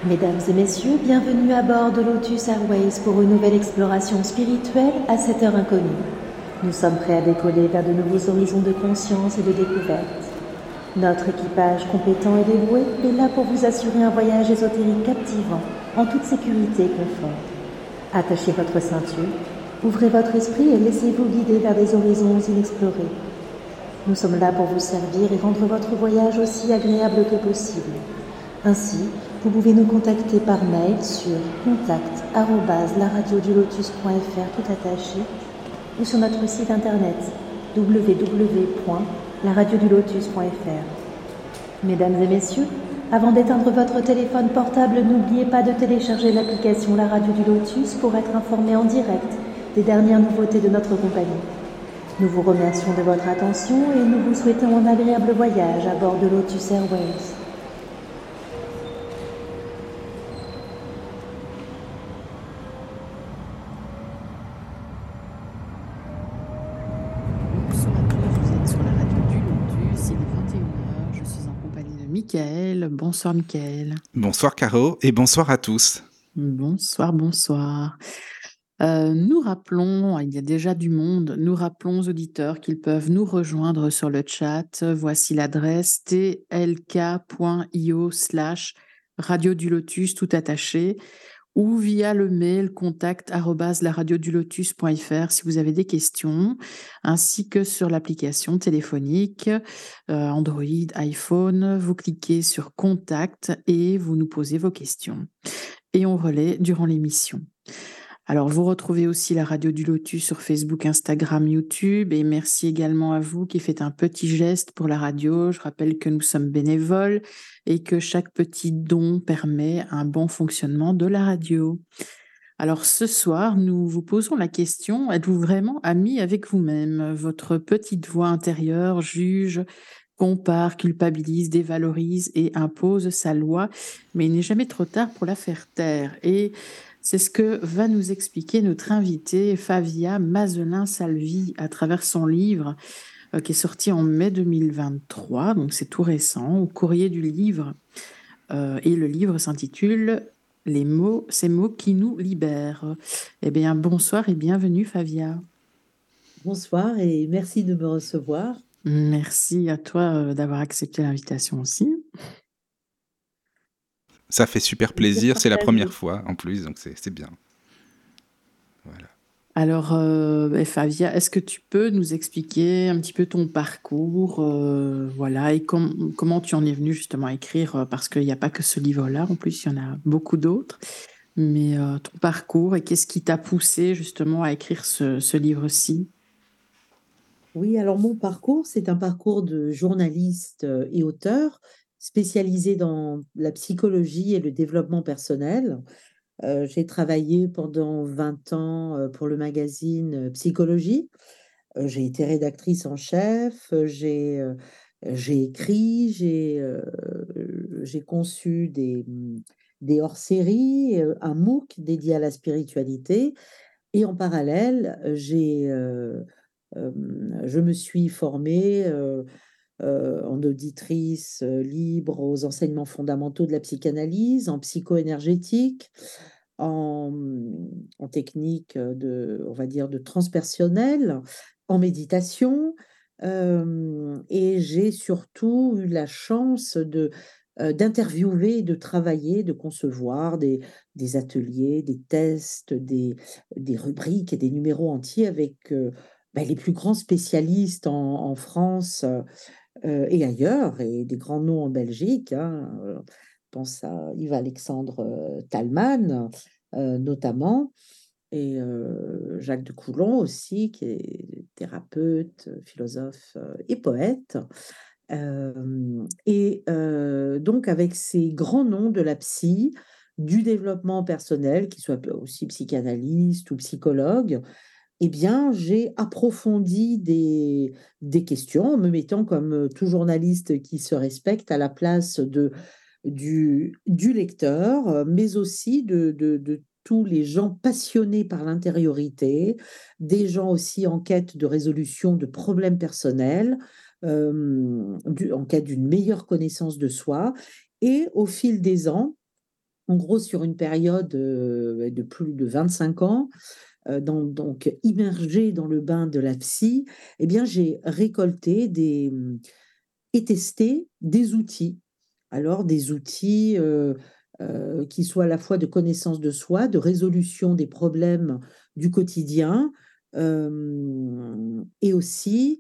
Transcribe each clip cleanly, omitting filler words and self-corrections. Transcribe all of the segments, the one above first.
Mesdames et messieurs, bienvenue à bord de Lotus Airways pour une nouvelle exploration spirituelle à cette heure inconnue. Nous sommes prêts à décoller vers de nouveaux horizons de conscience et de découverte. Notre équipage compétent et dévoué est là pour vous assurer un voyage ésotérique captivant, en toute sécurité et confort. Attachez votre ceinture, ouvrez votre esprit et laissez-vous guider vers des horizons inexplorés. Nous sommes là pour vous servir et rendre votre voyage aussi agréable que possible. Ainsi, vous pouvez nous contacter par mail sur contact@laradiodulotus.fr tout attaché ou sur notre site internet www.laradiodulotus.fr. Mesdames et messieurs, avant d'éteindre votre téléphone portable, n'oubliez pas de télécharger l'application La Radio du Lotus pour être informé en direct des dernières nouveautés de notre compagnie. Nous vous remercions de votre attention et nous vous souhaitons un agréable voyage à bord de Lotus Airways. Bonsoir à tous, vous êtes sur la radio du Lotus, il est 21h, je suis en compagnie de Mickaël. Bonsoir Mickaël. Bonsoir Caro et bonsoir à tous. Bonsoir, bonsoir. Nous rappelons, il y a déjà du monde, nous rappelons aux auditeurs qu'ils peuvent nous rejoindre sur le chat. Voici l'adresse tlk.io/radio du Lotus tout attaché ou via le mail contact@laradiodulotus.fr si vous avez des questions, ainsi que sur l'application téléphonique Android, iPhone. Vous cliquez sur Contact et vous nous posez vos questions. Et on relaie durant l'émission. Alors, vous retrouvez aussi la Radio du Lotus sur Facebook, Instagram, YouTube. Et merci également à vous qui faites un petit geste pour la radio. Je rappelle que nous sommes bénévoles et que chaque petit don permet un bon fonctionnement de la radio. Alors, ce soir, nous vous posons la question, êtes-vous vraiment amis avec vous-même? Votre petite voix intérieure juge, compare, culpabilise, dévalorise et impose sa loi, mais il n'est jamais trop tard pour la faire taire. Et c'est ce que va nous expliquer notre invitée Favia Mazelin-Salvi à travers son livre qui est sorti en mai 2023, donc c'est tout récent, au courrier du livre. Et le livre s'intitule Ces mots qui nous libèrent. Eh bien, bonsoir et bienvenue Favia. Bonsoir et merci de me recevoir. Merci à toi d'avoir accepté l'invitation aussi. Ça fait super plaisir, c'est la première fois en plus, donc c'est bien. Voilà. Alors, Favia, est-ce que tu peux nous expliquer un petit peu ton parcours, voilà, et comment tu en es venue justement à écrire, parce qu'il n'y a pas que ce livre-là, en plus, il y en a beaucoup d'autres, mais ton parcours et qu'est-ce qui t'a poussé justement à écrire ce livre-ci? Oui, alors mon parcours, c'est un parcours de journaliste et auteur spécialisé dans la psychologie et le développement personnel. J'ai travaillé pendant 20 ans pour le magazine Psychologie. J'ai été rédactrice en chef, j'ai écrit, j'ai conçu des hors-séries, un MOOC dédié à la spiritualité. Et en parallèle, je me suis formée en auditrice libre aux enseignements fondamentaux de la psychanalyse, en psychoénergétique, en technique on va dire, de transpersonnel, en méditation. Et j'ai surtout eu la chance d'interviewer, de travailler, de concevoir des ateliers, des tests, des rubriques et des numéros entiers avec les plus grands spécialistes en France et ailleurs, et des grands noms en Belgique, hein. Je pense à Yves-Alexandre Talman, notamment, et Jacques de Coulon aussi, qui est thérapeute, philosophe et poète. Donc, avec ces grands noms de la psy, du développement personnel, qui soient aussi psychanalyste ou psychologue, eh bien, j'ai approfondi des questions en me mettant comme tout journaliste qui se respecte à la place du lecteur, mais aussi de tous les gens passionnés par l'intériorité, des gens aussi en quête de résolution de problèmes personnels, en quête d'une meilleure connaissance de soi. Et au fil des ans, en gros, sur une période de plus de 25 ans, donc immergée dans le bain de la psy, eh bien, j'ai récolté et testé des outils. Alors, des outils qui soient à la fois de connaissance de soi, de résolution des problèmes du quotidien, et aussi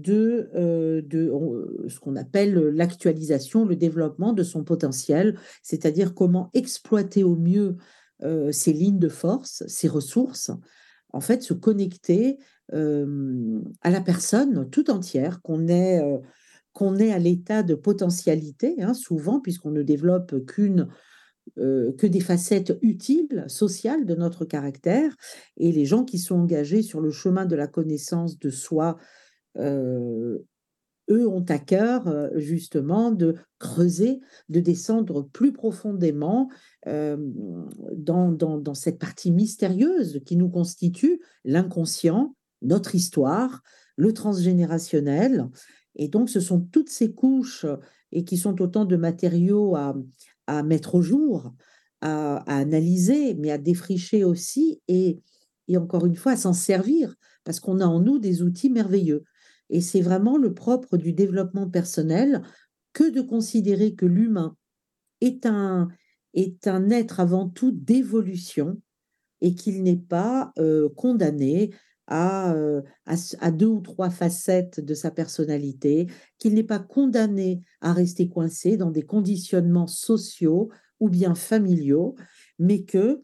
ce qu'on appelle l'actualisation, le développement de son potentiel, c'est-à-dire comment exploiter au mieux ses lignes de force, ses ressources, en fait, se connecter à la personne tout entière, qu'on est à l'état de potentialité, hein, souvent, puisqu'on ne développe que des facettes utiles, sociales de notre caractère. Et les gens qui sont engagés sur le chemin de la connaissance de soi, euh, eux ont à cœur justement de creuser, de descendre plus profondément euh, dans cette partie mystérieuse qui nous constitue, l'inconscient, notre histoire, le transgénérationnel. Et donc, ce sont toutes ces couches et qui sont autant de matériaux à mettre au jour, à analyser, mais à défricher aussi et encore une fois à s'en servir, parce qu'on a en nous des outils merveilleux. Et c'est vraiment le propre du développement personnel que de considérer que l'humain est est un être avant tout d'évolution et qu'il n'est pas condamné à deux ou trois facettes de sa personnalité, qu'il n'est pas condamné à rester coincé dans des conditionnements sociaux ou bien familiaux, mais que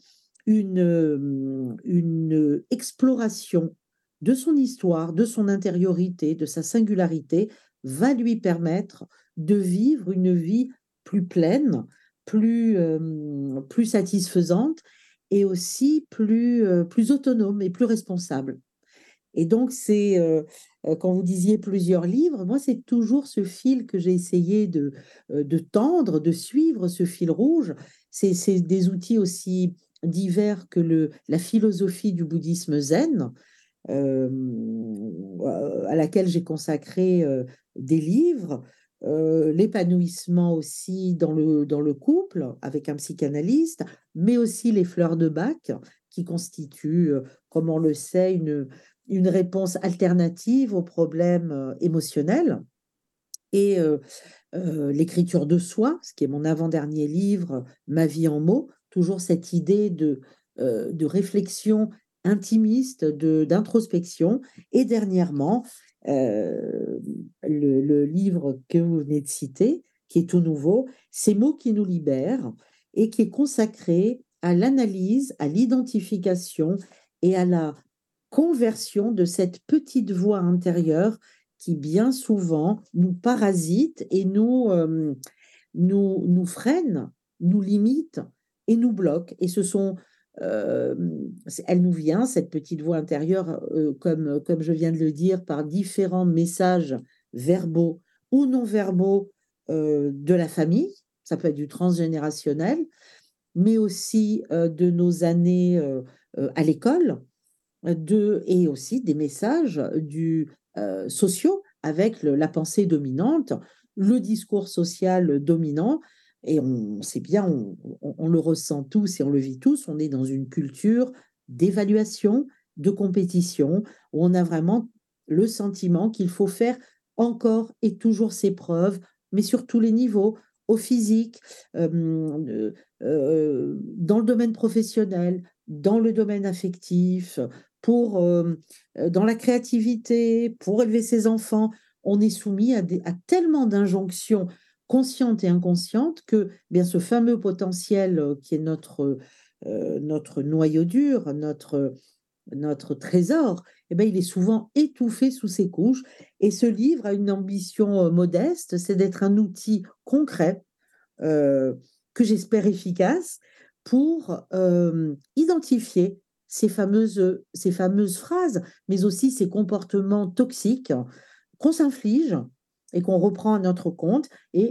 une exploration de son histoire, de son intériorité, de sa singularité, va lui permettre de vivre une vie plus pleine, plus satisfaisante et aussi plus autonome et plus responsable. Et donc, quand vous disiez plusieurs livres, moi, c'est toujours ce fil que j'ai essayé de tendre, de suivre, ce fil rouge. C'est des outils aussi divers que la philosophie du bouddhisme zen, euh, à laquelle j'ai consacré des livres, l'épanouissement aussi dans le couple avec un psychanalyste, mais aussi les fleurs de Bach qui constituent, comme on le sait, une réponse alternative aux problèmes émotionnels. Et l'écriture de soi, ce qui est mon avant-dernier livre, Ma vie en mots, toujours cette idée de réflexion intimiste, d'introspection. Et dernièrement, le livre que vous venez de citer, qui est tout nouveau, Ces mots qui nous libèrent, et qui est consacré à l'analyse, à l'identification et à la conversion de cette petite voix intérieure qui bien souvent nous parasite et nous freine, nous limite et nous bloque. Et euh, elle nous vient, cette petite voix intérieure, comme je viens de le dire, par différents messages verbaux ou non verbaux de la famille. Ça peut être du transgénérationnel, mais aussi de nos années à l'école, et aussi des messages sociaux avec la pensée dominante, le discours social dominant. Et on sait bien, on le ressent tous et on le vit tous, on est dans une culture d'évaluation, de compétition, où on a vraiment le sentiment qu'il faut faire encore et toujours ses preuves, mais sur tous les niveaux, au physique, dans le domaine professionnel, dans le domaine affectif, dans la créativité, pour élever ses enfants. On est soumis à tellement d'injonctions conscientes et inconscientes que bien, ce fameux potentiel qui est notre noyau dur, notre trésor, eh ben, il est souvent étouffé sous ses couches. Et ce livre a une ambition modeste, c'est d'être un outil concret, euh, que j'espère efficace, pour identifier ces fameuses phrases, mais aussi ces comportements toxiques qu'on s'inflige et qu'on reprend à notre compte,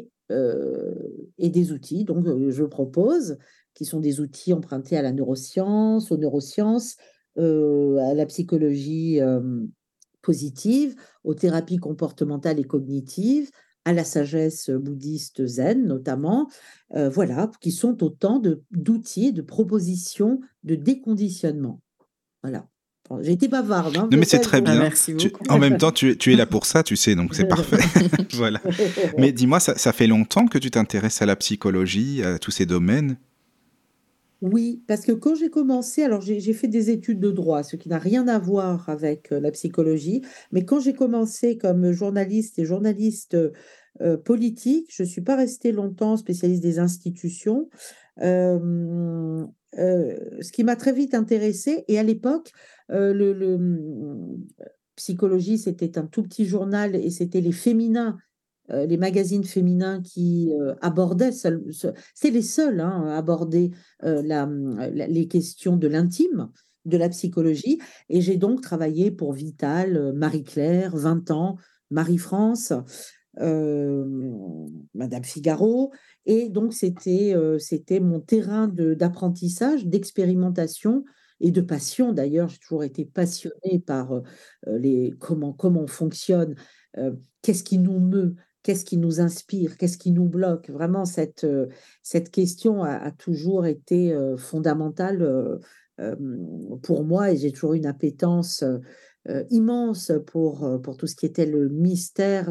et des outils. Donc, je propose, qui sont des outils empruntés à la neuroscience, aux neurosciences, à la psychologie positive, aux thérapies comportementales et cognitives, à la sagesse bouddhiste zen notamment, voilà, qui sont autant d'outils, de propositions de déconditionnement. Voilà. Bon, j'ai été bavarde, hein, Non, mais c'est peut-être. très bien. Merci beaucoup. En même temps, tu es là pour ça, tu sais, donc c'est parfait. Voilà. Mais dis-moi, ça fait longtemps que tu t'intéresses à la psychologie, à tous ces domaines? Oui, parce que quand j'ai commencé, alors j'ai fait des études de droit, ce qui n'a rien à voir avec la psychologie, mais quand j'ai commencé comme journaliste et journaliste politique, je ne suis pas restée longtemps spécialiste des institutions, euh, ce qui m'a très vite intéressée. Et à l'époque, Psychologie, c'était un tout petit journal et c'était les féminins les magazines féminins qui abordaient, c'est les seuls hein, à aborder les questions de l'intime, de la psychologie. Et j'ai donc travaillé pour Vital, Marie-Claire, 20 ans, Marie-France, euh, Madame Figaro. Et donc, c'était mon terrain d'apprentissage, d'expérimentation et de passion. D'ailleurs, j'ai toujours été passionnée par comment on fonctionne, qu'est-ce qui nous meut, qu'est-ce qui nous inspire, qu'est-ce qui nous bloque. Vraiment, cette question a toujours été fondamentale euh, pour moi et j'ai toujours eu une appétence immense pour tout ce qui était le mystère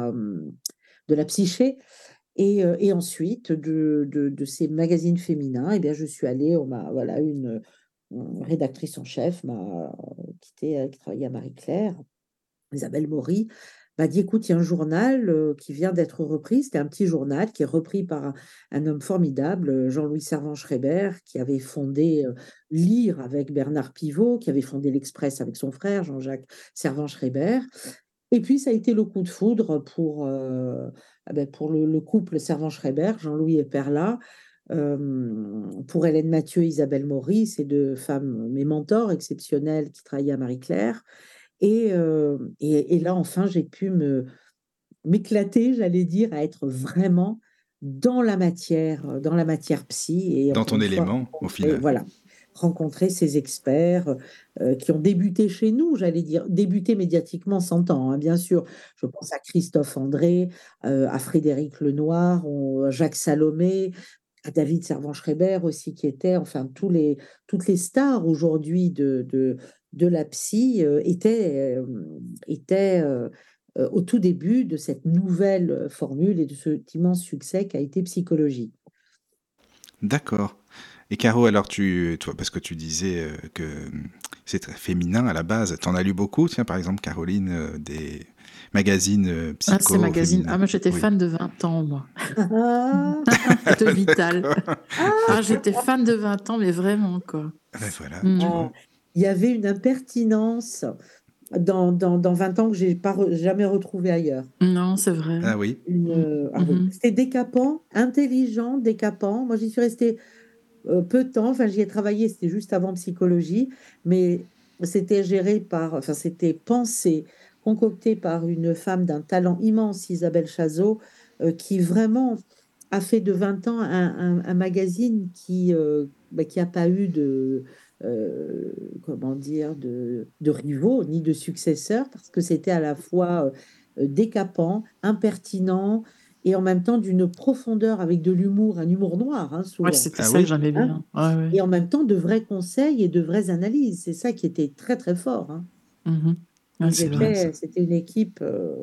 de la psyché. Et ensuite, de ces magazines féminins, eh bien, je suis allée, voilà, une rédactrice en chef qui travaillait à Marie-Claire, Isabelle Maury, m'a dit, écoute, il y a un journal qui vient d'être repris. C'était un petit journal qui est repris par un homme formidable, Jean-Louis Servan-Schreiber, qui avait fondé Lire avec Bernard Pivot, qui avait fondé l'Express avec son frère, Jean-Jacques Servan-Schreiber. Et puis, ça a été le coup de foudre pour le couple Servan-Schreiber, Jean-Louis et Perla, pour Hélène Mathieu et Isabelle Maury, ces deux femmes, mes mentors exceptionnels qui travaillaient à Marie-Claire. Et là, enfin, j'ai pu m'éclater, j'allais dire, à être vraiment dans la matière psy. Et Dans encore ton une fois, élément, au final. voilà, rencontrer ces experts qui ont débuté chez nous, j'allais dire, débuté médiatiquement, s'entend, hein, bien sûr. Je pense à Christophe André, à Frédéric Lenoir, Jacques Salomé, à David Servan-Schreiber aussi, qui était, enfin, toutes les stars aujourd'hui de la psy étaient au tout début de cette nouvelle formule et de cet immense succès qu'a été Psychologie. D'accord. Et Caro, alors toi, parce que tu disais que c'est très féminin à la base, t'en as lu beaucoup, tiens, par exemple, Caroline, des magazines Ah, psycho ces magazines. féminins. Ah, moi, j'étais Oui. fan de 20 ans, moi. Ah, De Vital. ah, Ah, j'étais fan de 20 ans, mais vraiment, quoi. Ben voilà, tu Mm. vois. il y avait une impertinence dans 20 ans que j'ai pas jamais retrouvée ailleurs. Non, c'est vrai. Ah oui. Ah oui, Mhm. c'était décapant, intelligent, décapant. Moi, j'y suis restée peu de temps. Enfin, j'y ai travaillé, c'était juste avant psychologie, mais c'était géré enfin, c'était pensé, concocté par une femme d'un talent immense, Isabelle Chazot, qui vraiment a fait de 20 ans un magazine qui a pas eu comment dire, de rivaux ni de successeurs, parce que c'était à la fois décapant, impertinent, et en même temps d'une profondeur avec de l'humour, un humour noir, hein, Ouais, souvent. c'était Ah ça que oui. j'aimais Hein, bien. Ouais, ouais. et en même temps de vrais conseils et de vraies analyses. C'est ça qui était très très fort. Hein. Mhm. Ouais, c'est C'est bien vrai. ça. C'était une équipe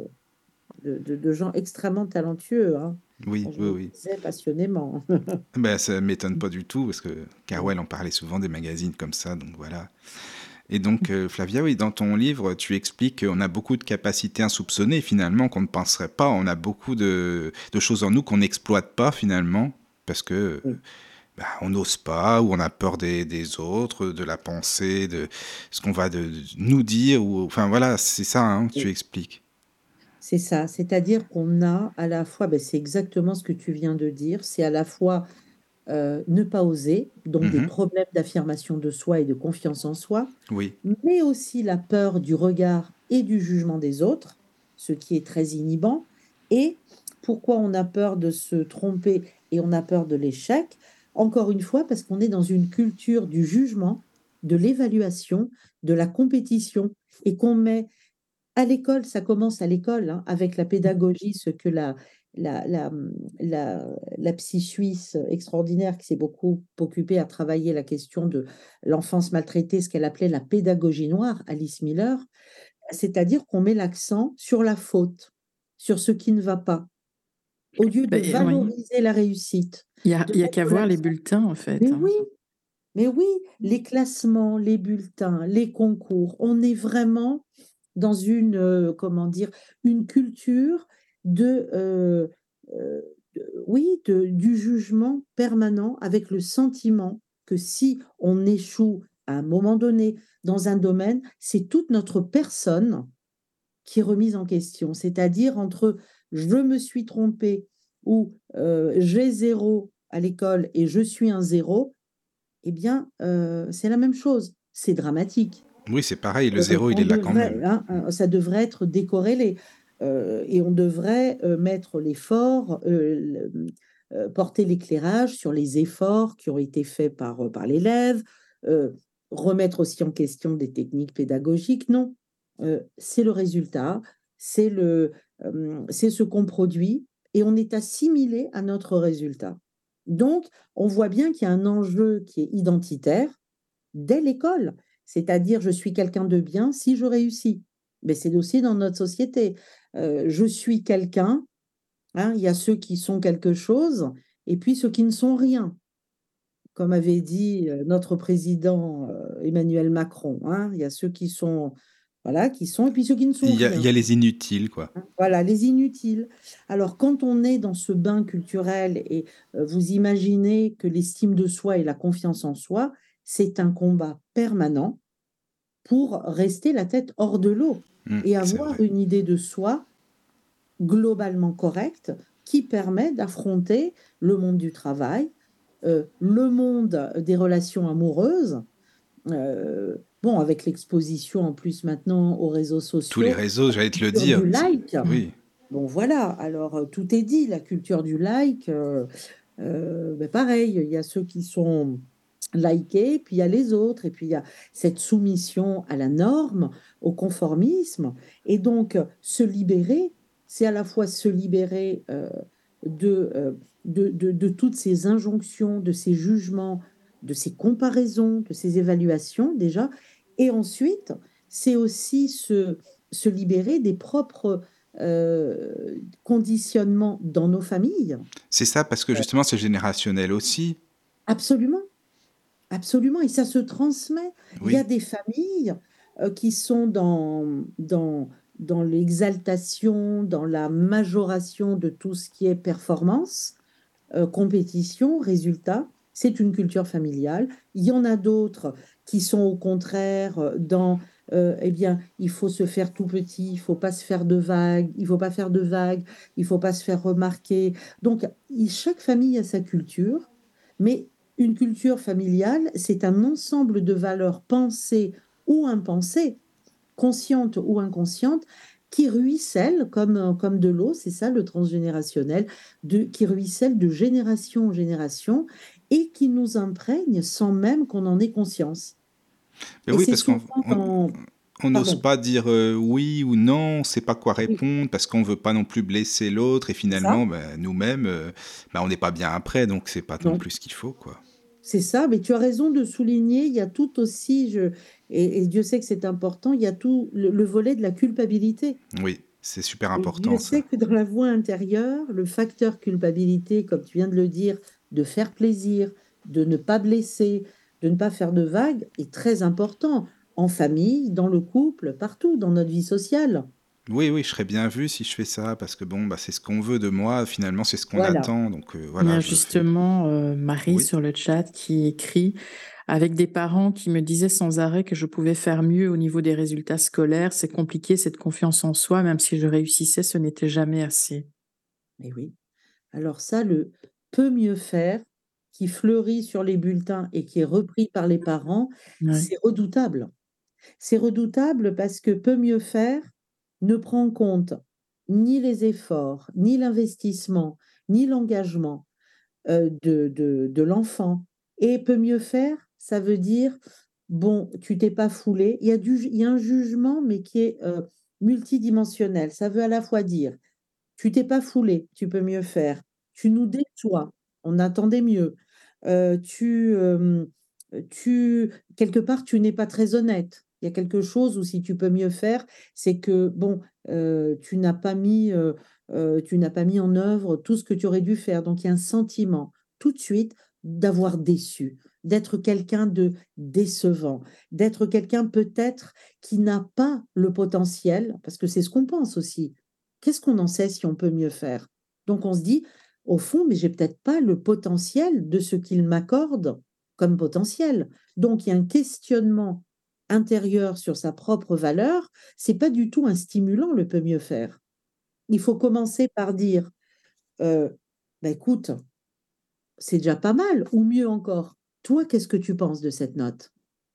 de gens extrêmement talentueux. Hein. Oui, Je oui, le oui. disais passionnément. Ben, ça m'étonne pas du tout, parce que Carouel en parlait souvent des magazines comme ça, donc voilà. Et donc, Flavia, oui, dans ton livre, tu expliques qu'on a beaucoup de capacités insoupçonnées, finalement, qu'on ne penserait pas. On a beaucoup de choses en nous qu'on n'exploite pas, finalement, parce que Oui, bah, on n'ose pas, ou on a peur des autres, de la pensée, de ce qu'on va de nous dire. Enfin, voilà, c'est ça hein, que tu oui. expliques. C'est ça. C'est-à-dire qu'on a à la fois, ben, c'est exactement ce que tu viens de dire, c'est à la fois ne pas oser, donc des Mhm. problèmes d'affirmation de soi et de confiance en soi, Oui, mais aussi la peur du regard et du jugement des autres, ce qui est très inhibant. Et pourquoi on a peur de se tromper et on a peur de l'échec? Encore une fois, parce qu'on est dans une culture du jugement, de l'évaluation, de la compétition, et qu'on met À l'école, ça commence à l'école, hein, avec la pédagogie, ce que la, la, la psy suisse extraordinaire qui s'est beaucoup occupée à travailler la question de l'enfance maltraitée, ce qu'elle appelait la pédagogie noire, Alice Miller, c'est-à-dire qu'on met l'accent sur la faute, sur ce qui ne va pas, au lieu de Oui, valoriser la réussite, de il y a qu'à mettre voir les l'accent. bulletins, en fait. Mais Hein. oui, mais oui, les classements, les bulletins, les concours, on est vraiment dans une, comment dire, une culture de, oui, du jugement permanent avec le sentiment que si on échoue à un moment donné dans un domaine, c'est toute notre personne qui est remise en question. C'est-à-dire entre je me suis trompé ou j'ai zéro à l'école et je suis un zéro, eh bien, c'est la même chose. C'est dramatique. Oui, c'est pareil, le zéro, il est là quand même. Ça devrait être décorrélé. Et on devrait mettre l'effort, porter l'éclairage sur les efforts qui ont été faits par l'élève, euh, remettre aussi en question des techniques pédagogiques. Non, c'est le résultat, c'est ce qu'on produit et on est assimilé à notre résultat. Donc, on voit bien qu'il y a un enjeu qui est identitaire dès l'école. C'est-à-dire, je suis quelqu'un de bien si je réussis. Mais c'est aussi dans notre société. Je suis quelqu'un, hein, il y a ceux qui sont quelque chose et puis ceux qui ne sont rien, comme avait dit notre président Emmanuel Macron. Hein, il y a ceux qui sont, voilà, qui sont, et puis ceux qui ne sont Il y rien. a les inutiles, quoi. Voilà, les inutiles. Alors, quand on est dans ce bain culturel et vous imaginez que l'estime de soi et la confiance en soi, c'est un combat permanent pour rester la tête hors de l'eau et C'est avoir vrai. une idée de soi globalement correcte qui permet d'affronter le monde du travail, le monde des relations amoureuses. Bon, avec l'exposition en plus maintenant aux réseaux Tous les sociaux, réseaux, la j'allais te le culture dire. du like. Oui. Bon, voilà, alors tout est dit, la culture du like, ben pareil, il y a ceux qui sont likés, puis il y a les autres, et puis il y a cette soumission à la norme, au conformisme, et donc se libérer, c'est à la fois se libérer de, euh, de toutes ces injonctions, de ces jugements, de ces comparaisons, de ces évaluations déjà, et ensuite, c'est aussi se libérer des propres conditionnements dans nos familles. C'est ça, parce que justement, c'est générationnel aussi. Absolument, absolument. Et ça se transmet. Il y a Oui. des familles qui sont dans l'exaltation, dans la majoration de tout ce qui est performance, compétition, résultat. C'est une culture familiale. Il y en a d'autres qui sont au contraire dans, eh bien, il faut se faire tout petit, il faut pas se faire de vagues, il faut pas faire de vagues, il faut pas se faire remarquer. Donc, chaque famille a sa culture, mais une culture familiale, c'est un ensemble de valeurs pensées ou impensées, conscientes ou inconscientes, qui ruissellent comme de l'eau, c'est ça le transgénérationnel, qui ruissellent de génération en génération et qui nous imprègnent sans même qu'on en ait conscience. Mais Et oui, c'est parce qu'on souvent dans... on n'ose Pardon, pas dire oui ou non, on ne sait pas quoi oui, répondre, parce qu'on veut pas non plus blesser l'autre, et c'est ça. finalement, nous-mêmes, on n'est pas bien après, donc c'est pas non Donc, plus ce qu'il faut, quoi. c'est ça, mais tu as raison de souligner, il y a tout aussi, et Dieu sait que c'est important, il y a tout le volet de la culpabilité. Oui, c'est super Et Dieu important, ça. sait que dans la voie intérieure, le facteur culpabilité, comme tu viens de le dire, de faire plaisir, de ne pas blesser, de ne pas faire de vagues, est très important en famille, dans le couple, partout, dans notre vie sociale. Oui, oui, je serais bien vu si je fais ça, parce que bon, c'est ce qu'on veut de moi, finalement, c'est ce qu'on Voilà. attend, donc Il y voilà, a je le fais. justement Marie Oui. sur le chat qui écrit avec des parents qui me disaient sans arrêt que je pouvais faire mieux au niveau des résultats scolaires. C'est compliqué cette confiance en soi, même si je réussissais, ce n'était jamais assez. Mais oui. Alors ça, le peut mieux faire, qui fleurit sur les bulletins et qui est repris par les parents, Ouais. c'est redoutable. C'est redoutable parce que peut mieux faire ne prend en compte ni les efforts, ni l'investissement, ni l'engagement de l'enfant. Et peut mieux faire, ça veut dire, bon, tu t'es pas foulé. Il y a un jugement, mais qui est multidimensionnel. Ça veut à la fois dire, tu t'es pas foulé, tu peux mieux faire. Tu nous déçois, on attendait mieux. Euh, tu, euh, quelque part, tu n'es pas très honnête. Il y a quelque chose où si tu peux mieux faire, c'est que, bon, tu n'as pas mis en œuvre tout ce que tu aurais dû faire. Donc, il y a un sentiment tout de suite d'avoir déçu, d'être quelqu'un de décevant, d'être quelqu'un peut-être qui n'a pas le potentiel, parce que c'est ce qu'on pense aussi. Qu'est-ce qu'on en sait si on peut mieux faire? Donc, on se dit, au fond, mais j'ai peut-être pas le potentiel de ce qu'il m'accorde comme potentiel. Donc, il y a un questionnement intérieur sur sa propre valeur. C'est pas du tout un stimulant, le peut mieux faire. Il faut commencer par dire, euh, bah, écoute, c'est déjà pas mal, ou mieux encore, toi, qu'est-ce que tu penses de cette note?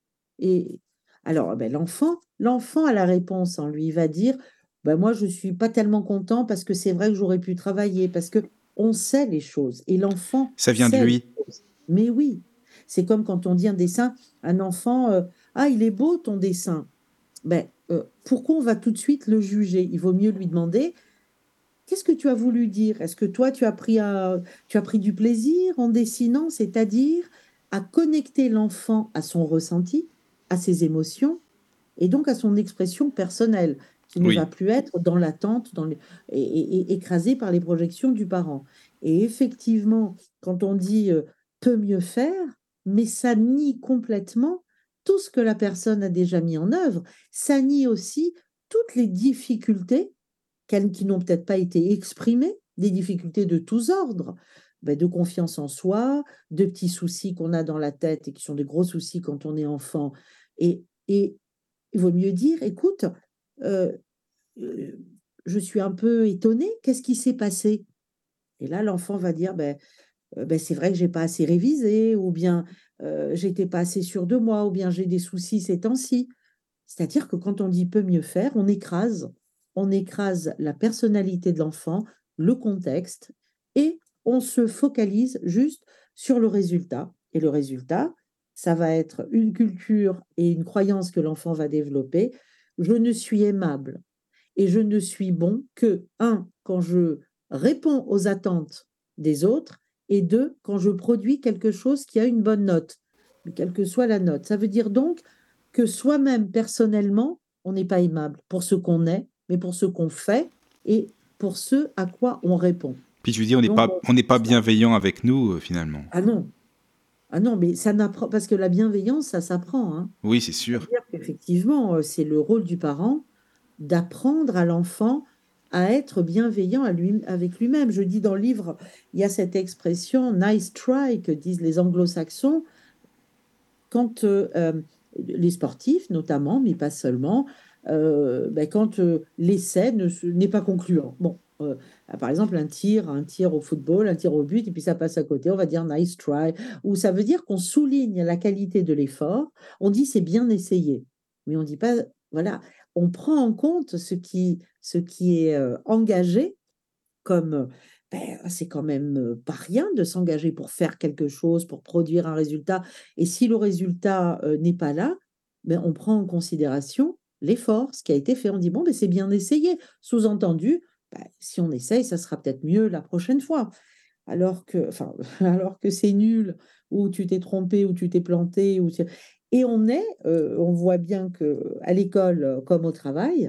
Et alors, ben, l'enfant a la réponse en lui, il va dire, ben, moi, je suis pas tellement content parce que c'est vrai que j'aurais pu travailler, parce que on sait les choses, et l'enfant Ça vient de sait les lui. choses. Mais oui, c'est comme quand on dit un dessin, un enfant, ah, il est beau ton dessin. Ben, pourquoi on va tout de suite le juger? Il vaut mieux lui demander, qu'est-ce que tu as voulu dire? Est-ce que toi, tu as pris du plaisir en dessinant, c'est-à-dire à connecter l'enfant à son ressenti, à ses émotions, et donc à son expression personnelle, qui ne va Oui. plus être dans l'attente et écrasée par les projections du parent. Et effectivement, quand on dit peut mieux faire, mais ça nie complètement tout ce que la personne a déjà mis en œuvre, ça nie aussi toutes les difficultés qui n'ont peut-être pas été exprimées, des difficultés de tous ordres, ben, de confiance en soi, de petits soucis qu'on a dans la tête et qui sont des gros soucis quand on est enfant. Et il vaut mieux dire, écoute, euh, euh, je suis un peu étonnée, qu'est-ce qui s'est passé? Et là, l'enfant va dire, ben, c'est vrai que j'ai pas assez révisé, ou bien j'étais pas assez sûr de moi, ou bien j'ai des soucis ces temps-ci. C'est-à-dire que quand on dit peut mieux faire, on écrase la personnalité de l'enfant, le contexte, et on se focalise juste sur le résultat. Et le résultat, ça va être une culture et une croyance que l'enfant va développer. Je ne suis aimable et je ne suis bon que, un, quand je réponds aux attentes des autres, et deux, quand je produis quelque chose qui a une bonne note, mais quelle que soit la note. Ça veut dire donc que soi-même, personnellement, on n'est pas aimable pour ce qu'on est, mais pour ce qu'on fait et pour ce à quoi on répond. Puis je veux dire, Donc, on n'est pas bienveillant avec nous, finalement. ah non, ah non, mais ça n'apprend, parce que la bienveillance, ça s'apprend, hein. Oui, c'est sûr. C'est-à-dire qu'effectivement, c'est le rôle du parent d'apprendre à l'enfant à être bienveillant avec lui-même. Je dis dans le livre, il y a cette expression nice try que disent les anglo-saxons quand les sportifs, notamment, mais pas seulement, ben, quand l'essai n'est pas concluant. Bon, par exemple, un tir au football, un tir au but, et puis ça passe à côté, on va dire nice try, ou ça veut dire qu'on souligne la qualité de l'effort, on dit c'est bien essayé, mais on dit pas, voilà, on prend en compte ce qui est engagé comme ben, c'est quand même pas rien de s'engager pour faire quelque chose, pour produire un résultat. Et si le résultat n'est pas là, ben, on prend en considération l'effort, ce qui a été fait. On dit, bon, ben, c'est bien essayé. Sous-entendu, ben, si on essaye, ça sera peut-être mieux la prochaine fois. Enfin, alors que c'est nul, ou tu t'es trompé, ou tu t'es planté. Et on voit bien que à l'école comme au travail,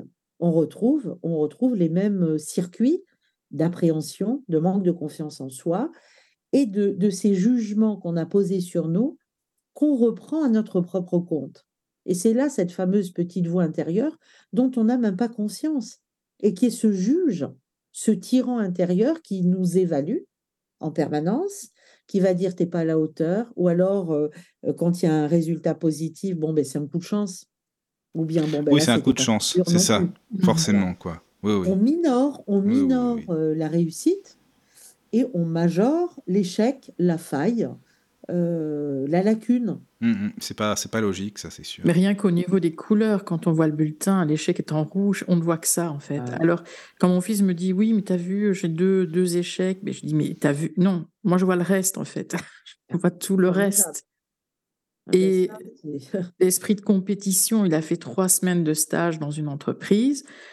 on retrouve les mêmes circuits d'appréhension, de manque de confiance en soi et de ces jugements qu'on a posés sur nous, qu'on reprend à notre propre compte. Et c'est là cette fameuse petite voix intérieure dont on n'a même pas conscience et qui est ce juge, ce tyran intérieur qui nous évalue en permanence, qui va dire t'es pas à la hauteur, ou alors quand il y a un résultat positif, bon ben c'est un coup de chance, ou bien bon ben Oui, là c'est un coup c'était de pas si chance, dur c'est non ça. plus. Voilà. Forcément, quoi. Oui, oui. On Oui, oui, minore oui. la réussite et on majore l'échec, la faille, la lacune. C'est pas logique, ça, c'est sûr. Mais rien qu'au niveau des couleurs, quand on voit le bulletin, l'échec est en rouge, on ne voit que ça en fait. Ah, Alors, quand mon fils me dit oui, mais t'as vu, j'ai deux échecs, mais je dis mais t'as vu? Non, moi je vois le reste en fait. Je vois tout le formidable. reste. Ah ben Et ça, l'esprit de compétition, il a fait 3 semaines de stage dans une entreprise.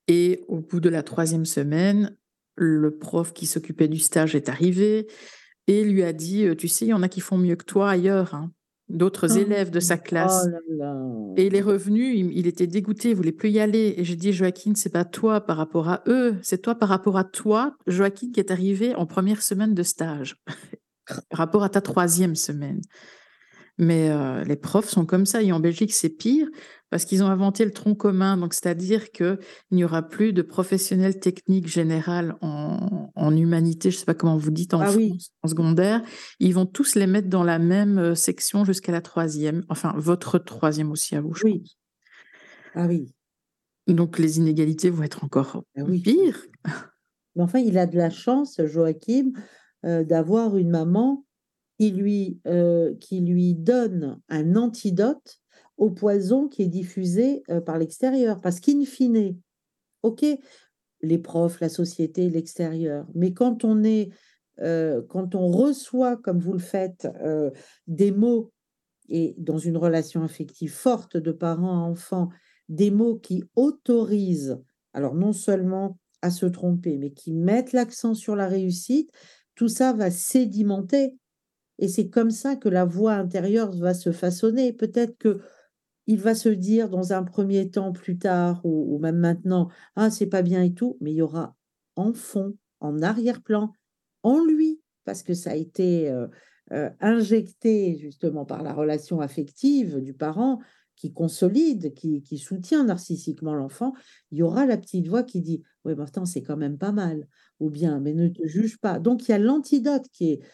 Et au bout de la 3e semaine, le prof qui s'occupait du stage est arrivé et lui a dit, tu sais, il y en a qui font mieux que toi ailleurs, hein, d'autres Oh, élèves de sa oh classe. là là. Et il est revenu, il était dégoûté, il voulait plus y aller. Et j'ai dit, Joaquin, c'est pas toi par rapport à eux, c'est toi par rapport à toi, Joaquin, qui est arrivé en première semaine de stage, par rapport à ta 3e semaine. Mais les profs sont comme ça. Et en Belgique, c'est pire parce qu'ils ont inventé le tronc commun. Donc, c'est-à-dire qu'il n'y aura plus de professionnels techniques générales en humanité, je ne sais pas comment vous dites en Ah oui, France, en secondaire. Ils vont tous les mettre dans la même section jusqu'à la 3e. Enfin, votre 3e aussi à vous, je oui, pense. ah oui, Donc, les inégalités vont être encore ah oui. pires. Mais enfin, il a de la chance, Joachim, d'avoir une maman qui lui donne un antidote au poison qui est diffusé par l'extérieur. Parce qu'in fine, ok, les profs, la société, l'extérieur, mais quand on reçoit, comme vous le faites, des mots et dans une relation affective forte de parents à enfants, des mots qui autorisent, alors non seulement à se tromper, mais qui mettent l'accent sur la réussite, tout ça va sédimenter. Et c'est comme ça que la voix intérieure va se façonner. Peut-être que il va se dire dans un premier temps, plus tard, ou même maintenant, ah, c'est pas bien et tout, mais il y aura en fond, en arrière-plan, en lui, parce que ça a été injecté justement par la relation affective du parent qui consolide, qui soutient narcissiquement l'enfant, il y aura la petite voix qui dit, oui, mais attends, c'est quand même pas mal, ou bien, mais ne te juge pas. Donc, il y a l'antidote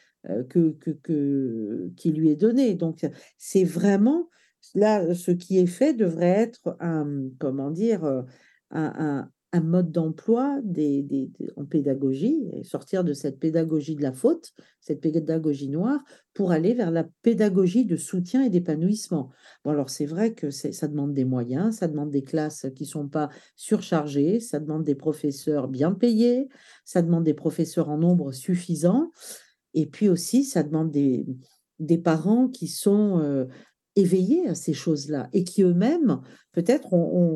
qui lui est donné. Donc, c'est vraiment là, ce qui est fait devrait être comment dire, un mode d'emploi en pédagogie, et sortir de cette pédagogie de la faute, cette pédagogie noire, pour aller vers la pédagogie de soutien et d'épanouissement. Bon, alors c'est vrai que ça demande des moyens, ça demande des classes qui ne sont pas surchargées, ça demande des professeurs bien payés, ça demande des professeurs en nombre suffisant, et puis aussi, ça demande des parents qui sont éveillés à ces choses-là et qui eux-mêmes, peut-être,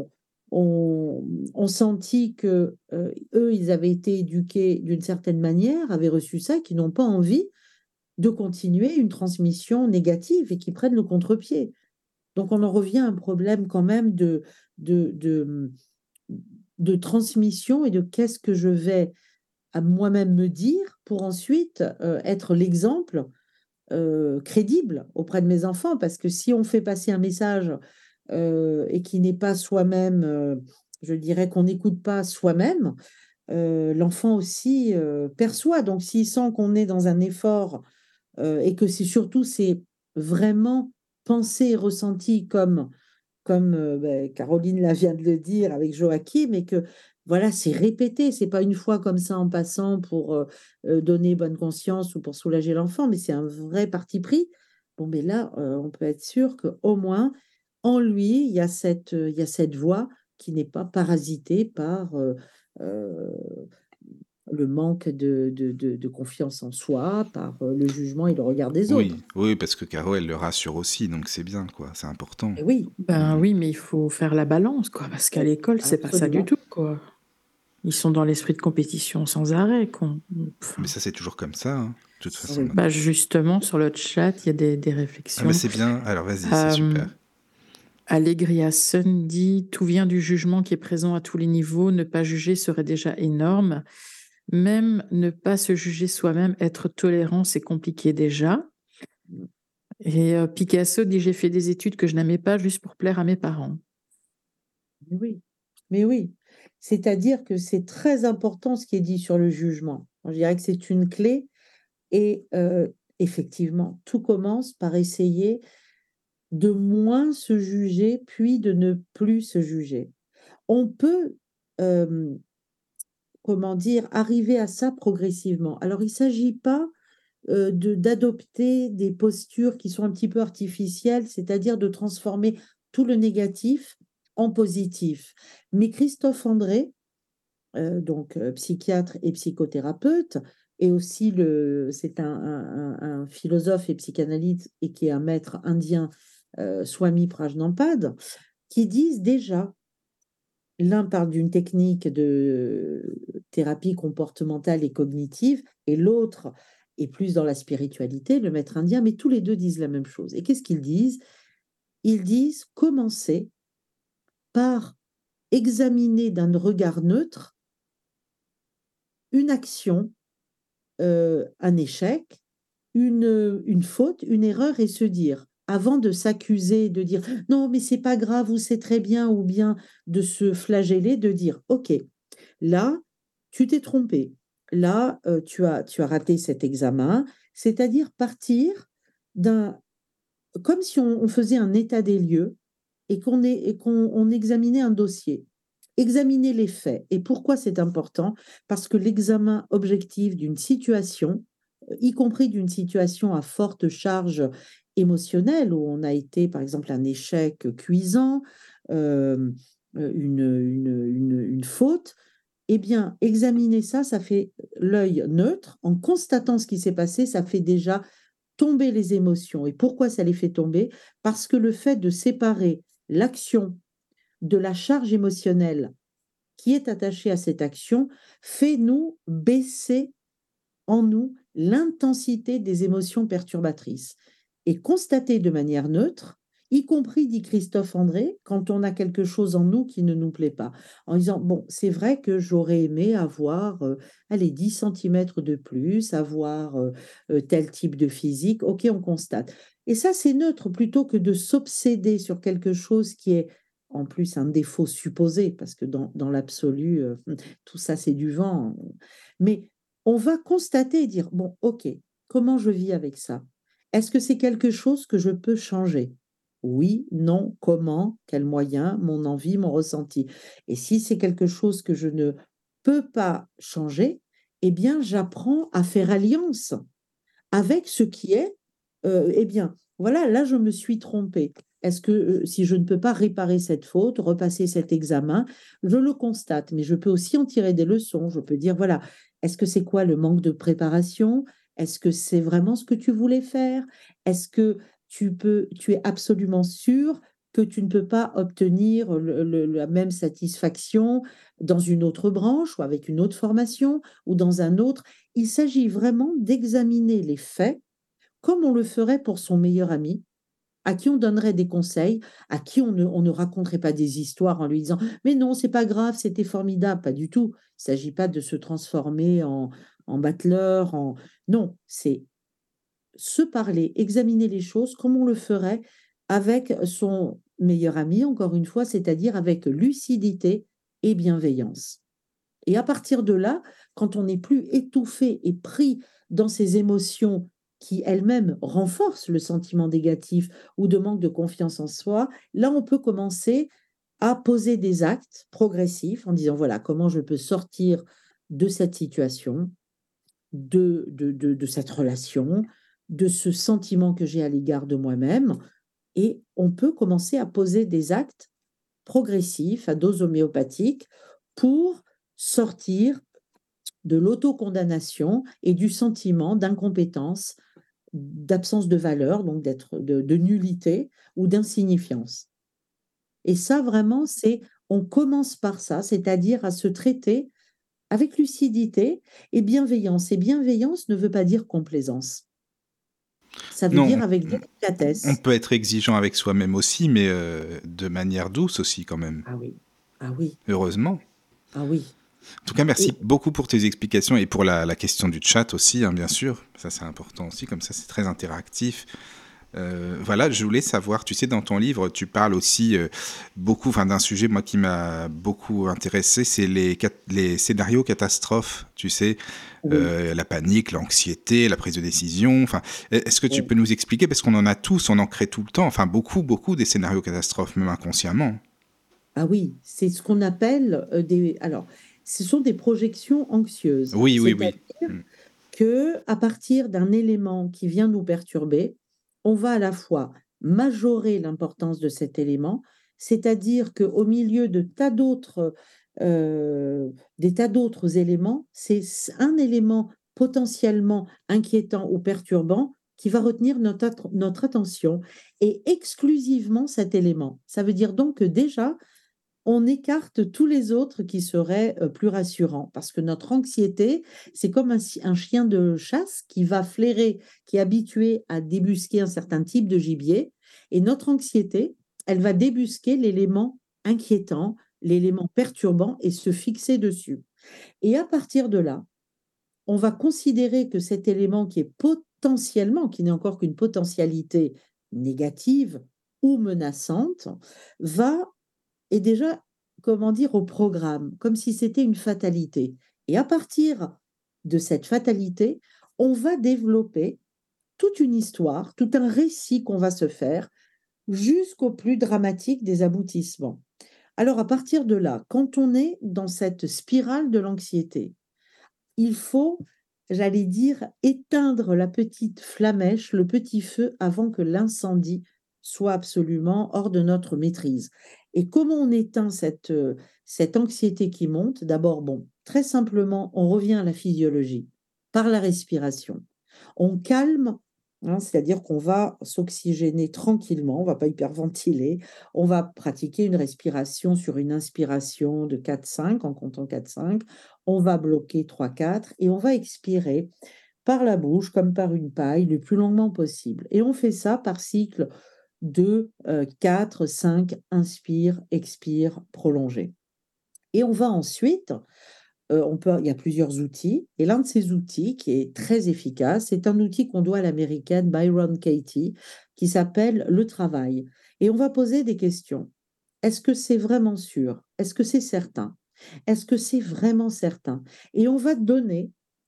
ont senti que eux, ils avaient été éduqués d'une certaine manière, avaient reçu ça, qui n'ont pas envie de continuer une transmission négative et qui prennent le contre-pied. Donc, on en revient à un problème quand même de, de, de transmission et de qu'est-ce que je vais à moi-même me dire pour ensuite être l'exemple crédible auprès de mes enfants. Parce que si on fait passer un message et qui n'est pas soi-même, je dirais qu'on n'écoute pas soi-même, l'enfant aussi perçoit. Donc s'il sent qu'on est dans un effort et que c'est vraiment pensé et ressenti comme ben, Caroline là vient de le dire avec Joachim, et que voilà, c'est répété, c'est pas une fois comme ça en passant pour donner bonne conscience ou pour soulager l'enfant, mais c'est un vrai parti pris. Bon, mais là, on peut être sûr qu'au moins, en lui, il y a cette voix qui n'est pas parasitée par euh, le manque de confiance en soi, par le jugement et le regard des Oui, autres. oui, parce que Caro, elle le rassure aussi, donc c'est bien, quoi. C'est important. Et oui, Ben Mhm. oui, mais il faut faire la balance, quoi, parce qu'à l'école, c'est pas ça du absolument. tout, quoi. Ils sont dans l'esprit de compétition sans arrêt, quoi. Mais Enfin, ça, c'est toujours comme ça, hein, de toute façon. Oui. bah justement, sur le chat, il y a des Ah, bah réflexions. c'est bien. Alors, vas-y, c'est Euh, super. Allegriason dit: tout vient du jugement qui est présent à tous les niveaux. Ne pas juger serait déjà énorme. Même ne pas se juger soi-même, être tolérant, c'est compliqué déjà. Et Picasso dit: j'ai fait des études que je n'aimais pas juste pour plaire à mes parents. Mais oui, mais oui. C'est-à-dire que c'est très important ce qui est dit sur le jugement. Je dirais que c'est une clé et effectivement, tout commence par essayer de moins se juger, puis de ne plus se juger. On peut, euh, comment dire, arriver à ça progressivement. Alors, il ne s'agit pas d'adopter des postures qui sont un petit peu artificielles, c'est-à-dire de transformer tout le négatif en positif. Mais Christophe André, donc psychiatre et psychothérapeute, et aussi c'est un philosophe et psychanalyste et qui est un maître indien, Swami Prajnampad, qui disent déjà l'un parle d'une technique de thérapie comportementale et cognitive, et l'autre est plus dans la spiritualité, le maître indien, mais tous les deux disent la même chose. Et qu'est-ce qu'ils disent? Ils disent commencer par examiner d'un regard neutre une action, un échec, une faute, une erreur, et se dire, avant de s'accuser, de dire non, mais c'est pas grave, ou c'est très bien, ou bien de se flageller, de dire ok, là, tu t'es trompé, là, tu as raté cet examen, c'est-à-dire partir d'un, comme si on faisait un état des lieux et qu'on examinait un dossier. Examiner les faits. Et pourquoi c'est important? Parce que l'examen objectif d'une situation, y compris d'une situation à forte charge émotionnelle, où on a été, par exemple, un échec cuisant, euh, une faute, eh bien, examiner ça, ça fait l'œil neutre. En constatant ce qui s'est passé, ça fait déjà tomber les émotions. Et pourquoi ça les fait tomber? Parce que le fait de séparer l'action de la charge émotionnelle qui est attachée à cette action fait nous baisser en nous l'intensité des émotions perturbatrices. Et constater de manière neutre, y compris, dit Christophe André, quand on a quelque chose en nous qui ne nous plaît pas, en disant, bon, c'est vrai que j'aurais aimé avoir, allez, 10 centimètres de plus, avoir tel type de physique, ok, on constate. Et ça, c'est neutre, plutôt que de s'obséder sur quelque chose qui est en plus un défaut supposé, parce que dans l'absolu, tout ça, c'est du vent. Mais on va constater et dire, bon, ok, comment je vis avec ça? Est-ce que c'est quelque chose que je peux changer? Oui, non, comment, quels moyens, mon envie, mon ressenti. Et si c'est quelque chose que je ne peux pas changer, eh bien, j'apprends à faire alliance avec ce qui est, eh bien, voilà, là, je me suis trompée. Est-ce que si je ne peux pas réparer cette faute, repasser cet examen, je le constate, mais je peux aussi en tirer des leçons. Je peux dire, voilà, est-ce que c'est quoi le manque de préparation? Est-ce que c'est vraiment ce que tu voulais faire? Est-ce que tu es absolument sûr que tu ne peux pas obtenir la même satisfaction dans une autre branche ou avec une autre formation ou dans un autre? Il s'agit vraiment d'examiner les faits comme on le ferait pour son meilleur ami, à qui on donnerait des conseils, à qui on ne raconterait pas des histoires en lui disant mais non, c'est pas grave, c'était formidable. Pas du tout. Il ne s'agit pas de se transformer en battleur. Non, c'est se parler, examiner les choses comme on le ferait avec son meilleur ami, encore une fois, c'est-à-dire avec lucidité et bienveillance. Et à partir de là, quand on n'est plus étouffé et pris dans ces émotions qui elles-mêmes renforcent le sentiment négatif ou de manque de confiance en soi, là, on peut commencer à poser des actes progressifs en disant, voilà, comment je peux sortir de cette situation, de cette relation, de ce sentiment que j'ai à l'égard de moi-même. Et on peut commencer à poser des actes progressifs à dose homéopathique pour sortir de l'autocondamnation et du sentiment d'incompétence, d'absence de valeur, donc de nullité ou d'insignifiance. Et ça, vraiment, on commence par ça, c'est-à-dire à se traiter avec lucidité et bienveillance. Et bienveillance ne veut pas dire complaisance. Ça veut Non, dire avec on délicatesse. peut être exigeant avec soi-même aussi, mais de manière douce aussi quand même. Ah oui, ah oui, Heureusement. ah oui. En tout cas, merci Et beaucoup pour tes explications et pour la question du chat aussi, hein, bien sûr. Ça, c'est important aussi, comme ça, c'est très interactif. Voilà, je voulais savoir, tu sais, dans ton livre, tu parles aussi beaucoup, enfin, d'un sujet, moi, qui m'a beaucoup intéressé, c'est les scénarios catastrophes, tu sais, oui, la panique, l'anxiété, la prise de décision. Enfin, est-ce que tu oui. peux nous expliquer, parce qu'on en a tous, on en crée tout le temps, enfin, beaucoup, beaucoup des scénarios catastrophes, même inconsciemment. Ah oui, c'est ce qu'on appelle des. Alors, ce sont des projections anxieuses. Oui, oui, C'est-à-dire oui. Mm. que à partir d'un élément qui vient nous perturber, on va à la fois majorer l'importance de cet élément, c'est-à-dire qu'au milieu de des tas d'autres éléments, c'est un élément potentiellement inquiétant ou perturbant qui va retenir notre attention et exclusivement cet élément. Ça veut dire donc que déjà, on écarte tous les autres qui seraient plus rassurants. Parce que notre anxiété, c'est comme un chien de chasse qui va flairer, qui est habitué à débusquer un certain type de gibier. Et notre anxiété, elle va débusquer l'élément inquiétant, l'élément perturbant et se fixer dessus. Et à partir de là, on va considérer que cet élément qui est potentiellement, qui n'est encore qu'une potentialité négative ou menaçante, est déjà, comment dire, au programme, comme si c'était une fatalité. Et à partir de cette fatalité, on va développer toute une histoire, tout un récit qu'on va se faire jusqu'au plus dramatique des aboutissements. Alors à partir de là, quand on est dans cette spirale de l'anxiété, il faut, j'allais dire, éteindre la petite flamèche, le petit feu avant que l'incendie soit absolument hors de notre maîtrise. Et comment on éteint cette anxiété qui monte? D'abord, bon, très simplement, on revient à la physiologie, par la respiration. On calme, hein, c'est-à-dire qu'on va s'oxygéner tranquillement, on ne va pas hyperventiler, on va pratiquer une respiration sur une inspiration de 4-5, en comptant 4-5, on va bloquer 3-4 et on va expirer par la bouche comme par une paille le plus longuement possible. Et on fait ça par cycle de 4, 5, inspire, expire, prolongé. Et on va ensuite, il y a plusieurs outils, et l'un de ces outils qui est très efficace, c'est un outil qu'on doit à l'américaine Byron Katie, qui s'appelle le travail. Et on va poser des questions. Est-ce que c'est vraiment sûr? Est-ce que c'est certain? Est-ce que c'est vraiment certain? Et on va donner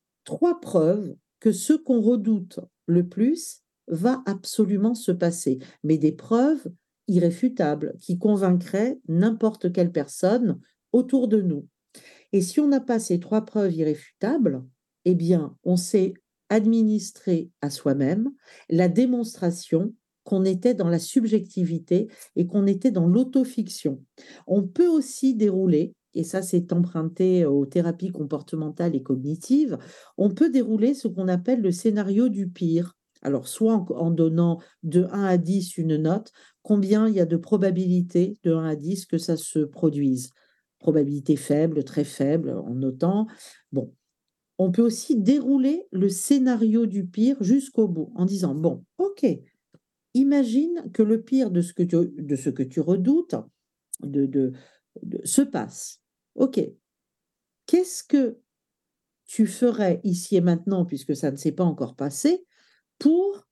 3 preuves que ce qu'on redoute le plus va absolument se passer, mais des preuves irréfutables qui convaincraient n'importe quelle personne autour de nous. Et si on n'a pas ces 3 preuves irréfutables, eh bien, on s'est administré à soi-même la démonstration qu'on était dans la subjectivité et qu'on était dans l'autofiction. On peut aussi dérouler, et ça c'est emprunté aux thérapies comportementales et cognitives, on peut dérouler ce qu'on appelle le scénario du pire. Alors, soit en donnant de 1 à 10 une note, combien il y a de probabilité de 1 à 10 que ça se produise. Probabilité faible, très faible, en notant. Bon, on peut aussi dérouler le scénario du pire jusqu'au bout, en disant, bon, ok, imagine que le pire de ce que tu redoutes de, de, se passe. Ok, qu'est-ce que tu ferais ici et maintenant, puisque ça ne s'est pas encore passé, pour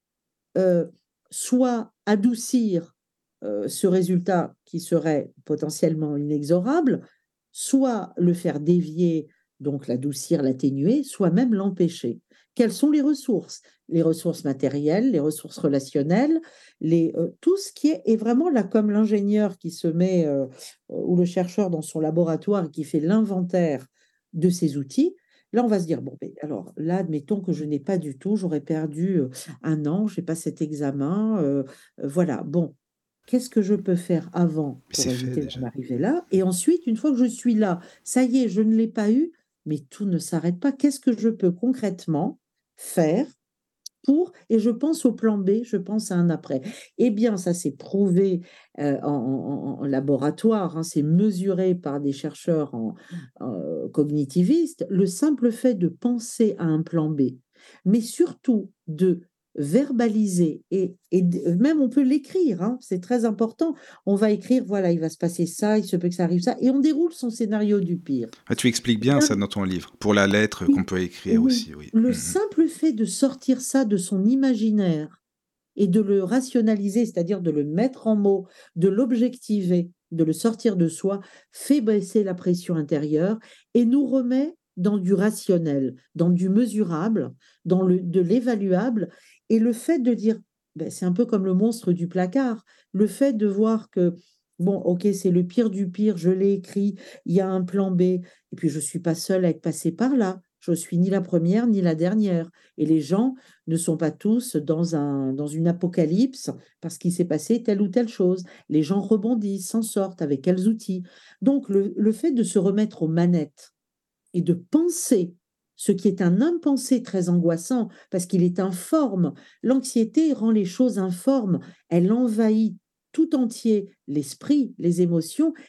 soit adoucir ce résultat qui serait potentiellement inexorable, soit le faire dévier, donc l'adoucir, l'atténuer, soit même l'empêcher. Quelles sont les ressources? Les ressources matérielles, les ressources relationnelles, tout ce qui est vraiment là comme l'ingénieur qui se met, ou le chercheur dans son laboratoire et qui fait l'inventaire de ces outils. Là, on va se dire, bon, alors là, admettons que je n'ai pas du tout, j'aurais perdu 1 an, je n'ai pas cet examen, voilà, bon, qu'est-ce que je peux faire avant Mais pour c'est fait éviter déjà. d'en arriver là? Et ensuite, une fois que je suis là, ça y est, je ne l'ai pas eu, mais tout ne s'arrête pas. Qu'est-ce que je peux concrètement faire et je pense au plan B, je pense à un après. Eh bien, ça s'est prouvé en laboratoire, hein, c'est mesuré par des chercheurs cognitivistes, le simple fait de penser à un plan B, mais surtout de verbaliser même on peut l'écrire, hein, c'est très important. On va écrire, voilà, il va se passer ça, il se peut que ça arrive ça, et on déroule son scénario du pire. Ah, tu expliques bien ça dans ton livre, pour la lettre qu'on Oui, peut écrire oui. aussi, oui. Le Mhm. simple fait de sortir ça de son imaginaire et de le rationaliser, c'est-à-dire de le mettre en mots, de l'objectiver, de le sortir de soi, fait baisser la pression intérieure et nous remet dans du rationnel, dans du mesurable, de l'évaluable. Et le fait de dire, ben, c'est un peu comme le monstre du placard, le fait de voir que, bon, ok, c'est le pire du pire, je l'ai écrit, il y a un plan B, et puis je ne suis pas seule à être passée par là. Je suis ni la première ni la dernière. Et les gens ne sont pas tous dans une apocalypse parce qu'il s'est passé telle ou telle chose. Les gens rebondissent, s'en sortent avec quels outils. Donc, le fait de se remettre aux manettes et de penser ce qui est un impensé très angoissant parce qu'il est informe. L'anxiété rend les choses informes. Elle envahit tout entier l'esprit, les émotions.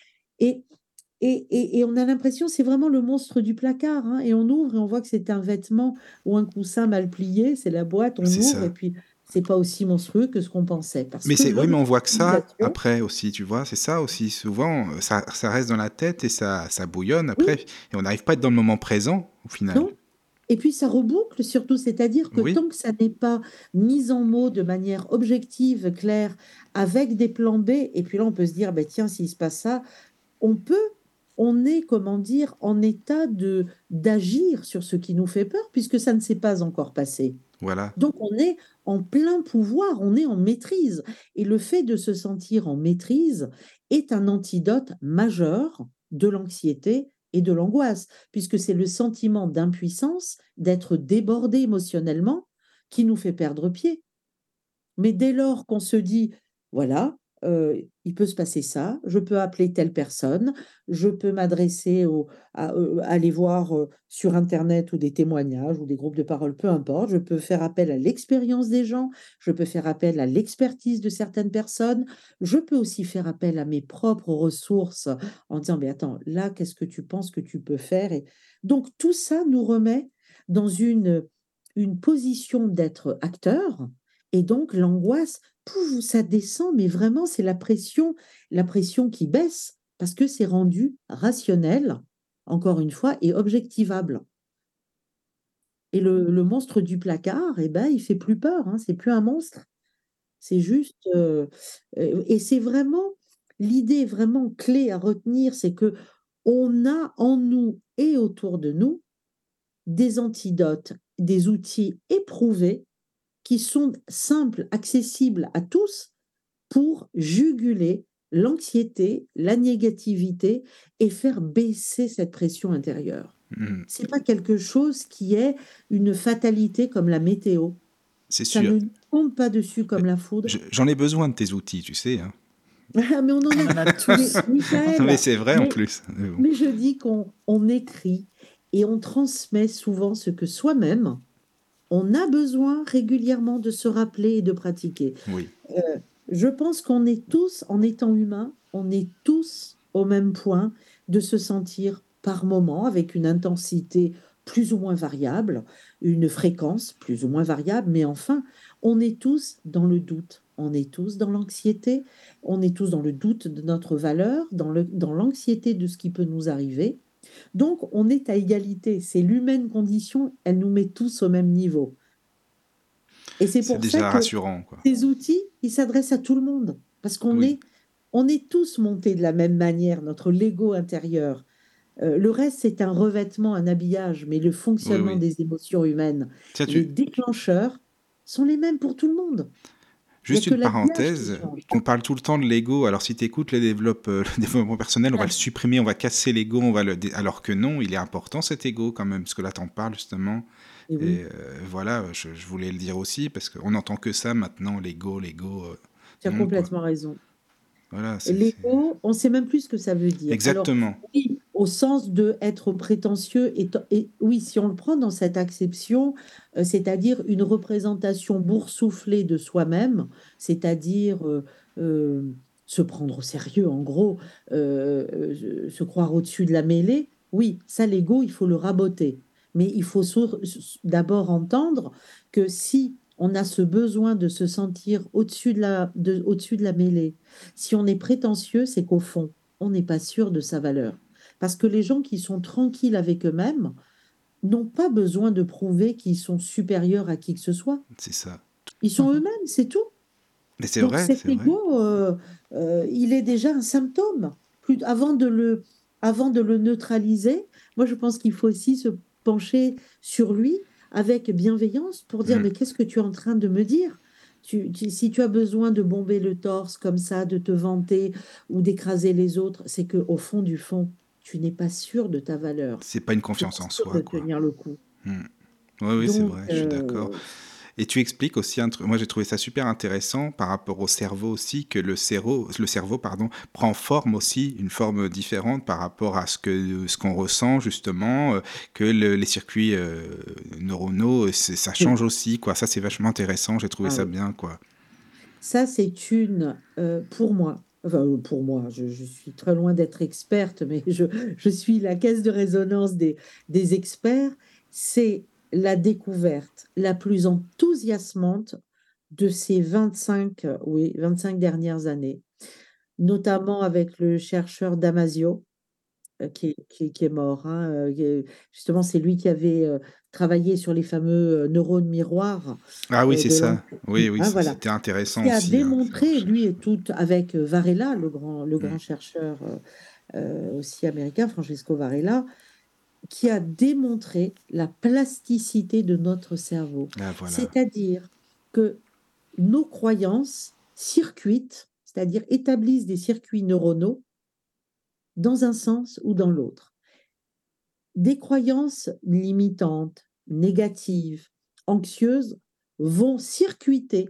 Et, et on a l'impression, c'est vraiment le monstre du placard, hein, et on ouvre et on voit que c'est un vêtement ou un coussin mal plié, c'est la boîte, on C'est ouvre et ça. puis c'est pas aussi monstrueux que ce qu'on pensait. Parce Mais que oui, mais on voit que ça l'objectivation, après aussi, tu vois, c'est ça aussi. Souvent, ça reste dans la tête et ça bouillonne après, oui, et on n'arrive pas à être dans le moment présent, au final. non? Et puis ça reboucle surtout, c'est-à-dire que Oui, tant que ça n'est pas mis en mots de manière objective, claire, avec des plans B, et puis là on peut se dire, ben tiens, s'il se passe ça, on peut, on est, comment dire, en état de d'agir sur ce qui nous fait peur, puisque ça ne s'est pas encore passé. voilà. Donc on est en plein pouvoir, on est en maîtrise. Et le fait de se sentir en maîtrise est un antidote majeur de l'anxiété et de l'angoisse, puisque c'est le sentiment d'impuissance, d'être débordé émotionnellement, qui nous fait perdre pied. Mais dès lors qu'on se dit, voilà, il peut se passer ça, je peux appeler telle personne, je peux m'adresser aller voir sur Internet ou des témoignages ou des groupes de parole, peu importe, je peux faire appel à l'expérience des gens, je peux faire appel à l'expertise de certaines personnes, je peux aussi faire appel à mes propres ressources en disant, mais attends, là, qu'est-ce que tu penses que tu peux faire? Et donc, tout ça nous remet dans une position d'être acteur et donc, l'angoisse, pouf, ça descend, mais vraiment, c'est la pression qui baisse parce que c'est rendu rationnel, encore une fois, et objectivable. Et le monstre du placard, eh ben, il fait plus peur, hein, c'est plus un monstre, c'est juste. Et c'est vraiment, l'idée vraiment clé à retenir, c'est que on a en nous et autour de nous des antidotes, des outils éprouvés qui sont simples, accessibles à tous pour juguler l'anxiété, la négativité et faire baisser cette pression intérieure. Mhm. C'est pas quelque chose qui est une fatalité comme la météo. C'est Ça sûr. ne tombe pas dessus comme la foudre. J'en ai besoin de tes outils, tu sais, hein. Ah, mais on en On a. en a Mais, tous. Non, mais Michael, c'est vrai en mais, plus. Mais bon. mais je dis qu'on écrit et on transmet souvent ce que soi-même, on a besoin régulièrement de se rappeler et de pratiquer. Oui, Je pense qu'on est tous, en étant humains, on est tous au même point de se sentir par moment avec une intensité plus ou moins variable, une fréquence plus ou moins variable, mais enfin, on est tous dans le doute, on est tous dans l'anxiété, on est tous dans le doute de notre valeur, dans l'anxiété de ce qui peut nous arriver. Donc, on est à égalité. C'est l'humaine condition, elle nous met tous au même niveau. Et c'est c'est pour ça déjà que rassurant, quoi. ces outils, ils s'adressent à tout le monde, parce Oui, on est tous montés de la même manière, notre Lego intérieur. Le reste, c'est un revêtement, un habillage, mais le oui, fonctionnement oui. des émotions humaines, Tiens, les déclencheurs sont les mêmes pour tout le monde. Il n'y a juste que une l'habillage qui parenthèse, change. on parle tout le temps de l'ego. Alors si tu écoutes le développement personnel, on va le Ouais. supprimer, on va casser l'ego, alors que non, il est important cet ego quand même, parce que là t'en parles justement. Et Et oui, voilà, je voulais le dire aussi, parce qu'on n'entend que ça maintenant, l'ego, tu as non quoi. complètement raison. Voilà, L'ego, on ne sait même plus ce que ça veut dire. Alors, Exactement. oui, au sens de être prétentieux, et oui, si on le prend dans cette acception, c'est-à-dire une représentation boursouflée de soi-même, c'est-à-dire euh, se prendre au sérieux, en gros, se croire au-dessus de la mêlée, oui, ça, l'ego, il faut le raboter. Mais il faut d'abord entendre que si on a ce besoin de se sentir au-dessus de la mêlée, si on est prétentieux, c'est qu'au fond, on n'est pas sûr de sa valeur. Parce que les gens qui sont tranquilles avec eux-mêmes n'ont pas besoin de prouver qu'ils sont supérieurs à qui que ce soit. C'est ça. Ils sont Mhm. eux-mêmes, c'est tout. Mais c'est Donc vrai, cet c'est vrai. ego, il est déjà un symptôme. Avant de le neutraliser, moi je pense qu'il faut aussi se pencher sur lui avec bienveillance pour dire, Mm. mais qu'est-ce que tu es en train de me dire? Si tu as besoin de bomber le torse comme ça, de te vanter ou d'écraser les autres, c'est que au fond du fond, tu n'es pas sûr de ta valeur. C'est pas une Tu n'es confiance pas en sûr soi, de quoi. tenir le coup. Mm. Oui, oui, c'est Donc, vrai, je suis d'accord. Et tu expliques aussi un truc, moi j'ai trouvé ça super intéressant par rapport au cerveau aussi, que le cerveau pardon, prend forme aussi, une forme différente par rapport à ce qu'on ressent justement, que les circuits neuronaux, ça oui, change aussi, quoi. Ça c'est vachement intéressant, j'ai trouvé ah ça oui. bien, quoi. Ça, c'est pour moi, enfin, pour moi, je suis très loin d'être experte, mais je suis la caisse de résonance des experts, c'est la découverte la plus enthousiasmante de ces 25, oui, 25 dernières années, notamment avec le chercheur Damasio, qui est mort, hein, justement, c'est lui qui avait travaillé sur les fameux neurones miroirs Ah oui, c'est de ça. Oui, oui, hein, voilà, c'était intéressant qui a aussi, hein, ces démontré, lui recherches. et tout, avec Varela, le grand Mm. chercheur aussi américain, Francesco Varela, qui a démontré la plasticité de notre cerveau. Ah, voilà. C'est-à-dire que nos croyances circuitent, c'est-à-dire établissent des circuits neuronaux dans un sens ou dans l'autre. Des croyances limitantes, négatives, anxieuses vont circuiter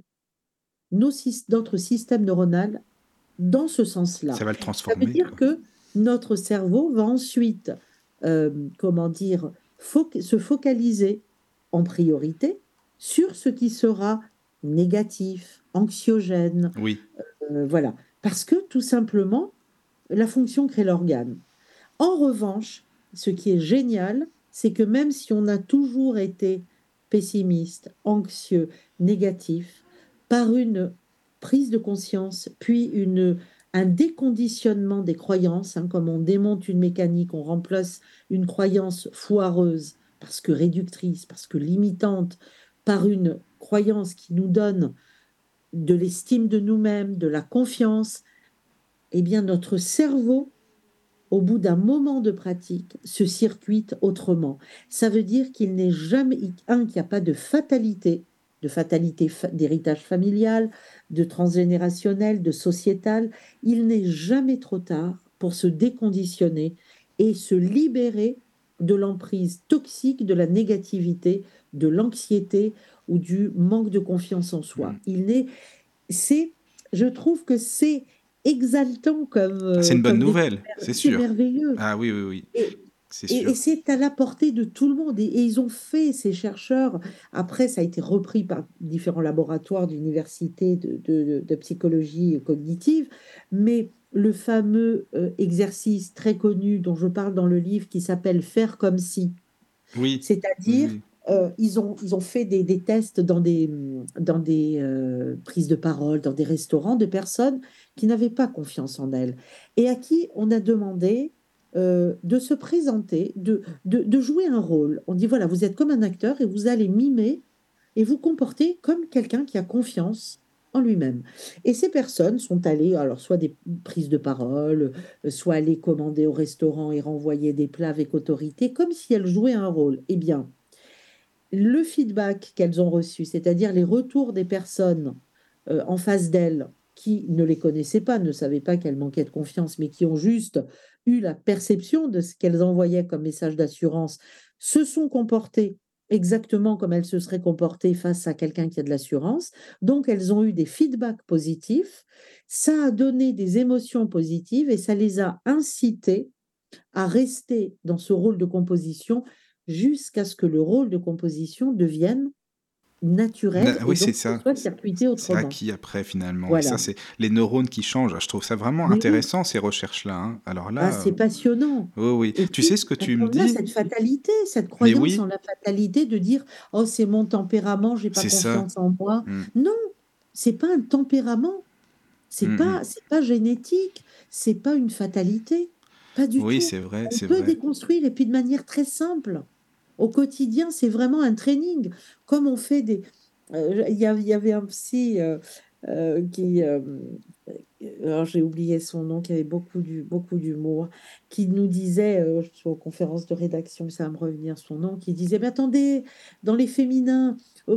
notre système neuronal dans ce Ça sens-là. va le Ça veut transformer, dire quoi. que notre cerveau va ensuite, comment dire, se focaliser en priorité sur ce qui sera négatif, anxiogène, Oui. voilà. Parce que tout simplement, la fonction crée l'organe. En revanche, ce qui est génial, c'est que même si on a toujours été pessimiste, anxieux, négatif, par une prise de conscience, puis un déconditionnement des croyances, hein, comme on démonte une mécanique, on remplace une croyance foireuse, parce que réductrice, parce que limitante, par une croyance qui nous donne de l'estime de nous-mêmes, de la confiance, eh bien notre cerveau au bout d'un moment de pratique, se circuite autrement. Ça veut dire qu'il n'est jamais, qu'il n'y a pas de fatalité d'héritage familial, de transgénérationnel, de sociétal. Il n'est jamais trop tard pour se déconditionner et se libérer de l'emprise toxique de la négativité, de l'anxiété ou du manque de confiance en soi. Mm. C'est, je trouve que c'est exaltant C'est une bonne comme nouvelle, découverte. c'est C'est sûr. merveilleux. Ah oui, oui, oui, Et, c'est et sûr. c'est à la portée de tout le monde. Et ils ont fait, ces chercheurs, après ça a été repris par différents laboratoires d'université de psychologie cognitive, mais le fameux exercice très connu dont je parle dans le livre qui s'appelle faire comme si, Oui, oui, c'est-à-dire, oui. ils ont fait des tests dans des prises de parole, dans des restaurants, de personnes qui n'avaient pas confiance en elles et à qui on a demandé de se présenter, de jouer un rôle. On dit, voilà, vous êtes comme un acteur et vous allez mimer et vous comporter comme quelqu'un qui a confiance en lui-même. Et ces personnes sont allées, alors soit des prises de parole, soit allées commander au restaurant et renvoyer des plats avec autorité, comme si elles jouaient un rôle. Eh bien, le feedback qu'elles ont reçu, c'est-à-dire les retours des personnes en face d'elles qui ne les connaissaient pas, ne savaient pas qu'elles manquaient de confiance, mais qui ont juste eu la perception de ce qu'elles envoyaient comme message d'assurance, se sont comportées exactement comme elles se seraient comportées face à quelqu'un qui a de l'assurance. Donc, elles ont eu des feedbacks positifs, ça a donné des émotions positives et ça les a incitées à rester dans ce rôle de composition jusqu'à ce que le rôle de composition devienne naturel Oui, et c'est donc ce ça. soit circuité C'est autrement. acquis après, finalement. Et ça, Voilà. c'est les neurones qui changent. Je trouve ça vraiment Mais oui, intéressant, ces recherches-là, hein. Alors ah, là, c'est passionnant. oui, oui. Et Tu sais puis, ce que on tu me revient à dis? cette fatalité, cette Mais croyance en oui, la fatalité de dire, oh, c'est mon tempérament, j'ai pas c'est ça. confiance en moi. Mm, Non, c'est pas un tempérament, c'est mm, mm. pas, c'est pas génétique, c'est pas une fatalité, pas du Oui, tout. c'est vrai, On c'est peut vrai. déconstruire et puis de manière très simple. Au quotidien, c'est vraiment un training. Comme on fait des. Il y avait un psy alors j'ai oublié son nom, qui avait beaucoup d'humour, qui nous disait, je suis en conférence de rédaction, ça va me revenir son nom, qui disait, mais attendez, dans les féminins,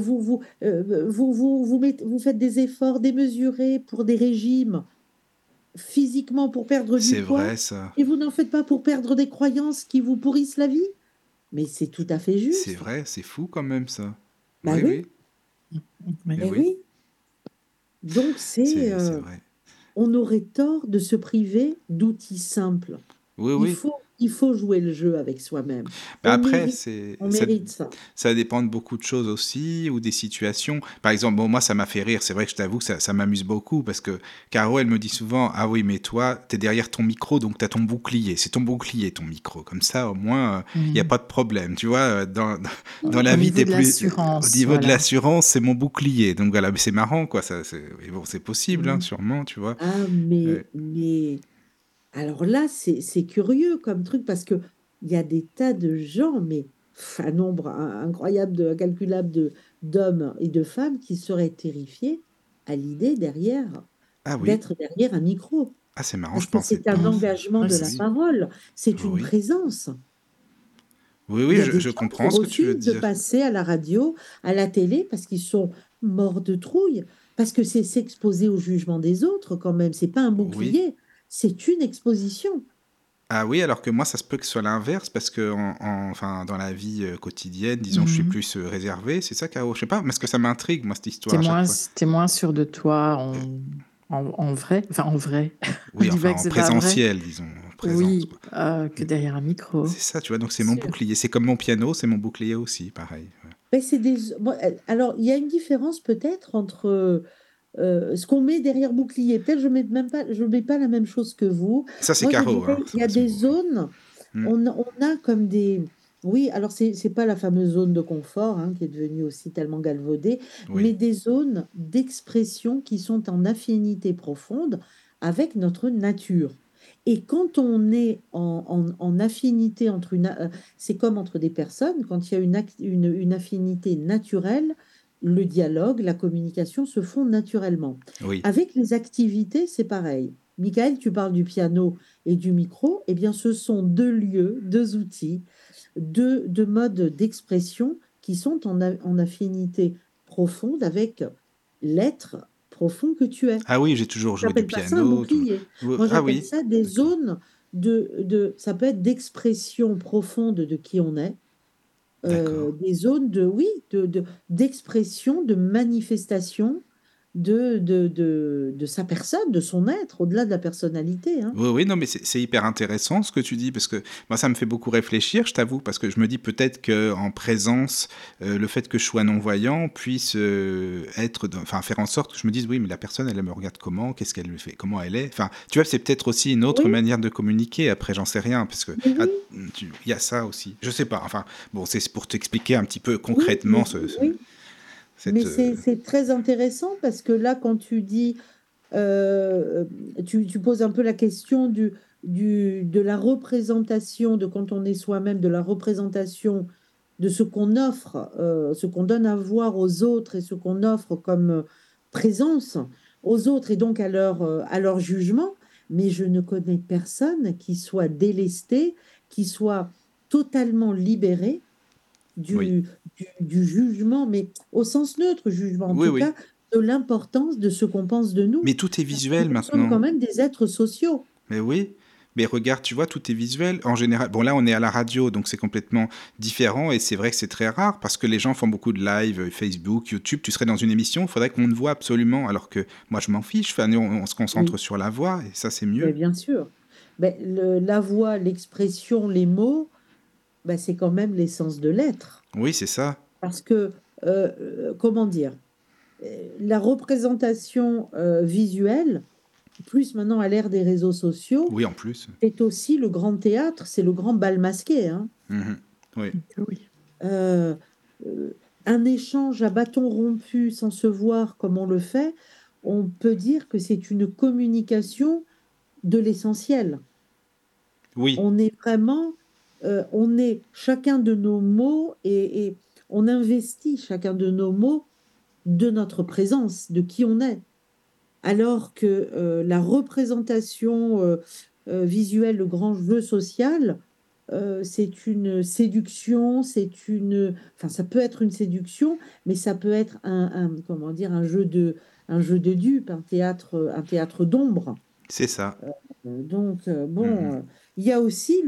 vous faites des efforts démesurés pour des régimes physiquement pour perdre du C'est poids, vrai, ça. et vous n'en faites pas pour perdre des croyances qui vous pourrissent la vie? Mais c'est tout à fait C'est juste. vrai, c'est fou quand même, ça. Bah Oui, oui, oui. Oui. Mais eh oui, oui. Donc c'est vrai. on aurait tort de se priver d'outils simples. Oui, Il oui. faut il faut jouer le jeu avec soi-même. Bah On après, mérite, on mérite ça. ça dépend de beaucoup de choses aussi, ou des situations. Par exemple, bon, moi, ça m'a fait rire. C'est vrai que je t'avoue que ça m'amuse beaucoup parce que Caro, elle me dit souvent, ah oui, mais toi, t'es derrière ton micro, donc t'as ton bouclier. C'est ton bouclier, ton micro. Comme ça, au moins, il n'y a pas de problème. Tu vois, dans la Au vie, niveau t'es de plus... Au l'assurance, niveau de voilà. l'assurance, c'est mon bouclier. Donc voilà, mais c'est marrant, quoi. Mais bon, c'est possible, hein, Mm. sûrement, tu vois. Ah, Ouais. alors là, c'est curieux comme truc parce que il y a des tas de gens, mais un nombre incroyable, incalculable d'hommes et de femmes qui seraient terrifiés à l'idée Ah oui. d'être derrière un micro. Ah, c'est marrant, Parce je que pensais c'est pas. un Mm. engagement Ouais, de Oui, la oui. parole, c'est une Oui. présence. Oui, Il oui, y a des je gens qui comprends ce que tu veux refusent de dire. passer à la radio, à la télé, parce qu'ils sont morts de trouille, parce que c'est s'exposer au jugement des autres quand même. C'est pas un Oui. bouclier, c'est une exposition. Ah oui, alors que moi, ça se peut que ce soit l'inverse, parce que enfin, dans la vie quotidienne, disons, je suis Mm. plus réservé. C'est ça, Caro? Je sais pas, parce que ça m'intrigue, moi, cette T'es histoire, à chaque moins, fois. t'es moins sûr de toi Euh, en vrai. Enfin, en vrai. oui, Dis enfin, pas que en c'est pas vrai. présentiel, disons, en présence, Oui, quoi. que derrière un micro. C'est ça, tu vois, donc c'est mon Sûr. bouclier. C'est comme mon piano, c'est mon bouclier aussi, pareil. Ouais. Mais alors, il y a une différence peut-être entre ce qu'on met derrière bouclier. Peut-être je mets pas la même chose que vous. Ça, c'est Moi, je Caro, hein, dirais, il c'est y a pas son des bouclier. zones, Hmm. on a comme des... Oui, alors c'est pas la fameuse zone de confort qui est devenue aussi tellement galvaudée, mais Oui, des zones d'expression qui sont en affinité profonde avec notre nature. Et quand on est en affinité c'est comme entre des personnes, quand il y a une affinité naturelle, le dialogue, la communication se font naturellement. oui. Avec les activités, c'est pareil. Michael, tu parles du piano et du micro, eh bien, ce sont deux lieux, deux outils, deux modes d'expression qui sont en affinité profonde avec l'être profond que tu es. Ah oui, j'ai toujours joué du J'appelle pas ça un piano. bouclier. Moi, Ah j'appelle oui, ça des d'accord. zones ça peut être d'expression profonde de qui on est, D'accord. des zones oui, d'expression, de manifestation de sa personne, de son être, au-delà de la personnalité, hein. Oui, oui, non, mais c'est hyper intéressant ce que tu dis, parce que moi, ça me fait beaucoup réfléchir, je t'avoue, parce que je me dis peut-être qu'en présence, le fait que je sois non-voyant puisse enfin, faire en sorte que je me dise, oui, mais la personne, elle me regarde comment, qu'est-ce qu'elle fait, comment elle est. Enfin, tu vois, c'est peut-être aussi une autre Oui, manière de communiquer, après, j'en sais rien, parce que mais ah, oui, il y a ça aussi. Je sais pas, enfin, bon, c'est pour t'expliquer un petit peu oui, concrètement oui. Mais cette... c'est très intéressant parce que là, quand tu dis, euh, tu poses un peu la question de la représentation, de quand on est soi-même, de la représentation de ce qu'on offre, ce qu'on donne à voir aux autres et ce qu'on offre comme présence aux autres et donc à leur jugement. Mais je ne connais personne qui soit délesté, qui soit totalement libéré Oui, du jugement, mais au sens neutre, jugement, en oui, tout oui. cas, de l'importance de ce qu'on pense de nous. Mais tout est Parce que visuel nous sommes maintenant. quand même des êtres sociaux. Mais oui, mais regarde, tu vois, tout est visuel. En général, bon là on est à la radio, donc c'est complètement différent et c'est vrai que c'est très rare parce que les gens font beaucoup de live, Facebook, YouTube. Tu serais dans une émission, il faudrait qu'on te voit absolument, alors que moi je m'en fiche. Enfin, nous, on se concentre Oui, sur la voix et ça c'est mais mieux. bien sûr. Mais la voix, l'expression, les mots, ben, c'est quand même l'essence de l'être. Oui, c'est ça. Parce que, comment dire, la représentation visuelle, plus maintenant à l'ère des réseaux sociaux, Oui, en plus. c'est aussi le grand théâtre, c'est le grand bal masqué, hein. Mhm. Oui, Oui. euh, un échange à bâton rompu sans se voir comme on le fait, on peut dire que c'est une communication de l'essentiel. oui, On est vraiment, on est chacun de nos mots et on investit chacun de nos mots de notre présence, de qui on est. Alors que la représentation visuelle, le grand jeu social, c'est une séduction, enfin, ça peut être une séduction, mais ça peut être comment dire, un jeu de dupes, un théâtre d'ombre. c'est ça. Bon, Mhm. il y a aussi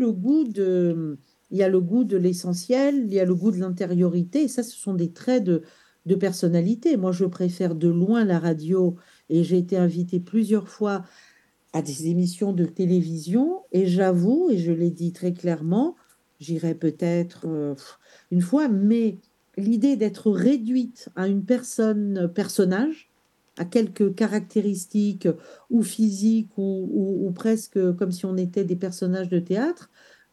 il y a le goût de l'essentiel, il y a le goût de l'intériorité, et ça, ce sont des traits de personnalité. Moi, je préfère de loin la radio, et j'ai été invitée plusieurs fois à des émissions de télévision et j'avoue, et je l'ai dit très clairement, j'irai peut-être une fois, mais l'idée d'être réduite à une personnage, à quelques caractéristiques ou physiques ou presque comme si on était des personnages de théâtre,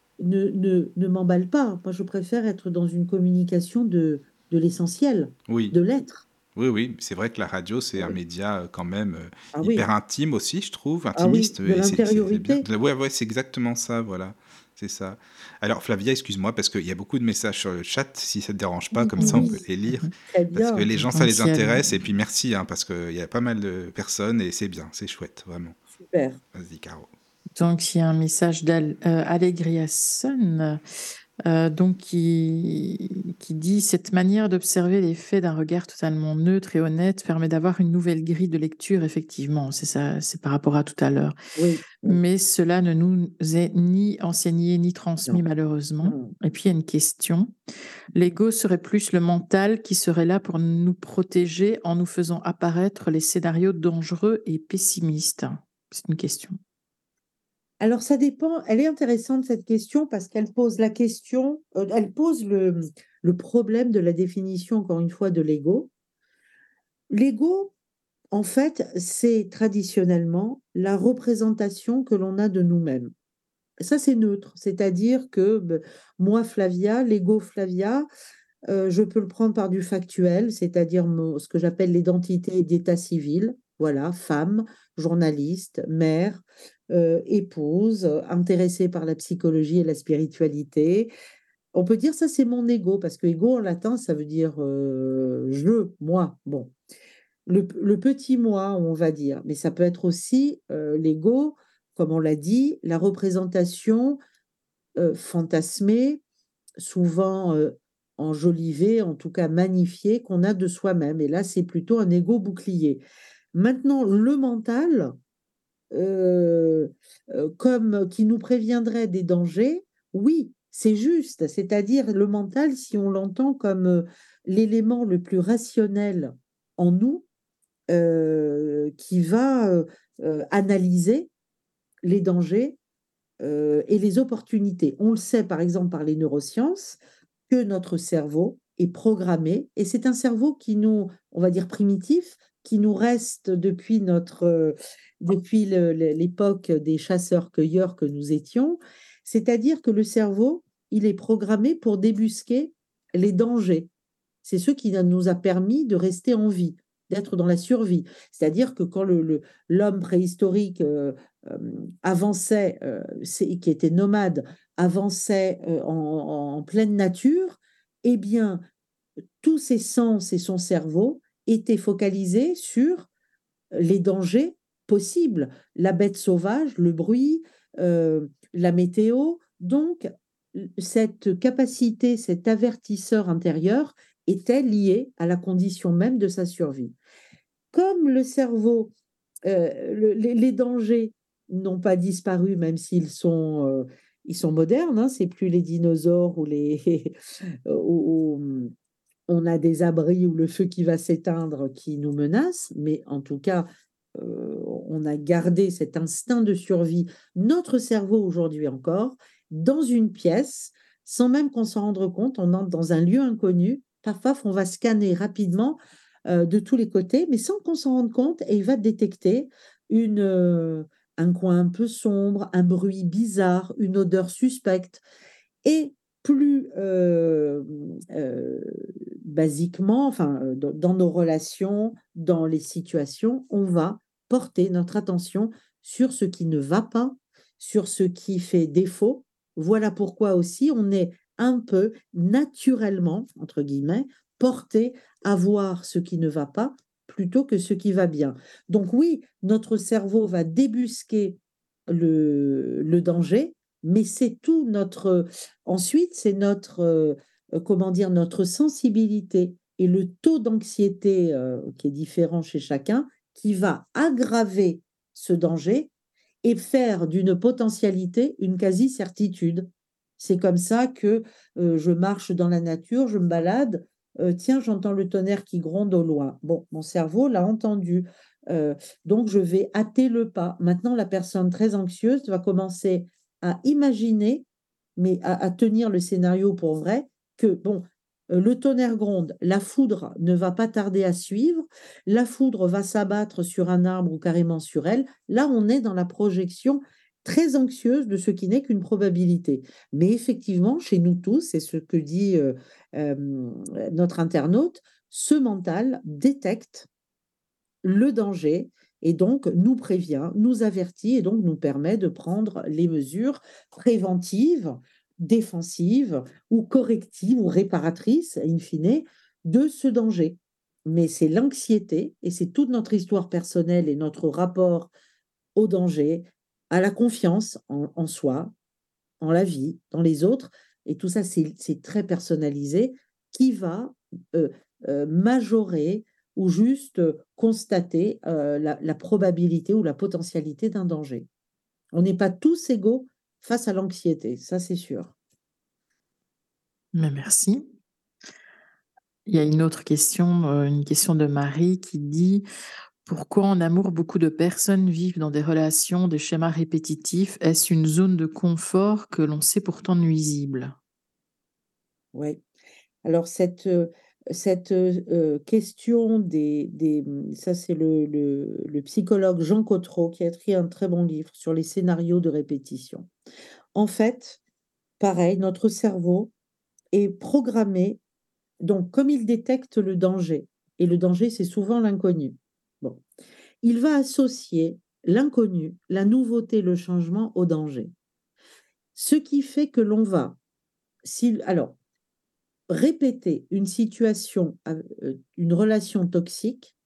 ne m'emballe pas. Moi, je préfère être dans une communication de l'essentiel, Oui. de l'être. Oui, oui, c'est vrai que la radio, c'est un Oui. média quand même Ah hyper oui, intime aussi, je trouve, ah oui, intimiste, de et c'est bien. l'intériorité. Ouais, ouais, c'est exactement ça, voilà. C'est ça. Alors, Flavia, excuse-moi, parce qu'il y a beaucoup de messages sur le chat, si ça te dérange pas, comme ça on peut Oui, les lire, très parce que bien, les gens, ça les Essentiel. intéresse, et puis merci, hein, parce qu'il y a pas mal de personnes, et c'est bien, c'est chouette, vraiment. super. Vas-y, Caro. Donc, il y a un message d'Allegriason donc qui dit cette manière d'observer les faits d'un regard totalement neutre et honnête permet d'avoir une nouvelle grille de lecture, effectivement. C'est ça, c'est par rapport à tout à l'heure. Oui, oui, Mais cela ne nous est ni enseigné ni transmis, non, malheureusement. non. Et puis, il y a une question. L'ego serait plus le mental qui serait là pour nous protéger en nous faisant apparaître les scénarios dangereux et pessimistes. C'est une question. Alors, ça dépend. Elle est intéressante, cette question, parce qu'elle pose la question, elle pose le problème de la définition, encore une fois, de l'ego. L'ego, en fait, c'est traditionnellement la représentation que l'on a de nous-mêmes. Ça, c'est neutre, c'est-à-dire que moi, Flavia, l'ego Flavia, je peux le prendre par du factuel, c'est-à-dire ce que j'appelle l'identité d'état civil. Voilà, femme, journaliste, mère, épouse, intéressée par la psychologie et la spiritualité. On peut dire ça, c'est mon ego, parce que ego en latin, ça veut dire je, moi. Bon, le petit moi, on va dire, mais ça peut être aussi l'ego, comme on l'a dit, la représentation fantasmée, souvent enjolivé, en tout cas magnifié, qu'on a de soi-même. Et là, c'est plutôt un ego bouclier. Maintenant, le mental, euh, comme qui nous préviendrait des dangers, oui, c'est juste. C'est-à-dire le mental, si on l'entend comme l'élément le plus rationnel en nous, qui va analyser les dangers et les opportunités. On le sait par exemple par les neurosciences que notre cerveau est programmé et c'est un cerveau qui nous, on va dire primitif, qui nous reste depuis depuis l'époque des chasseurs-cueilleurs que nous étions, c'est-à-dire que le cerveau, il est programmé pour débusquer les dangers. C'est ce qui nous a permis de rester en vie, d'être dans la survie. C'est-à-dire que quand l'homme préhistorique euh, avançait, qui était nomade, avançait en pleine nature, eh bien, tous ses sens et son cerveau étaient focalisés sur les dangers possibles, la bête sauvage, le bruit, la météo. Donc, cette capacité, cet avertisseur intérieur était lié à la condition même de sa survie. Comme le cerveau, les dangers n'ont pas disparu, même s'ils ils sont modernes, hein, c'est plus les dinosaures ou où on a des abris ou le feu qui va s'éteindre qui nous menace, mais en tout cas, on a gardé cet instinct de survie, notre cerveau aujourd'hui encore, dans une pièce, sans même qu'on s'en rende compte, on entre dans un lieu inconnu, paf, paf, on va scanner rapidement de tous les côtés, mais sans qu'on s'en rende compte, et il va détecter un coin un peu sombre, un bruit bizarre, une odeur suspecte. Et plus basiquement, enfin, dans nos relations, dans les situations, on va porter notre attention sur ce qui ne va pas, sur ce qui fait défaut. Voilà pourquoi aussi on est un peu naturellement, entre guillemets, porté à voir ce qui ne va pas plutôt que ce qui va bien. Donc oui, notre cerveau va débusquer le danger, mais c'est tout notre... Ensuite, c'est notre, comment dire, notre sensibilité et le taux d'anxiété qui est différent chez chacun qui va aggraver ce danger et faire d'une potentialité une quasi-certitude. C'est comme ça que je marche dans la nature, je me balade, tiens, j'entends le tonnerre qui gronde au loin. Bon, mon cerveau l'a entendu. Donc, je vais hâter le pas. Maintenant, la personne très anxieuse va commencer à imaginer, mais à tenir le scénario pour vrai, que, bon, le tonnerre gronde, la foudre ne va pas tarder à suivre, la foudre va s'abattre sur un arbre ou carrément sur elle. Là, on est dans la projection très anxieuse de ce qui n'est qu'une probabilité. Mais effectivement, chez nous tous, c'est ce que dit euh, notre internaute, ce mental détecte le danger et donc nous prévient, nous avertit et donc nous permet de prendre les mesures préventives, défensives ou correctives ou réparatrices, in fine, de ce danger. Mais c'est l'anxiété et c'est toute notre histoire personnelle et notre rapport au danger, à la confiance en soi, en la vie, dans les autres, et tout ça, c'est très personnalisé, qui va euh, majorer ou juste constater la probabilité ou la potentialité d'un danger. On n'est pas tous égaux face à l'anxiété, ça c'est sûr. Mais merci. Il y a une question de Marie qui dit: pourquoi en amour beaucoup de personnes vivent dans des relations, des schémas répétitifs? Est-ce une zone de confort que l'on sait pourtant nuisible? Ouais. Alors cette question ça c'est le psychologue Jean Cotreau qui a écrit un très bon livre sur les scénarios de répétition. En fait, pareil, notre cerveau est programmé, donc comme il détecte le danger, et le danger c'est souvent l'inconnu. Bon, il va associer l'inconnu, la nouveauté, le changement au danger. Ce qui fait que l'on va, alors, répéter une situation, une relation toxique,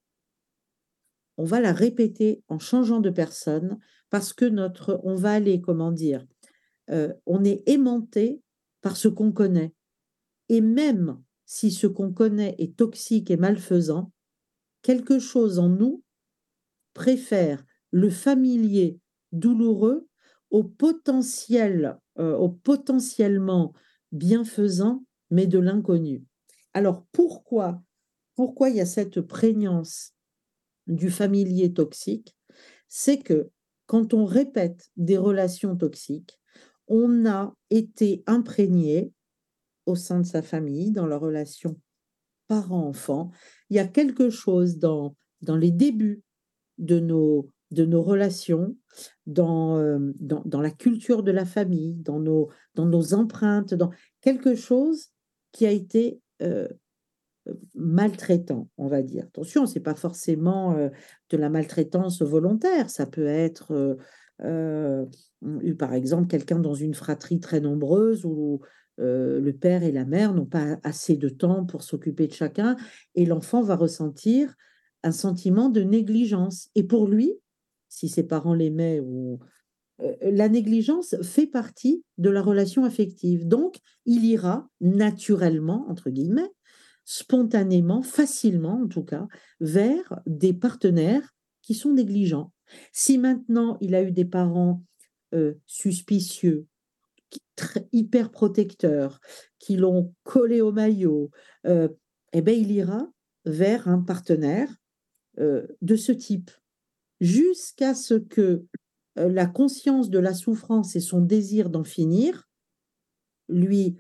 on va la répéter en changeant de personne parce que on va aller, comment dire, on est aimanté par ce qu'on connaît. Et même si ce qu'on connaît est toxique et malfaisant, quelque chose en nous préfère le familier douloureux au potentiellement bienfaisant, mais de l'inconnu. Alors pourquoi il y a cette prégnance du familier toxique? C'est que quand on répète des relations toxiques, on a été imprégné au sein de sa famille, dans la relation parent-enfant. Il y a quelque chose dans les débuts de nos relations, dans la culture de la famille, dans nos empreintes, dans quelque chose qui a été maltraitant, on va dire. Attention, c'est pas forcément de la maltraitance volontaire, ça peut être par exemple quelqu'un dans une fratrie très nombreuse où le père et la mère n'ont pas assez de temps pour s'occuper de chacun et l'enfant va ressentir un sentiment de négligence. Et pour lui, si ses parents l'aimaient ou la négligence fait partie de la relation affective. Donc, il ira naturellement, entre guillemets, spontanément, facilement en tout cas, vers des partenaires qui sont négligents. Si maintenant il a eu des parents suspicieux, hyper protecteurs, qui l'ont collé au maillot, eh ben, il ira vers un partenaire de ce type, jusqu'à ce que la conscience de la souffrance et son désir d'en finir lui,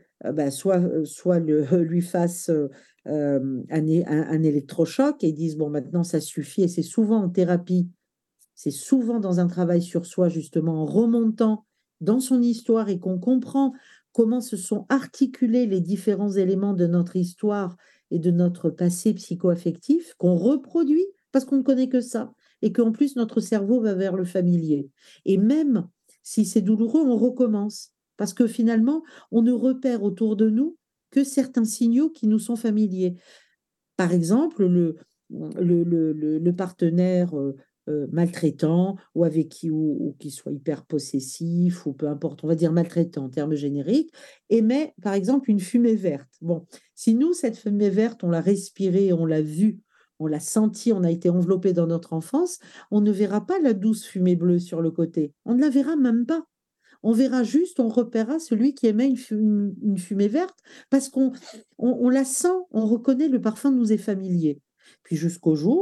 lui fasse un électrochoc et disent, bon, maintenant ça suffit. Et c'est souvent en thérapie, c'est souvent dans un travail sur soi, justement, en remontant dans son histoire et qu'on comprend comment se sont articulés les différents éléments de notre histoire et de notre passé psycho-affectif, qu'on reproduit parce qu'on ne connaît que ça, et qu'en plus notre cerveau va vers le familier. Et même si c'est douloureux, on recommence, parce que finalement, on ne repère autour de nous que certains signaux qui nous sont familiers. Par exemple, le partenaire maltraitant ou avec ou qui soit hyper possessif ou peu importe, on va dire maltraitant en termes génériques, émet par exemple une fumée verte. Bon, si nous, cette fumée verte, on l'a respirée, on l'a vue, on l'a sentie, on a été enveloppé dans notre enfance, on ne verra pas la douce fumée bleue sur le côté. On ne la verra même pas. On verra juste, on repérera celui qui émet une fumée verte parce qu'on la sent, on reconnaît le parfum nous est familier. Puis jusqu'au jour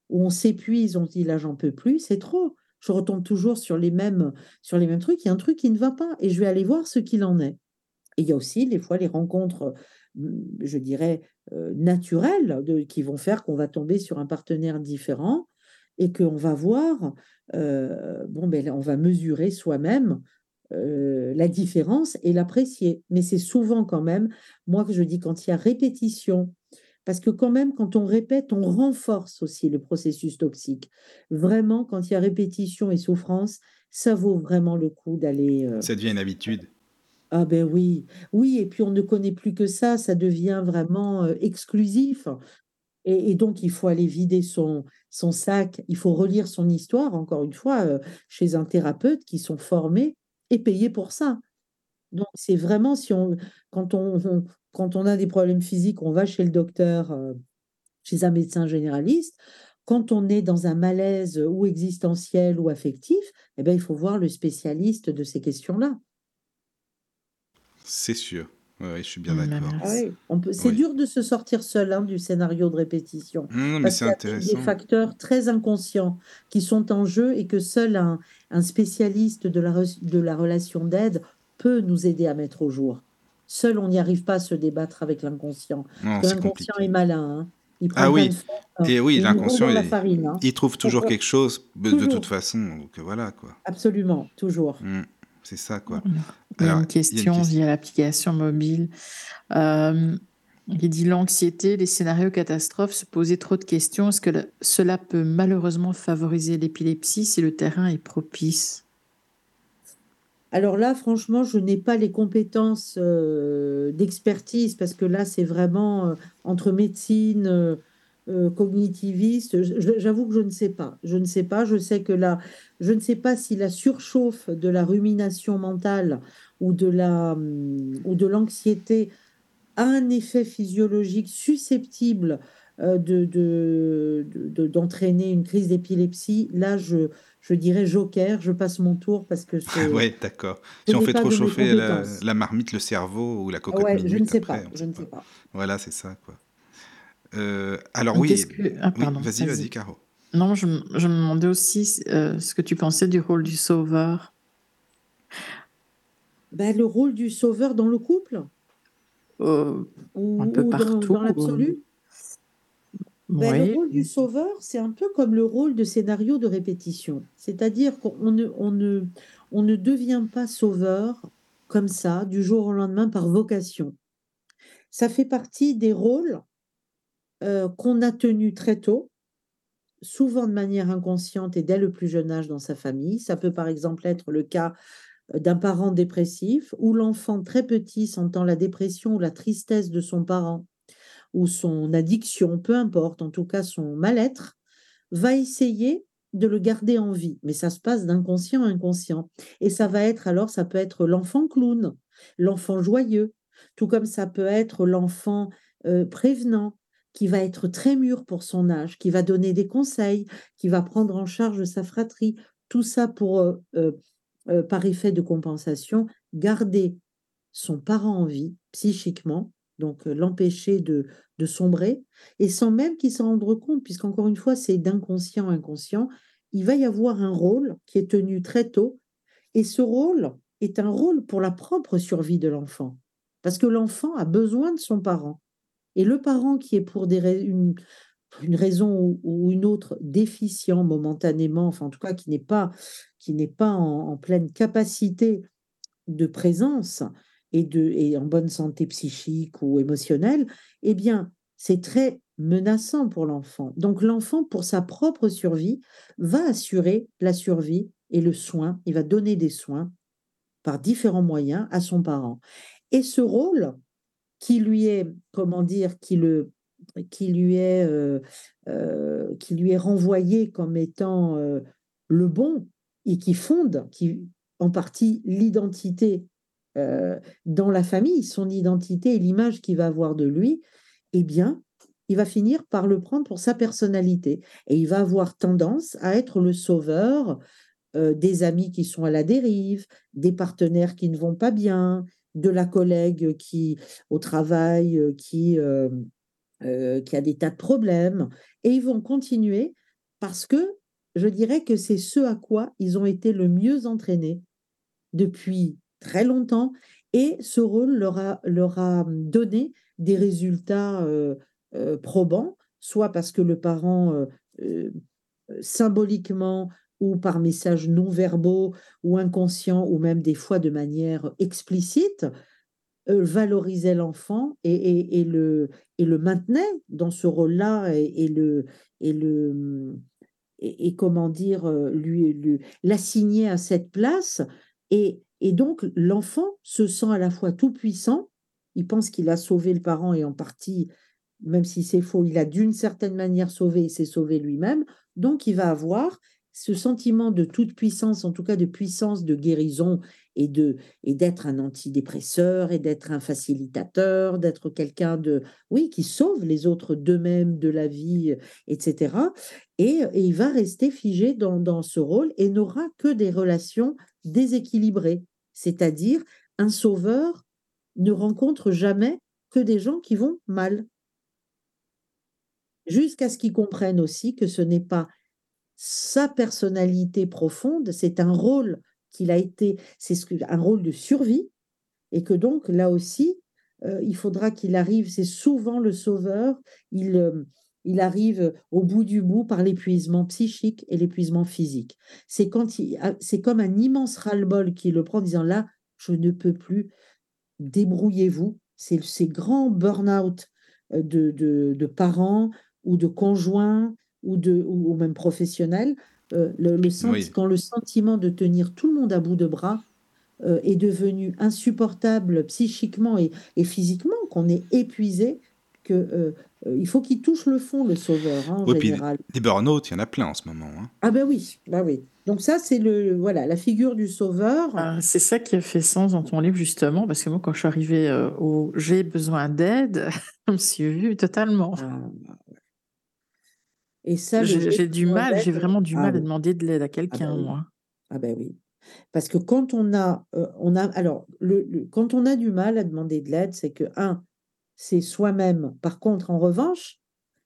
où on s'épuise, on se dit là, j'en peux plus, c'est trop. Je retombe toujours sur les mêmes trucs. Il y a un truc qui ne va pas et je vais aller voir ce qu'il en est. Et il y a aussi des fois les rencontres, je dirais, naturelles qui vont faire qu'on va tomber sur un partenaire différent et qu'on va voir, bon, ben, là, on va mesurer soi-même la différence et l'apprécier. Mais c'est souvent quand même, moi que je dis quand il y a répétition, parce que quand même, quand on répète, on renforce aussi le processus toxique. Vraiment, quand il y a répétition et souffrance, ça vaut vraiment le coup d'aller... Ça devient une habitude. Ah ben oui, oui, et puis on ne connaît plus que ça devient vraiment exclusif. Et donc, il faut aller vider son sac, il faut relire son histoire, encore une fois, chez un thérapeute qui sont formés et payés pour ça. Donc, c'est vraiment, quand quand on a des problèmes physiques, on va chez le docteur, chez un médecin généraliste. Quand on est dans un malaise ou existentiel ou affectif, eh ben, il faut voir le spécialiste de ces questions-là. C'est sûr. Ouais, je suis bien Bah, d'accord. Ah merci. oui, c'est Oui. dur de se sortir seul hein, du scénario de répétition, Non, non, mais parce c'est qu'il y a des intéressant. facteurs très inconscients qui sont en jeu et que seul un spécialiste de la relation d'aide peut nous aider à mettre au jour. Seul, on n'y arrive pas à se débattre avec l'inconscient, parce Non, que c'est l'inconscient est compliqué. malin, hein. Il prend Ah plein de oui. formes, Et oui, il nous roule l'inconscient, dans la farine, hein. il trouve toujours quelque chose de toute Toujours, façon. Donc voilà, quoi. absolument, toujours. Hmm, c'est ça, quoi. Il y a Alors, une il y a une question question. via l'application mobile. Euh, il dit l'anxiété, les scénarios catastrophes, se poser trop de questions. Est-ce que cela peut malheureusement favoriser l'épilepsie si le terrain est propice? Alors là, franchement, je n'ai pas les compétences d'expertise parce que là, c'est vraiment entre médecine, cognitiviste. J'avoue que je ne sais pas. Je ne sais pas. Je sais que là, je ne sais pas si la surchauffe de la rumination mentale ou de l'anxiété a un effet physiologique susceptible d'entraîner une crise d'épilepsie. Là, je dirais joker, je passe mon tour parce que Ouais, d'accord. ce Si on n'est fait pas trop de mes chauffer compétences. la marmite, le cerveau ou la Ah cocotte ouais, je ne minute, sais après, pas, on ne je sait ne sais pas. pas. Voilà, c'est ça, quoi. Alors Qu'est-ce oui, que... Ah, oui, pardon, vas-y, vas-y, vas-y. Caro. Non, je me demandais aussi ce que tu pensais du rôle du sauveur. Ben, le rôle du sauveur dans le couple Euh, un peu ou partout. dans l'absolu? Ben, le Oui. rôle du sauveur, c'est un peu comme le rôle de scénario de répétition. C'est-à-dire on ne devient pas sauveur comme ça, du jour au lendemain, par vocation. Ça fait partie des rôles qu'on a tenus très tôt, souvent de manière inconsciente et dès le plus jeune âge dans sa famille. Ça peut par exemple être le cas d'un parent dépressif où l'enfant très petit sentant la dépression ou la tristesse de son parent ou son addiction, peu importe, en tout cas son mal-être, va essayer de le garder en vie. Mais ça se passe d'inconscient à inconscient. Et ça va être alors, ça peut être l'enfant clown, l'enfant joyeux, tout comme ça peut être l'enfant prévenant, qui va être très mûr pour son âge, qui va donner des conseils, qui va prendre en charge sa fratrie. Tout ça pour, par effet de compensation, garder son parent en vie psychiquement, donc l'empêcher de sombrer, et sans même qu'il s'en rende compte, puisqu'encore une fois, c'est d'inconscient à inconscient, il va y avoir un rôle qui est tenu très tôt, et ce rôle est un rôle pour la propre survie de l'enfant, parce que l'enfant a besoin de son parent. Et le parent qui est pour une raison ou une autre déficient momentanément, enfin en tout cas qui n'est pas en pleine capacité de présence et en bonne santé psychique ou émotionnelle, eh bien, c'est très menaçant pour l'enfant. Donc, l'enfant, pour sa propre survie, va assurer la survie et le soin. Il va donner des soins par différents moyens à son parent. Et ce rôle qui lui est, comment dire, qui lui est renvoyé comme étant le bon et qui fonde, en partie l'identité dans la famille, son identité et l'image qu'il va avoir de lui, eh bien, il va finir par le prendre pour sa personnalité et il va avoir tendance à être le sauveur des amis qui sont à la dérive, des partenaires qui ne vont pas bien, de la collègue qui, au travail, qui a des tas de problèmes. Et ils vont continuer parce que je dirais que c'est ce à quoi ils ont été le mieux entraînés depuis très longtemps, et ce rôle leur a donné des résultats probants, soit parce que le parent, euh, symboliquement ou par messages non verbaux ou inconscients, ou même des fois de manière explicite, valorisait l'enfant et le maintenait dans ce rôle-là, et le, et comment dire, l'assigner à cette place. Et donc, l'enfant se sent à la fois tout puissant, il pense qu'il a sauvé le parent, et en partie, même si c'est faux, il a d'une certaine manière sauvé, il s'est sauvé lui-même. Donc, il va avoir ce sentiment de toute puissance, en tout cas de puissance de guérison, et d'être un antidépresseur, et d'être un facilitateur, d'être quelqu'un oui, qui sauve les autres d'eux-mêmes, de la vie, etc. Et il va rester figé dans ce rôle, et n'aura que des relations déséquilibrées. C'est-à-dire, un sauveur ne rencontre jamais que des gens qui vont mal, jusqu'à ce qu'ils comprennent aussi que ce n'est pas sa personnalité profonde, c'est un rôle qu'il a été, un rôle de survie, et que donc là aussi, il faudra qu'il arrive, c'est souvent le sauveur, il arrive au bout du bout par l'épuisement psychique et l'épuisement physique. C'est comme un immense ras-le-bol qui le prend en disant là, je ne peux plus, débrouillez-vous. C'est ces grands burn-out de parents ou de conjoints, ou même professionnels, Oui. quand le sentiment de tenir tout le monde à bout de bras est devenu insupportable psychiquement et physiquement, qu'on est épuisé, il faut qu'il touche le fond, le sauveur, hein, en Oui, puis général. des burn-out, il y en a plein en ce moment, hein. Ah ben oui, bah oui. Donc ça, c'est voilà, la figure du sauveur. C'est ça qui a fait sens dans ton livre, justement, parce que moi, quand je suis arrivée au j'ai besoin d'aide, je me suis vue totalement. Ah, et ça, le j'ai J'ai du besoin mal, j'ai d'aide. vraiment du Ah mal à oui, demander de l'aide à ah ben quelqu'un, oui, moi. ah ben oui. Parce que quand alors, quand on a du mal à demander de l'aide, c'est que, c'est soi-même. Par contre, en revanche,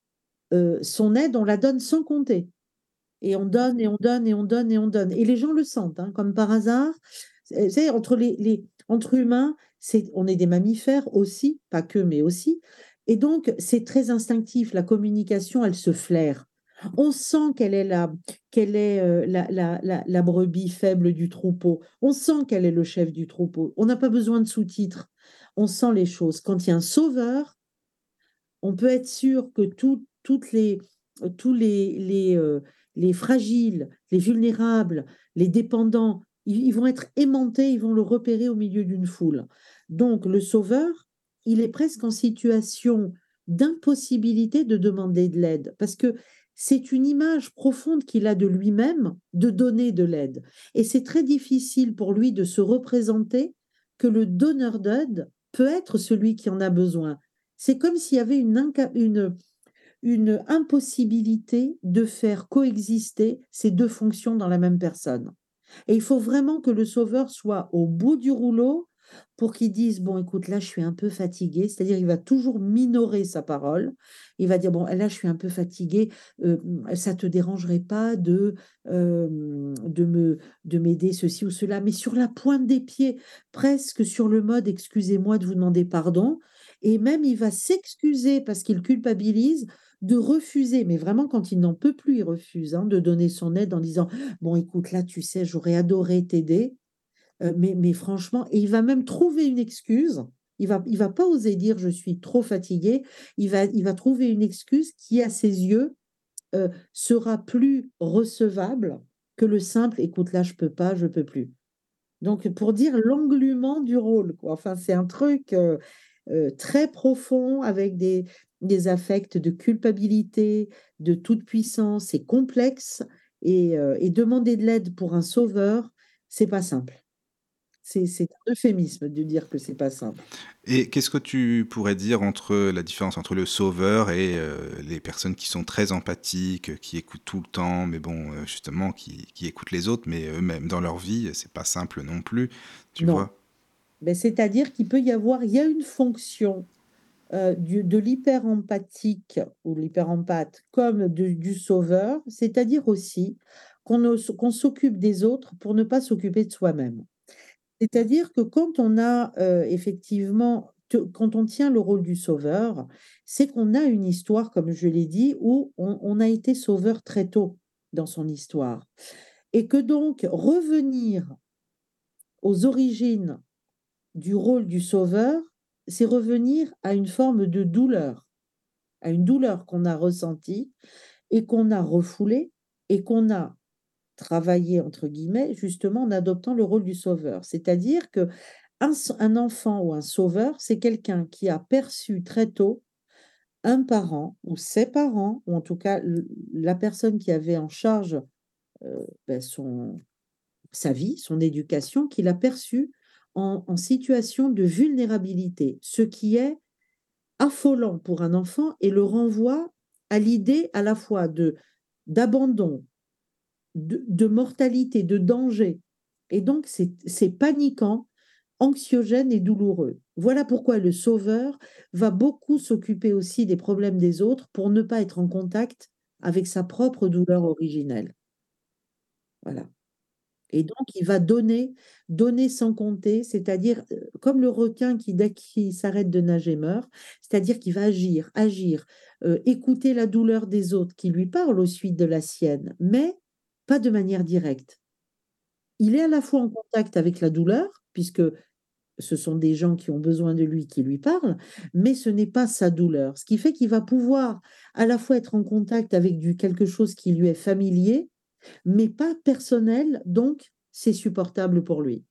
son aide, on la donne sans compter. Et on donne, et on donne, et on donne, et on donne. Et les gens le sentent, hein, comme par hasard. C'est entre humains, on est des mammifères aussi, pas que, mais aussi. Et donc, c'est très instinctif. La communication, elle se flaire. On sent qu'elle est la brebis faible du troupeau. On sent qu'elle est le chef du troupeau. On n'a pas besoin de sous-titres. On sent les choses. Quand il y a un sauveur, on peut être sûr que tous les fragiles, les vulnérables, les dépendants, ils vont être aimantés, ils vont le repérer au milieu d'une foule. Donc, le sauveur, il est presque en situation d'impossibilité de demander de l'aide, parce que c'est une image profonde qu'il a de lui-même de donner de l'aide. Et c'est très difficile pour lui de se représenter que le donneur d'aide peut être celui qui en a besoin. C'est comme s'il y avait une impossibilité de faire coexister ces deux fonctions dans la même personne. Et il faut vraiment que le sauveur soit au bout du rouleau pour qu'il dise, bon, écoute, là, je suis un peu fatigué. C'est-à-dire, il va toujours minorer sa parole. Il va dire, bon, là, je suis un peu fatigué. Ça te dérangerait pas de m'aider ceci ou cela, mais sur la pointe des pieds, presque sur le mode, excusez-moi de vous demander pardon. Et même, il va s'excuser parce qu'il culpabilise de refuser, mais vraiment quand il n'en peut plus, il refuse, hein, de donner son aide en disant, bon, écoute, là, tu sais, j'aurais adoré t'aider, mais franchement, et il va même trouver une excuse. Il va pas oser dire je suis trop fatigué. Il va trouver une excuse qui, à ses yeux, sera plus recevable que le simple écoute, là, je peux pas, je peux plus. Donc, pour dire l'englument du rôle, quoi. Enfin, c'est un truc très profond, avec des affects de culpabilité, de toute puissance. C'est complexe, et demander de l'aide pour un sauveur, c'est pas simple. C'est un euphémisme de dire que c'est pas simple. Et qu'est-ce que tu pourrais dire entre la différence entre le sauveur et les personnes qui sont très empathiques, qui écoutent tout le temps, mais bon, justement, qui écoutent les autres, mais eux-mêmes dans leur vie, c'est pas simple non plus, tu Non. vois? Ben, c'est-à-dire qu'il peut y avoir, il y a une fonction de l'hyper-empathique ou l'hyper-empathe comme du sauveur, c'est-à-dire aussi qu'on s'occupe des autres pour ne pas s'occuper de soi-même. C'est-à-dire que quand on a effectivement, quand on tient le rôle du sauveur, c'est qu'on a une histoire, comme je l'ai dit, où on a été sauveur très tôt dans son histoire. Et que donc revenir aux origines du rôle du sauveur, c'est revenir à une forme de douleur, à une douleur qu'on a ressentie et qu'on a refoulée et qu'on a travaillé, entre guillemets, justement en adoptant le rôle du sauveur. C'est-à-dire que un enfant ou un sauveur, c'est quelqu'un qui a perçu très tôt un parent ou ses parents, ou en tout cas la personne qui avait en charge ben, sa vie, son éducation, qu'il a perçu en situation de vulnérabilité, ce qui est affolant pour un enfant et le renvoie à l'idée à la fois d'abandon, de mortalité, de danger. Et donc, c'est paniquant, anxiogène et douloureux. Voilà pourquoi le sauveur va beaucoup s'occuper aussi des problèmes des autres pour ne pas être en contact avec sa propre douleur originelle. Voilà. Et donc, il va donner, donner sans compter, c'est-à-dire comme le requin qui, dès qu'il s'arrête de nager, meurt, c'est-à-dire qu'il va agir, agir, écouter la douleur des autres qui lui parlent au suite de la sienne, mais pas de manière directe. Il est à la fois en contact avec la douleur, puisque ce sont des gens qui ont besoin de lui qui lui parlent, mais ce n'est pas sa douleur. Ce qui fait qu'il va pouvoir à la fois être en contact avec quelque chose qui lui est familier, mais pas personnel, donc c'est supportable pour lui.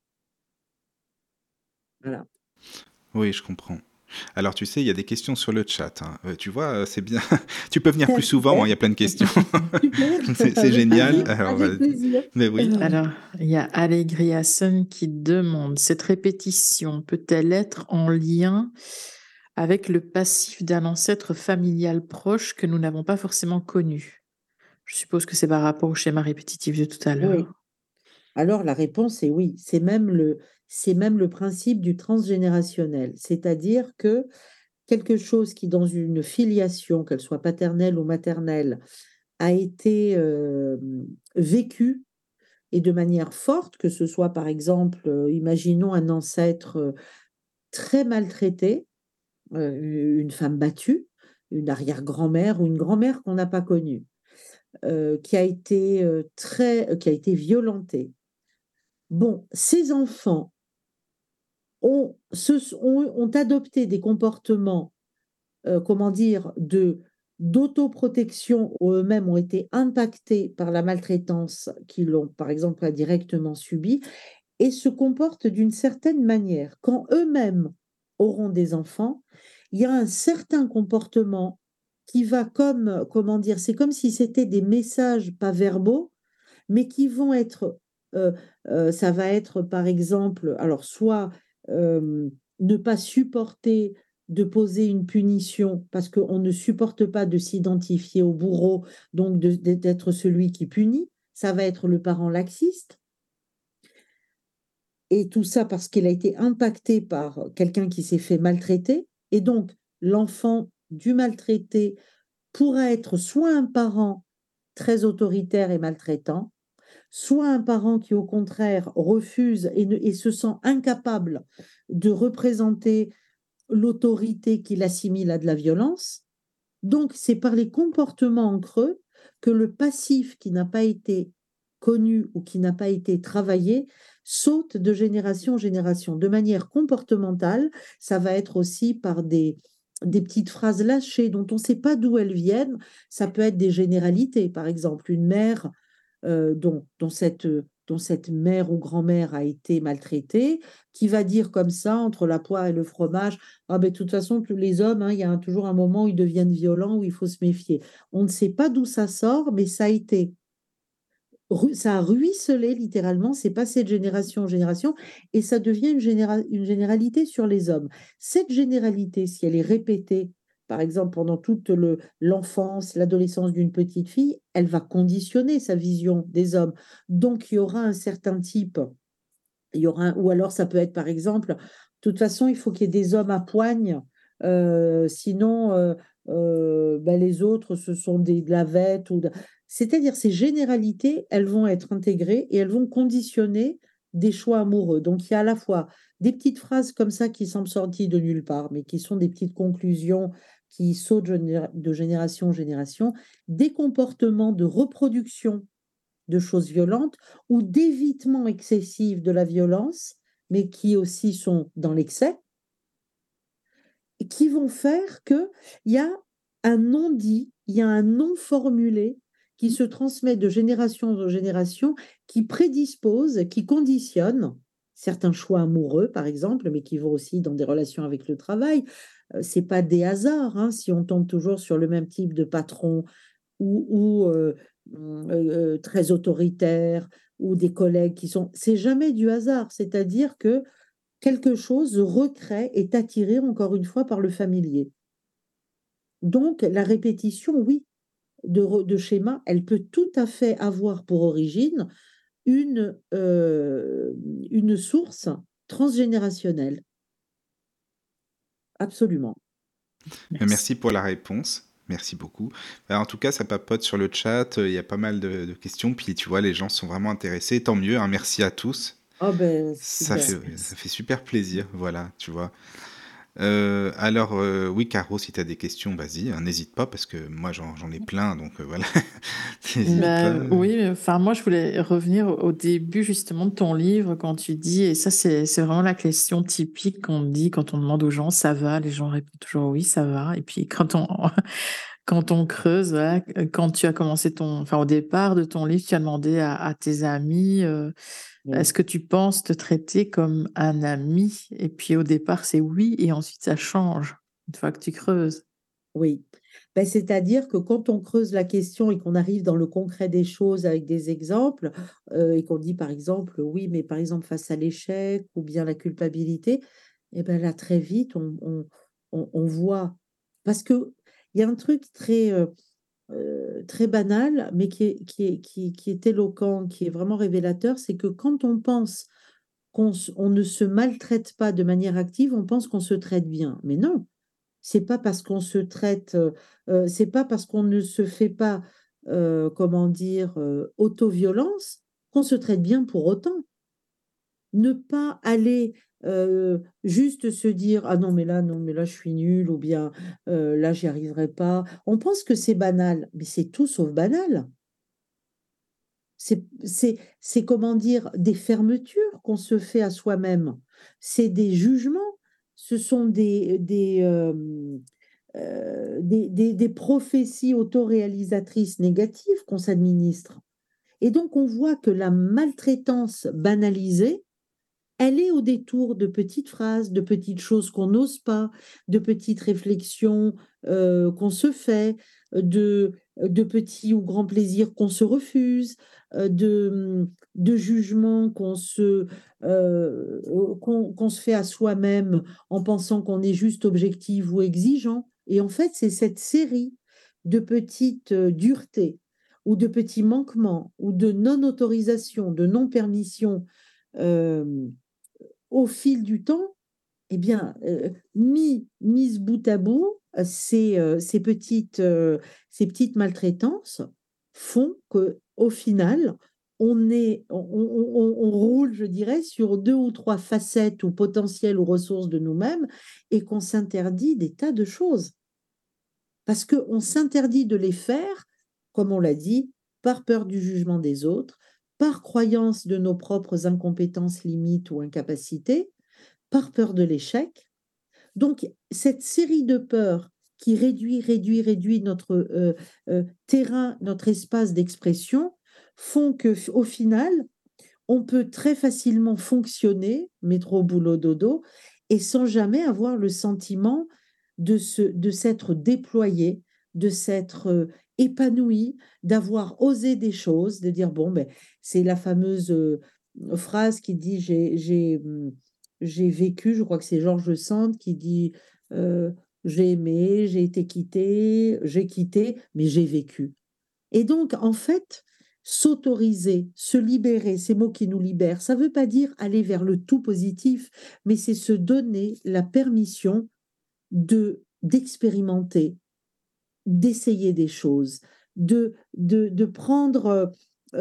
Voilà. Oui, je comprends. Alors, tu sais, il y a des questions sur le chat. Hein. Tu vois, c'est bien. Tu peux venir plus souvent, hein, il y a plein de questions. Super. C'est génial. Alors, Avec plaisir. mais oui. Alors, il y a Allegriason qui demande, cette répétition peut-elle être en lien avec le passif d'un ancêtre familial proche que nous n'avons pas forcément connu? Je suppose que c'est par rapport au schéma répétitif de tout à l'heure. Oui. Alors la réponse est oui. C'est même le principe du transgénérationnel. C'est-à-dire que quelque chose qui, dans une filiation, qu'elle soit paternelle ou maternelle, a été vécu et de manière forte, que ce soit par exemple, imaginons un ancêtre très maltraité, une femme battue, une arrière-grand-mère ou une grand-mère qu'on n'a pas connue, qui a été qui a été violentée. Bon, ces enfants ont adopté des comportements, comment dire, d'autoprotection où eux-mêmes ont été impactés par la maltraitance qu'ils ont, par exemple, pas directement subie, et se comportent d'une certaine manière. Quand eux-mêmes auront des enfants, il y a un certain comportement qui va comme, comment dire, c'est comme si c'était des messages pas verbaux, mais qui vont être, ça va être par exemple, alors soit ne pas supporter de poser une punition parce qu'on ne supporte pas de s'identifier au bourreau, donc d'être celui qui punit, ça va être le parent laxiste. Et tout ça parce qu'il a été impacté par quelqu'un qui s'est fait maltraiter. Et donc, l'enfant du maltraité pourra être soit un parent très autoritaire et maltraitant, soit un parent qui, au contraire, refuse et se sent incapable de représenter l'autorité qu'il assimile à de la violence. Donc, c'est par les comportements en creux que le passif qui n'a pas été connu ou qui n'a pas été travaillé saute de génération en génération. De manière comportementale, ça va être aussi par des petites phrases lâchées dont on ne sait pas d'où elles viennent. Ça peut être des généralités. Par exemple, une mère dont cette mère ou grand-mère a été maltraitée, qui va dire comme ça, entre la poire et le fromage, ah ben, de toute façon, les hommes, hein, il y a toujours un moment où ils deviennent violents, où il faut se méfier. On ne sait pas d'où ça sort, mais ça a ruisselé littéralement, c'est passé de génération en génération, et ça devient une généralité sur les hommes. Cette généralité, si elle est répétée, par exemple pendant toute l'enfance, l'adolescence d'une petite fille, elle va conditionner sa vision des hommes. Donc il y aura un certain type, ou alors ça peut être par exemple, de toute façon, il faut qu'il y ait des hommes à poigne sinon, les autres, ce sont des lavettes. C'est-à-dire, ces généralités, elles vont être intégrées et elles vont conditionner des choix amoureux. Donc, il y a à la fois des petites phrases comme ça qui semblent sorties de nulle part, mais qui sont des petites conclusions qui sautent de génération en génération, des comportements de reproduction de choses violentes ou d'évitement excessif de la violence, mais qui aussi sont dans l'excès, et qui vont faire qu'il y a un non-dit, il y a un non formulé qui se transmet de génération en génération, qui prédispose, qui conditionne certains choix amoureux, par exemple, mais qui vont aussi dans des relations avec le travail. C'est pas des hasards, hein, si on tombe toujours sur le même type de patron ou très autoritaire, ou des collègues qui sont... C'est jamais du hasard, c'est-à-dire que quelque chose recrée, est attiré encore une fois par le familier. Donc la répétition, oui, de schémas, elle peut tout à fait avoir pour origine une source transgénérationnelle. Absolument. Mais Merci. merci pour la réponse. Merci beaucoup. En tout cas, ça papote sur le chat. Il y a pas mal de questions. Puis tu vois, les gens sont vraiment intéressés. Tant mieux, hein. Merci à tous. Ah ben, Ça super. fait, ça fait super plaisir. Voilà, tu vois. Alors, oui, Caro, si tu as des questions, vas-y, hein, n'hésite pas, parce que moi, j'en ai plein. Donc voilà. N'hésite pas. Oui, enfin, moi, je voulais revenir au début justement de ton livre quand tu dis, et ça, c'est vraiment la question typique qu'on dit quand on demande aux gens, ça va, les gens répondent toujours oui, ça va. Et puis quand on creuse, voilà, quand tu as commencé enfin, au départ de ton livre, tu as demandé à tes amis, Oui. est-ce que tu penses te traiter comme un ami? Et puis au départ, c'est oui, et ensuite ça change une fois que tu creuses. Oui. C'est-à-dire que quand on creuse la question et qu'on arrive dans le concret des choses avec des exemples, et qu'on dit par exemple, oui, mais par exemple face à l'échec ou bien la culpabilité, et ben là très vite on voit. Parce que il y a un truc très banal, mais qui est éloquent, qui est vraiment révélateur, c'est que quand on pense on ne se maltraite pas de manière active, on pense qu'on se traite bien. Mais non, c'est pas parce qu'on se traite, c'est pas parce qu'on ne se fait pas, comment dire, auto-violence, qu'on se traite bien pour autant. Ne pas aller, juste se dire: «Ah non, mais là, je suis nul» ou bien, «Là, j'y arriverai pas». On pense que c'est banal, mais c'est tout sauf banal. C'est comment dire? Des fermetures qu'on se fait à soi-même. C'est des jugements. Ce sont des prophéties autoréalisatrices négatives qu'on s'administre. Et donc, on voit que la maltraitance banalisée, elle est au détour de petites phrases, de petites choses qu'on n'ose pas, de petites réflexions qu'on se fait, de petits ou grands plaisirs qu'on se refuse, de jugements qu'on se fait à soi-même en pensant qu'on est juste objectif ou exigeant. Et en fait, c'est cette série de petites duretés ou de petits manquements ou de non-autorisation, de non-permission euh, au fil du temps, eh bien, mises bout à bout, ces petites maltraitances font qu'au final, on roule, je dirais, sur deux ou trois facettes ou potentiels ou ressources de nous-mêmes et qu'on s'interdit des tas de choses. Parce qu'on s'interdit de les faire, comme on l'a dit, par peur du jugement des autres, par croyance de nos propres incompétences, limites ou incapacités, par peur de l'échec. Donc, cette série de peurs qui réduit notre terrain, notre espace d'expression, font qu'au final, on peut très facilement fonctionner, métro, boulot, dodo, et sans jamais avoir le sentiment de s'être déployé, de s'être épanoui, d'avoir osé des choses, de dire, bon, ben, c'est la fameuse phrase qui dit, j'ai vécu, je crois que c'est Georges Sand qui dit, euh, j'ai aimé, j'ai été quitté, j'ai quitté, mais j'ai vécu. Et donc, en fait, s'autoriser, se libérer, ces mots qui nous libèrent, ça ne veut pas dire aller vers le tout positif, mais c'est se donner la permission d'expérimenter, d'essayer des choses, de prendre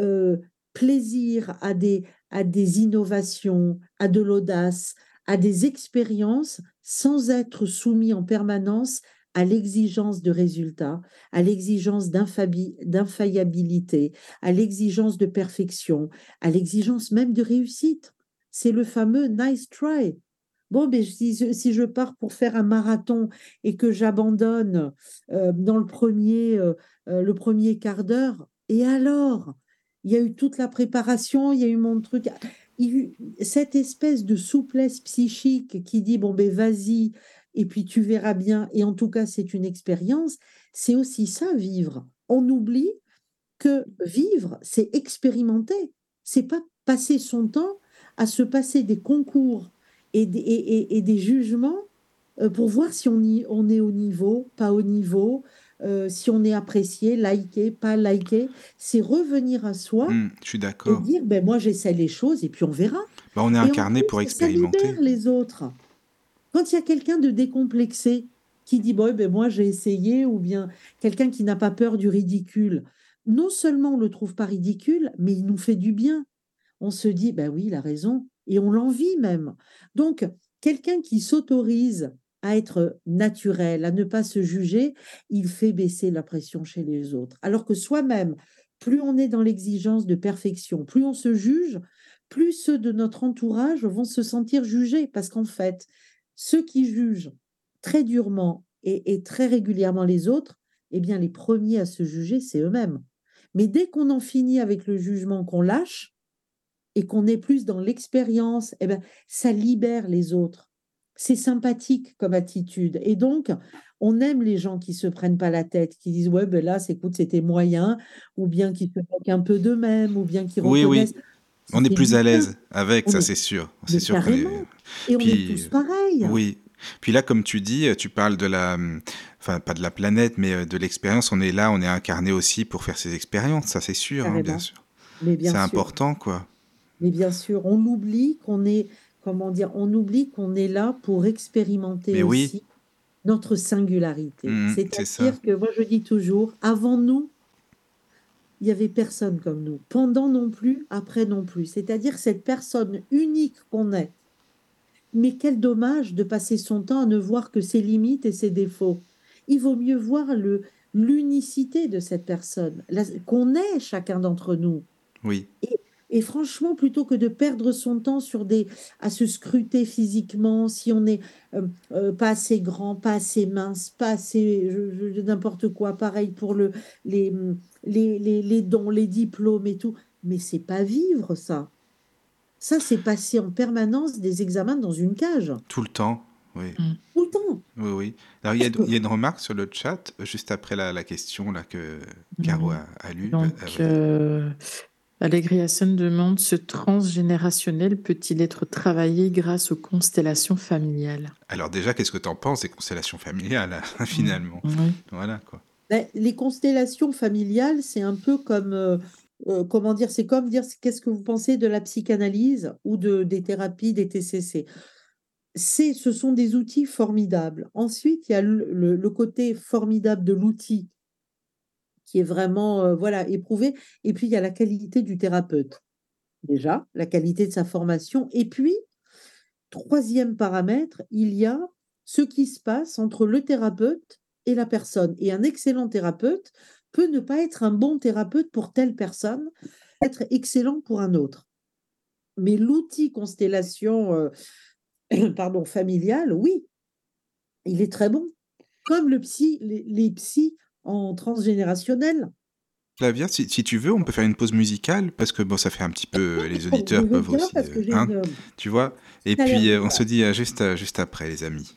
plaisir à des innovations, à de l'audace, à des expériences sans être soumis en permanence à l'exigence de résultats, à l'exigence d'infaillibilité, à l'exigence de perfection, à l'exigence même de réussite. C'est le fameux nice try. Bon, ben, si je pars pour faire un marathon et que j'abandonne dans le premier quart d'heure, et alors? Il y a eu toute la préparation, il y a eu mon truc. Il y a eu cette espèce de souplesse psychique qui dit, bon, ben vas-y, et puis tu verras bien. Et en tout cas, c'est une expérience. C'est aussi ça, vivre. On oublie que vivre, c'est expérimenter. C'est pas passer son temps à se passer des concours et des jugements pour voir si on est au niveau, pas au niveau, si on est apprécié, liké, pas liké. C'est revenir à soi Je suis et d'accord. dire, ben moi j'essaie les choses et puis on verra. Bah, on est Et en incarné pour plus, ça expérimenter. libère les autres. Quand il y a quelqu'un de décomplexé qui dit, bon, ben moi j'ai essayé, ou bien quelqu'un qui n'a pas peur du ridicule, non seulement on ne le trouve pas ridicule, mais il nous fait du bien. On se dit, ben oui, il a raison, et on l'envie même. Donc, quelqu'un qui s'autorise à être naturel, à ne pas se juger, il fait baisser la pression chez les autres. Alors que soi-même, plus on est dans l'exigence de perfection, plus on se juge, plus ceux de notre entourage vont se sentir jugés. Parce qu'en fait, ceux qui jugent très durement et très régulièrement les autres, eh bien, les premiers à se juger, c'est eux-mêmes. Mais dès qu'on en finit avec le jugement, qu'on lâche et qu'on est plus dans l'expérience, eh ben, ça libère les autres. C'est sympathique comme attitude. Et donc, on aime les gens qui se prennent pas la tête, qui disent, ouais, ben là, écoute, c'était moyen, ou bien qui se moquent un peu d'eux-mêmes, ou bien qui Oui, reconnaissent. oui. Ça On est fait plus du à bien. l'aise avec, On ça est, c'est sûr. C'est mais sûr qu'on est. carrément. Et on est Puis, tous pareils. oui. Puis là, comme tu dis, tu parles de la. Enfin, pas de la planète, mais de l'expérience. On est là, on est incarné aussi pour faire ces expériences, ça c'est sûr, hein, bien Carrément. sûr. Mais bien C'est sûr. important, quoi. Mais bien sûr, on oublie qu'on est, comment dire, on oublie qu'on est là pour expérimenter Mais oui, aussi notre singularité. c'est ça. C'est-à-dire que moi, je dis toujours, avant nous, il n'y avait personne comme nous. Pendant non plus, après non plus. C'est-à-dire cette personne unique qu'on est. Mais quel dommage de passer son temps à ne voir que ses limites et ses défauts. Il vaut mieux voir l'unicité de cette personne, qu'on est chacun d'entre nous. Oui. Et franchement, plutôt que de perdre son temps à se scruter physiquement, si on n'est pas assez grand, pas assez mince, pas assez n'importe quoi, pareil pour les, les dons, les diplômes et tout. Mais c'est pas vivre ça. Ça, c'est passer en permanence des examens dans une cage, Tout le temps. Oui. tout le temps. Oui, oui. Alors, il y a une remarque sur le chat, juste après la question là, que Caro a lue. Donc, Allegriason demande, ce transgénérationnel peut-il être travaillé grâce aux constellations familiales? Alors déjà, qu'est-ce que tu en penses des constellations familiales, finalement? Oui. Voilà, quoi. Ben, les constellations familiales, c'est un peu comme, comment dire, c'est comme dire qu'est-ce que vous pensez de la psychanalyse ou des thérapies, des TCC. Ce sont des outils formidables. Ensuite, il y a le côté formidable de l'outil qui est vraiment voilà, éprouvé. Et puis, il y a la qualité du thérapeute. Déjà, la qualité de sa formation. Et puis, troisième paramètre, il y a ce qui se passe entre le thérapeute et la personne. Et un excellent thérapeute peut ne pas être un bon thérapeute pour telle personne, être excellent pour un autre. Mais l'outil constellation pardon, familiale, oui, il est très bon. Comme les psys en transgénérationnel. Flavia, si tu veux, on peut faire une pause musicale, parce que bon, ça fait un petit peu, les Je auditeurs veux peuvent bien aussi, parce que j'ai hein, une tu vois. Et ça a l'air puis, de on ça. se dit juste après, les amis.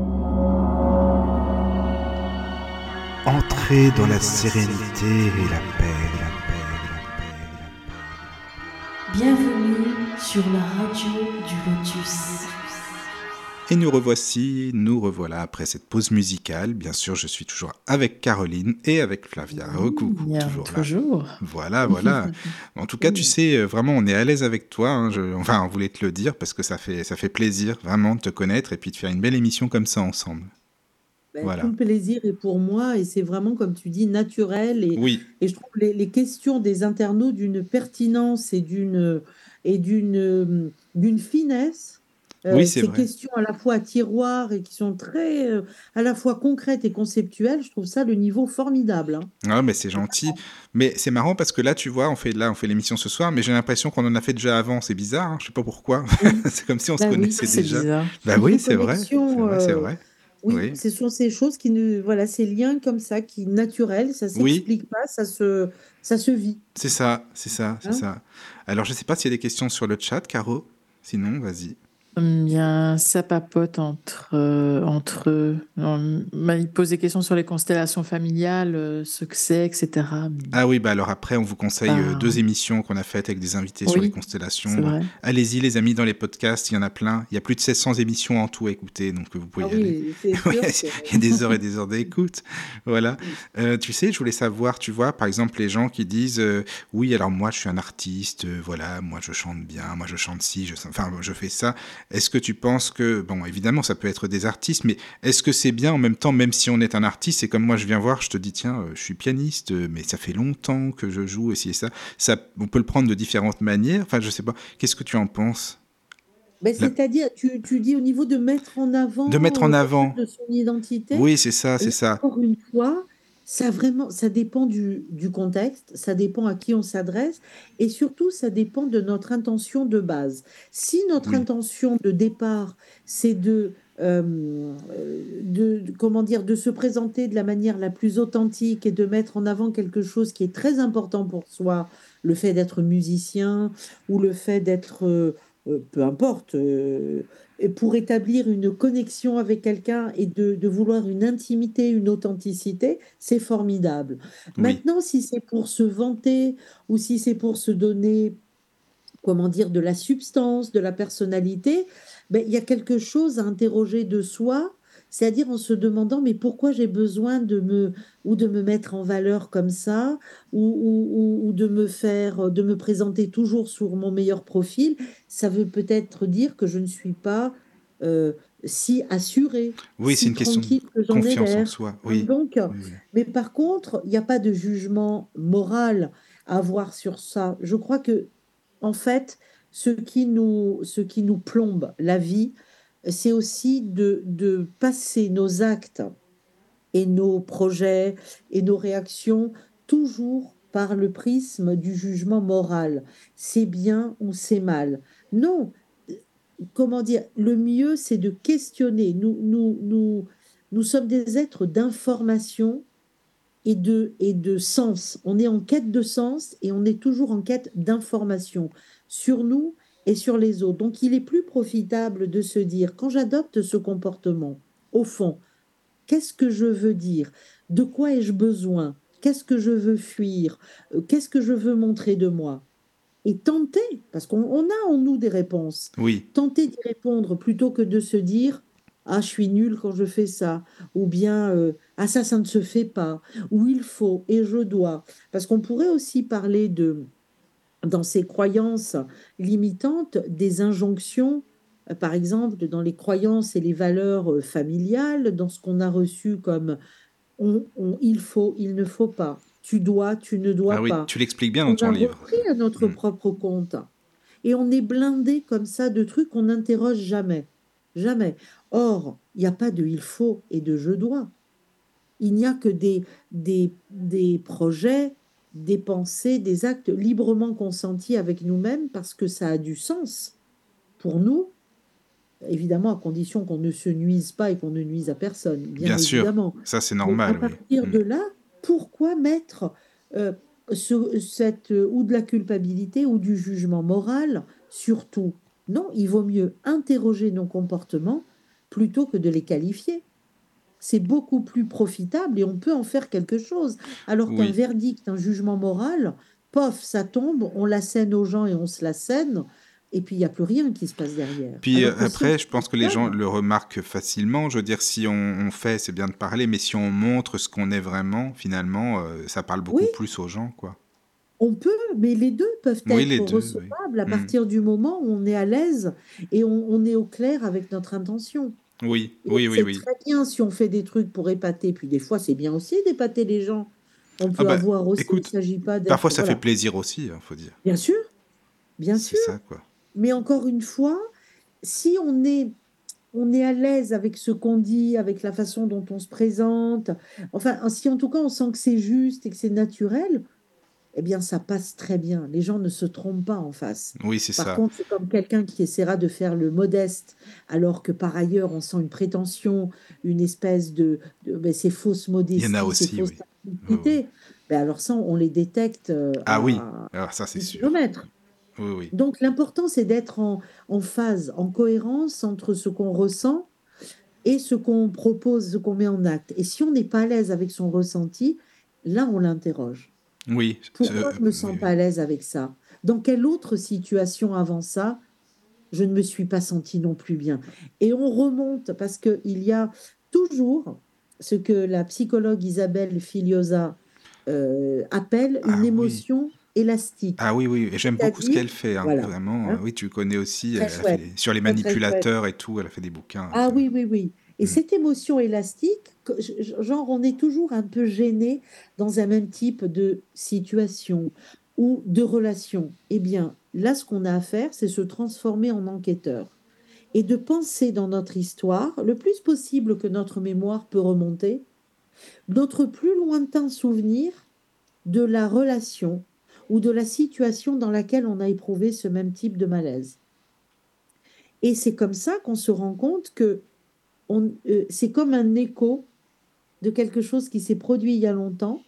Entrez dans la sérénité et la paix, la paix, la paix, la paix. Bienvenue sur la radio du Lotus. Et nous revoilà après cette pause musicale. Bien sûr, je suis toujours avec Caroline et avec Flavia. Coucou, Il y a toujours là. toujours. Voilà, voilà. En tout cas, tu sais, vraiment, on est à l'aise avec toi. Hein. Enfin, on voulait te le dire parce que ça fait plaisir vraiment de te connaître et puis de faire une belle émission comme ça ensemble. Tout Voilà. le plaisir est pour moi et c'est vraiment, comme tu dis, naturel. Oui, Et je trouve les questions des internautes d'une pertinence et d'une finesse. oui, c'est Ces vrai. questions à la fois à tiroir et qui sont très à la fois concrètes et conceptuelles, je trouve ça le niveau formidable, hein. Ah, mais c'est gentil. Mais c'est marrant parce que là, tu vois, on fait l'émission ce soir, mais j'ai l'impression qu'on en a fait déjà avant. C'est bizarre, hein, je sais pas pourquoi. Oui, C'est comme si on se ben oui. connaissait C'est déjà. bizarre. Bah Toutes oui, les c'est vrai, c'est connexions, vrai, c'est vrai. oui, Oui, ce sont ces choses voilà, ces liens comme ça, qui naturels, ça oui, s'explique pas, ça se vit, c'est ça, c'est ça, c'est hein. ça. Alors, je sais pas s'il y a des questions sur le chat, Caro. Sinon, vas-y. Bien, ça papote entre eux. Il pose des questions sur les constellations familiales, ce que c'est, etc. Mais Ah oui, bah alors après, on vous conseille pas... 2 émissions qu'on a faites avec des invités sur les Oui, c'est constellations. vrai. Allez-y, les amis, dans les podcasts, il y en a plein. Il y a plus de 700 émissions en tout à écouter, donc vous pouvez Ah y aller. oui, c'est Oui, sûr que il y a des heures d'écoute. Voilà. Tu sais, je voulais savoir, tu vois, par exemple, les gens qui disent oui, alors moi, je suis un artiste, voilà, moi, je chante bien, moi, je chante ci, enfin, je fais ça. Est-ce que tu penses que, bon, évidemment, ça peut être des artistes, mais est-ce que c'est bien en même temps, même si on est un artiste, c'est comme moi, je viens voir, je te dis, tiens, je suis pianiste, mais ça fait longtemps que je joue aussi et ça. On peut le prendre de différentes manières. Enfin, je sais pas. Qu'est-ce que tu en penses? La- c'est-à-dire, tu dis au niveau de mettre en De mettre avant en quelque chose avant. de son identité, Oui, c'est ça, c'est là, ça. encore une fois, ça dépend du contexte, ça dépend à qui on s'adresse, et surtout, ça dépend de notre intention de base. Si notre Oui, intention de départ, c'est comment dire, de se présenter de la manière la plus authentique et de mettre en avant quelque chose qui est très important pour soi, le fait d'être musicien ou le fait d'être, peu importe, et pour établir une connexion avec quelqu'un et de vouloir une intimité, une authenticité, c'est formidable. oui, Maintenant, si c'est pour se vanter ou si c'est pour se donner, comment dire, de la substance, de la personnalité, ben, il y a quelque chose à interroger de soi, c'est-à-dire en se demandant, mais pourquoi j'ai besoin de me mettre en valeur comme ça, ou de me présenter toujours sur mon meilleur profil. Ça veut peut-être dire que je ne suis pas euh, si assurée, oui, c'est si une question de tranquille que j'en ai confiance en l'air, soi. hein. Oui, Donc, oui, oui. mais par contre, il n'y a pas de jugement moral à avoir sur ça. Je crois que en fait, ce qui nous plombe la vie, c'est aussi de passer nos actes et nos projets et nos réactions toujours par le prisme du jugement moral. C'est bien ou c'est mal. Non, comment dire, le mieux, c'est de questionner. Nous sommes des êtres d'information et de sens. On est en quête de sens et on est toujours en quête d'information sur nous et sur les autres. Donc, il est plus profitable de se dire, quand j'adopte ce comportement, au fond, qu'est-ce que je veux dire? De quoi ai-je besoin? Qu'est-ce que je veux fuir? Qu'est-ce que je veux montrer de moi? Et tenter, parce qu'on a en nous des réponses, Oui, tenter d'y répondre plutôt que de se dire, ah, je suis nul quand je fais ça, ou bien, ah, ça ne se fait pas, ou il faut et je dois. Parce qu'on pourrait aussi parler dans ces croyances limitantes, des injonctions, par exemple, dans les croyances et les valeurs familiales, dans ce qu'on a reçu comme il faut, il ne faut pas, tu dois, tu ne ah dois oui, pas, tu l'expliques bien dans qu'on ton a livre. repris à notre Mm. propre compte. Et on est blindé comme ça de trucs qu'on n'interroge jamais. Jamais. Or, il n'y a pas de il faut et de je dois. Il n'y a que des projets, des pensées, des actes librement consentis avec nous-mêmes parce que ça a du sens pour nous, évidemment à condition qu'on ne se nuise pas et qu'on ne nuise à personne, bien Bien sûr, évidemment. ça c'est Mais à normal, oui. partir Mm. de là, pourquoi mettre euh, ou de la culpabilité ou du jugement moral sur tout? Non, il vaut mieux interroger nos comportements plutôt que de les qualifier. C'est beaucoup plus profitable et on peut en faire quelque chose. Alors qu'un Oui. verdict, un jugement moral, pof, ça tombe, on l'assène aux gens et on se l'assène, et puis il n'y a plus rien qui se passe derrière. Puis Alors que si on après, je se pense que les gens questionne, le remarquent facilement. Je veux dire, si on fait, c'est bien de parler, mais si on montre ce qu'on est vraiment, finalement, ça parle oui, beaucoup plus aux gens, quoi. on peut, mais les deux peuvent Oui, les être deux, oui. recevables à Mm. partir du moment où on est à l'aise et on est au clair avec notre intention. Oui, Et oui, oui, c'est oui. très bien si on fait des trucs pour épater, puis des fois c'est bien aussi d'épater les gens. On Ah peut bah, avoir aussi, il ne écoute, s'agit pas parfois d'être... ça fait Voilà. plaisir aussi, faut dire. Bien sûr, bien C'est sûr. ça, quoi. Mais encore une fois, si on est à l'aise avec ce qu'on dit, avec la façon dont on se présente, enfin, si en tout cas on sent que c'est juste et que c'est naturel, eh bien, ça passe très bien. Les gens ne se trompent pas en face. Oui, c'est Par ça. contre, c'est comme quelqu'un qui essaiera de faire le modeste, alors que par ailleurs, on sent une prétention, une espèce de ces fausses Il y en a modesties, ces aussi, fausses oui. Oui, oui. simplicités. Ben alors ça, on les détecte Ah oui, à alors ça, c'est des sûr. kilomètres. Oui, oui. Donc, l'important, c'est d'être en phase, en cohérence entre ce qu'on ressent et ce qu'on propose, ce qu'on met en acte. Et si on n'est pas à l'aise avec son ressenti, là, on l'interroge. Oui, Pourquoi je ne me oui, sens pas oui. à l'aise avec ça? Dans quelle autre situation avant ça, je ne me suis pas sentie non plus bien? Et on remonte parce qu'il y a toujours ce que la psychologue Isabelle Filiosa appelle une Ah oui. émotion élastique. Ah oui, oui, et j'aime beaucoup ce C'est-à-dire, qu'elle fait, hein. voilà, Vraiment, hein, oui, tu connais aussi, très elle a fait chouette, sur les très très chouette. manipulateurs et tout, elle a fait des bouquins. Ah oui, oui, oui. Et Mm. cette émotion élastique, genre, on est toujours un peu gêné dans un même type de situation ou de relation. Eh bien, là, ce qu'on a à faire, c'est se transformer en enquêteur et de penser dans notre histoire, le plus possible que notre mémoire peut remonter, notre plus lointain souvenir de la relation ou de la situation dans laquelle on a éprouvé ce même type de malaise. Et c'est comme ça qu'on se rend compte que c'est comme un écho de quelque chose qui s'est produit il y a longtemps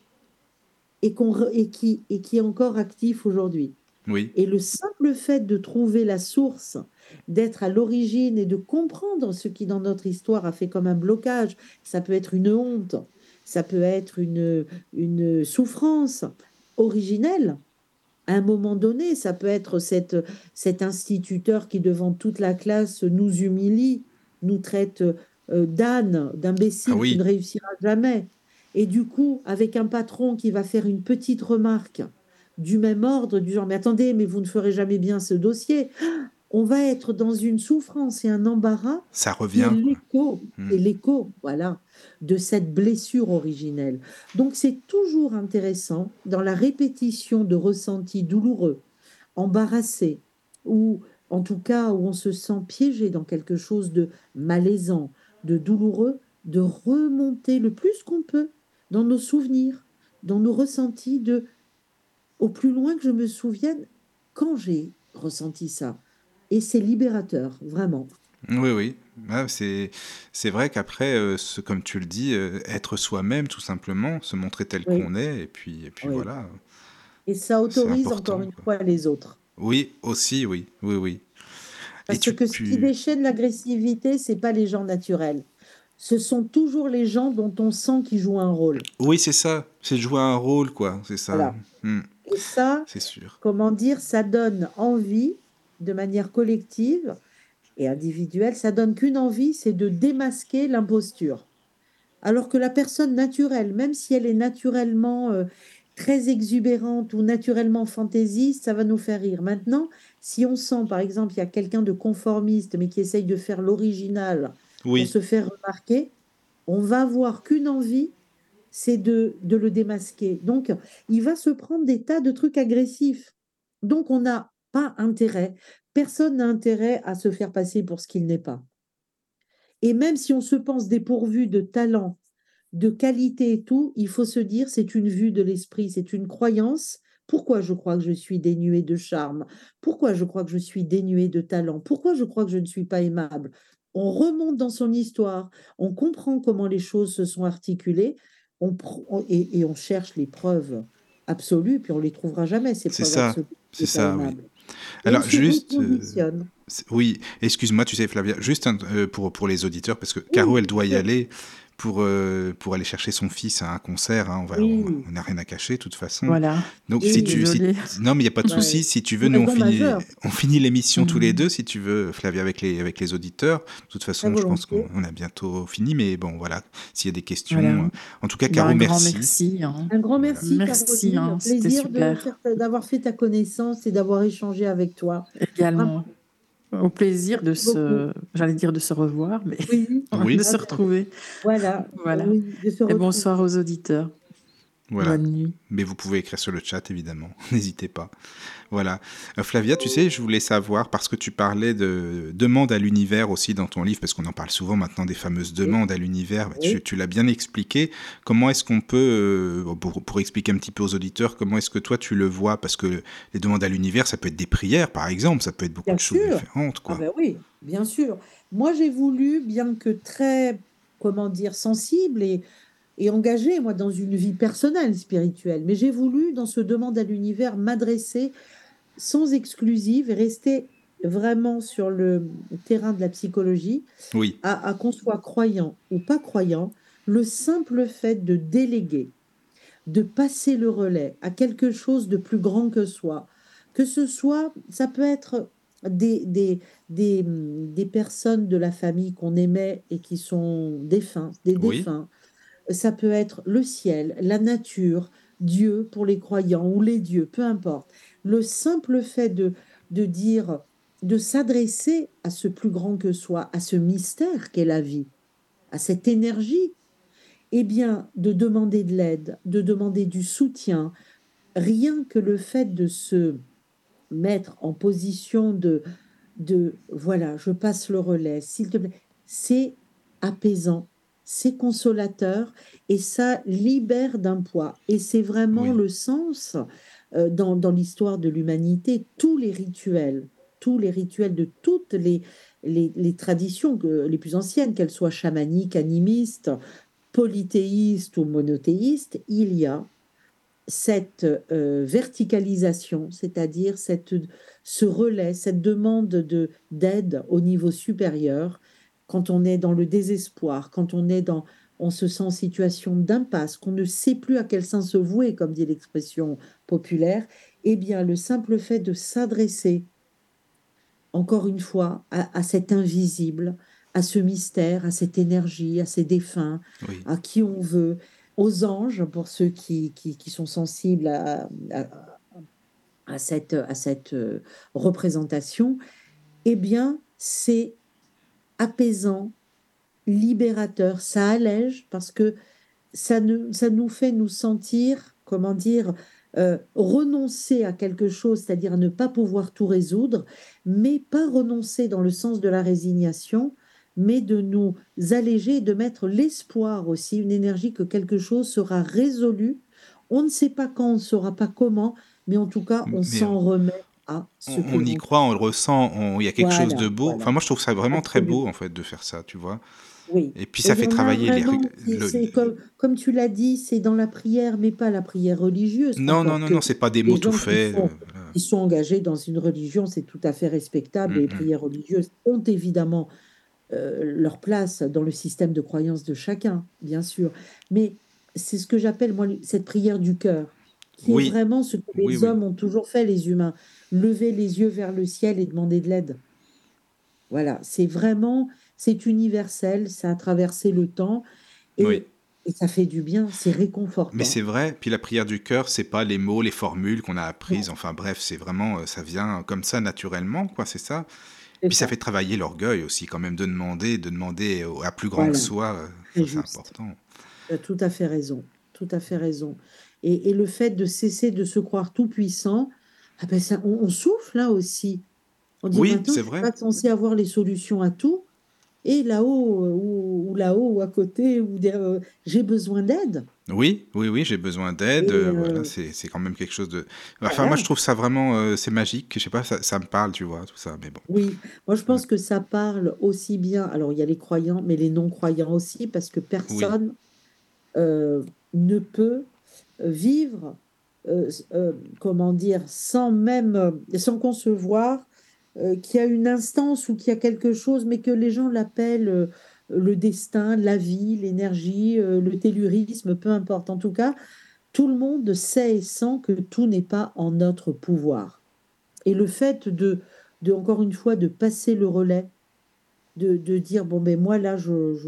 et qui est encore actif aujourd'hui. Oui. Et le simple fait de trouver la source, d'être à l'origine et de comprendre ce qui dans notre histoire a fait comme un blocage, ça peut être une honte, ça peut être une souffrance originelle. À un moment donné, ça peut être cet instituteur qui, devant toute la classe, nous humilie, nous traite d'âne, Ah d'imbécile, tu ne oui, réussiras jamais. Et du coup, avec un patron qui va faire une petite remarque du même ordre, du genre, mais attendez, mais vous ne ferez jamais bien ce dossier, on va être dans une souffrance et un embarras ça qui est revient, quoi. Mm. l'écho, voilà, de cette blessure originelle. Donc, c'est toujours intéressant dans la répétition de ressentis douloureux, embarrassés, ou en tout cas où on se sent piégé dans quelque chose de malaisant, de douloureux, de remonter le plus qu'on peut dans nos souvenirs, dans nos ressentis au plus loin que je me souvienne quand j'ai ressenti ça. Et c'est libérateur, vraiment. Oui, oui. Ah, c'est vrai qu'après, comme tu le dis, être soi-même, tout simplement, se montrer tel Oui, qu'on est, et puis oui. voilà, Et ça c'est autorise encore important, une quoi. fois les autres. Oui, aussi, oui, oui, oui. Et Parce que ce qui déchaîne l'agressivité, c'est pas les gens naturels. Ce sont toujours les gens dont on sent qu'ils jouent un rôle. oui, c'est ça, c'est de jouer un rôle, quoi, c'est ça. Voilà. Mm, Et ça, c'est sûr. comment dire, ça donne envie de manière collective et individuelle, ça donne qu'une envie, c'est de démasquer l'imposture. Alors que la personne naturelle, même si elle est naturellement très exubérante ou naturellement fantaisiste, ça va nous faire rire. Maintenant, si on sent, par exemple, il y a quelqu'un de conformiste, mais qui essaye de faire l'original pour Oui, se faire remarquer, on va avoir qu'une envie, c'est de le démasquer. Donc, il va se prendre des tas de trucs agressifs. Donc, on n'a pas intérêt, personne n'a intérêt à se faire passer pour ce qu'il n'est pas. Et même si on se pense dépourvu de talent, de qualité et tout, il faut se dire c'est une vue de l'esprit, c'est une croyance. Pourquoi je crois que je suis dénué de charme? Pourquoi je crois que je suis dénué de talent? Pourquoi je crois que je ne suis pas aimable? On remonte dans son histoire, on comprend comment les choses se sont articulées, et on cherche les preuves absolues, puis on ne les trouvera jamais, ces preuves absolues. Il c'est n'est pas ça, oui. aimable. Et on Alors, se juste, reconditionne. oui, excuse-moi, tu sais, Flavia, juste pour les auditeurs, parce que Caro, Oui, elle bien doit y sûr. aller pour aller chercher son fils à un concert, hein, Oui, on n'a rien à cacher, de toute façon. Voilà, Donc, je suis oui. désolée. non, mais il n'y a pas de Ouais. souci. Si tu veux, Une nous, raison majeure, on finit l'émission tous les Mhm. deux, si tu veux, Flavia, avec les auditeurs. De toute très façon, je pense qu'on volontiers. on a bientôt fini, mais bon, voilà, s'il y a des Voilà. questions. En tout cas, Ben, Caro, un grand merci. merci, hein. Un grand Voilà. merci, Merci, Caroline. hein, c'était Plaisir super. d'avoir fait ta connaissance et d'avoir échangé avec toi. Vraiment. Également. Au plaisir de Beaucoup. j'allais dire de se revoir, mais Oui, Oui, de ah se ben, retrouver. voilà, Voilà. oui, de se Et bonsoir retrouver. aux auditeurs. voilà. Bonne nuit. Mais vous pouvez écrire sur le chat, évidemment. N'hésitez pas. Voilà. Flavia, tu sais, je voulais savoir, parce que tu parlais de demandes à l'univers aussi dans ton livre, parce qu'on en parle souvent maintenant des fameuses Oui, demandes à l'univers, oui, tu l'as bien expliqué. Comment est-ce qu'on peut, pour expliquer un petit peu aux auditeurs, comment est-ce que toi tu le vois? Parce que les demandes à l'univers, ça peut être des prières, par exemple, ça peut être beaucoup bien de choses sûr. différentes, Ah quoi. ben oui, bien sûr. Moi, j'ai voulu, bien que très, comment dire, sensible et engagée, moi, dans une vie personnelle spirituelle, mais j'ai voulu, dans ce demande à l'univers, m'adresser sans exclusive et rester vraiment sur le terrain de la psychologie, Oui, à qu'on soit croyant ou pas croyant, le simple fait de déléguer, de passer le relais à quelque chose de plus grand que ce soit, ça peut être des personnes de la famille qu'on aimait et qui sont défunts, des oui, défunts, ça peut être le ciel, la nature, Dieu pour les croyants ou les dieux, peu importe. Le simple fait de dire, de s'adresser à ce plus grand que soi, à ce mystère qu'est la vie, à cette énergie, eh bien, de demander de l'aide, de demander du soutien, rien que le fait de se mettre en position voilà, je passe le relais, s'il te plaît, c'est apaisant, c'est consolateur et ça libère d'un poids. Et c'est vraiment oui, le sens dans l'histoire de l'humanité, tous les rituels de toutes les traditions les plus anciennes, qu'elles soient chamaniques, animistes, polythéistes ou monothéistes, il y a cette verticalisation, c'est-à-dire ce relais, cette demande d'aide au niveau supérieur, quand on est dans le désespoir, quand on se sent en situation d'impasse, qu'on ne sait plus à quel sens se vouer, comme dit l'expression populaire, eh bien, le simple fait de s'adresser, encore une fois, à cet invisible, à ce mystère, à cette énergie, à ces défunts, oui, à qui on veut, aux anges, pour ceux qui sont sensibles à cette représentation, eh bien, c'est apaisant, libérateur, ça allège parce que ça nous fait nous sentir, comment dire, renoncer à quelque chose, c'est-à-dire à ne pas pouvoir tout résoudre, mais pas renoncer dans le sens de la résignation, mais de nous alléger et de mettre l'espoir aussi, une énergie que quelque chose sera résolu. On ne sait pas quand, on ne saura pas comment, mais en tout cas, on mais s'en remet à ce plus on y grand. croit, on le ressent, il y a quelque chose de Voilà, beau. voilà, Enfin, moi, je trouve ça vraiment très beau, absolument. en fait, de faire ça, tu vois. Oui, Et puis, et ça il y fait en a travailler vraiment qui, c'est comme tu l'as dit, c'est dans la prière, mais pas la prière religieuse, Non, non, encore non, que non, c'est pas des les mots tout gens faits. Voilà. qui sont engagés dans une religion, c'est tout à fait respectable, et Mm, les mm. prières religieuses ont évidemment leur place dans le système de croyance de chacun, bien sûr, mais c'est ce que j'appelle, moi, cette prière du cœur, qui est Oui, vraiment ce que oui, les oui. hommes ont toujours fait, les humains, lever les yeux vers le ciel et demander de l'aide. Voilà, c'est vraiment, c'est universel, ça a traversé le temps Oui. et ça fait du bien, c'est Mais c'est réconfortant. vrai, puis la prière du cœur, c'est pas les mots, les formules qu'on a apprises, Non, enfin bref, c'est vraiment, ça vient comme ça naturellement, quoi, c'est ça. c'est Puis ça fait ça. travailler l'orgueil aussi, quand même, de demander à plus grand que Voilà, soi, très ça c'est juste. important. Tu as tout à fait raison, tout à fait raison. Et le fait de cesser de se croire tout puissant, ah ben ça, on souffle là aussi. On dit Oui, maintenant, c'est je ne suis vrai. pas censé avoir les solutions à tout. Et là-haut, ou là-haut, ou à côté, j'ai besoin d'aide. Oui, oui, oui, j'ai besoin d'aide, Et voilà, c'est quand même quelque chose de... Enfin, moi, je voilà. trouve ça vraiment, c'est magique, je sais pas, ça me parle, tu vois, tout ça, mais bon. Oui, moi je pense que ça parle aussi bien, alors il y a les croyants, mais les non-croyants aussi, parce que Oui, personne euh, ne peut vivre, comment dire, sans même, sans concevoir qu'il y a une instance ou qu'il y a quelque chose, mais que les gens l'appellent le destin, la vie, l'énergie, le tellurisme, peu importe. En tout cas, tout le monde sait et sent que tout n'est pas en notre pouvoir. Et le fait encore une fois, de passer le relais, de dire, bon, ben moi, là,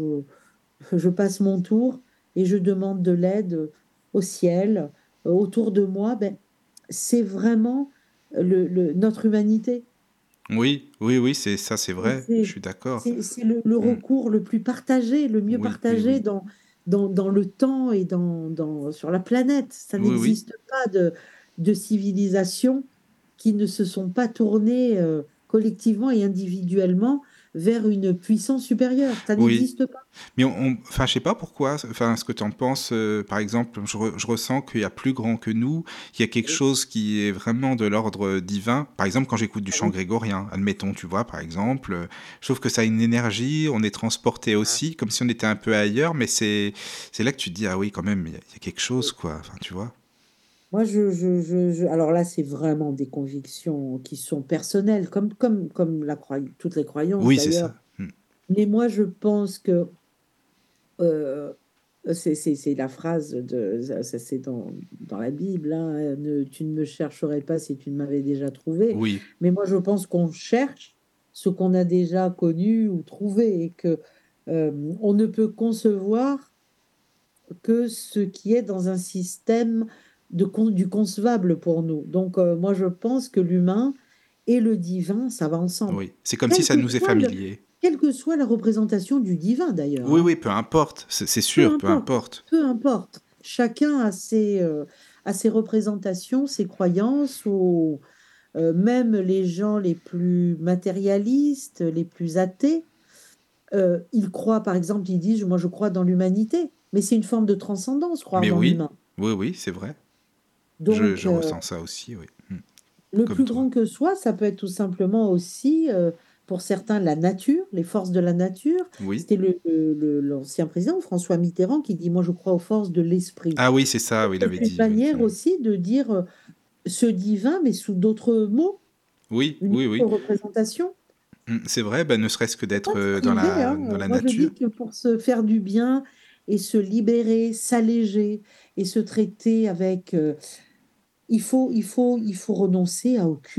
je passe mon tour et je demande de l'aide au ciel, autour de moi, ben, c'est vraiment notre humanité. Oui, oui, oui, c'est ça, c'est Et vrai, je suis d'accord. c'est le Mm. recours le plus partagé, le mieux Oui, oui, partagé oui. dans le temps et sur la planète. Ça Oui, oui. n'existe pas de civilisation qui ne se sont pas tournées collectivement et individuellement vers une puissance supérieure. Ça Oui. n'existe pas. Mais enfin, je sais pas pourquoi, enfin, ce que tu en penses, par exemple, je ressens qu'il y a plus grand que nous, qu'il y a quelque Oui, chose qui est vraiment de l'ordre divin. Par exemple, quand j'écoute du ah chant oui. grégorien, admettons, tu vois, par exemple, je trouve que ça a une énergie, on est transporté aussi, comme si on était un peu ailleurs, mais c'est là que tu te dis, ah oui, quand même, il y a quelque chose, quoi, enfin, tu vois. Moi, alors là, c'est vraiment des convictions qui sont personnelles, comme toutes les croyances Oui, c'est d'ailleurs. ça. Mm. Mais moi, je pense que euh, c'est la phrase ça, c'est dans la Bible, hein, tu ne me chercherais pas si tu ne m'avais déjà trouvé. Oui, Mais moi, je pense qu'on cherche ce qu'on a déjà connu ou trouvé et que on ne peut concevoir que ce qui est dans un système du concevable pour nous. Donc, moi, je pense que l'humain et le divin, ça va ensemble. oui. C'est comme si Quelle ça que nous est soit familier. quelle que soit la représentation du divin, d'ailleurs, Oui, hein. oui, peu importe, c'est Peu sûr, peu importe, importe. peu importe. Chacun a ses représentations, ses croyances, ou même les gens les plus matérialistes, les plus athées, ils croient, par exemple, ils disent, moi je crois dans l'humanité, mais c'est une forme de transcendance, croire Mais dans oui, l'humain. oui, oui, c'est vrai. Donc, Je ressens ça aussi, oui. Mm. le Comme plus toi. grand que soi, ça peut être tout simplement aussi, pour certains, la nature, les forces de la nature. Oui. C'était l'ancien président François Mitterrand qui dit, moi je crois aux forces de l'esprit. Ah oui, c'est ça, oui, il C'est avait une dit, oui. manière Mm. aussi de dire ce divin, mais sous d'autres mots, Oui, une oui, autre oui. représentation. C'est vrai, ben, ne serait-ce que Il ne faut d'être pas se priver, hein. dans la Moi, je nature. dis que pour se faire du bien et se libérer, s'alléger et se traiter avec, il faut renoncer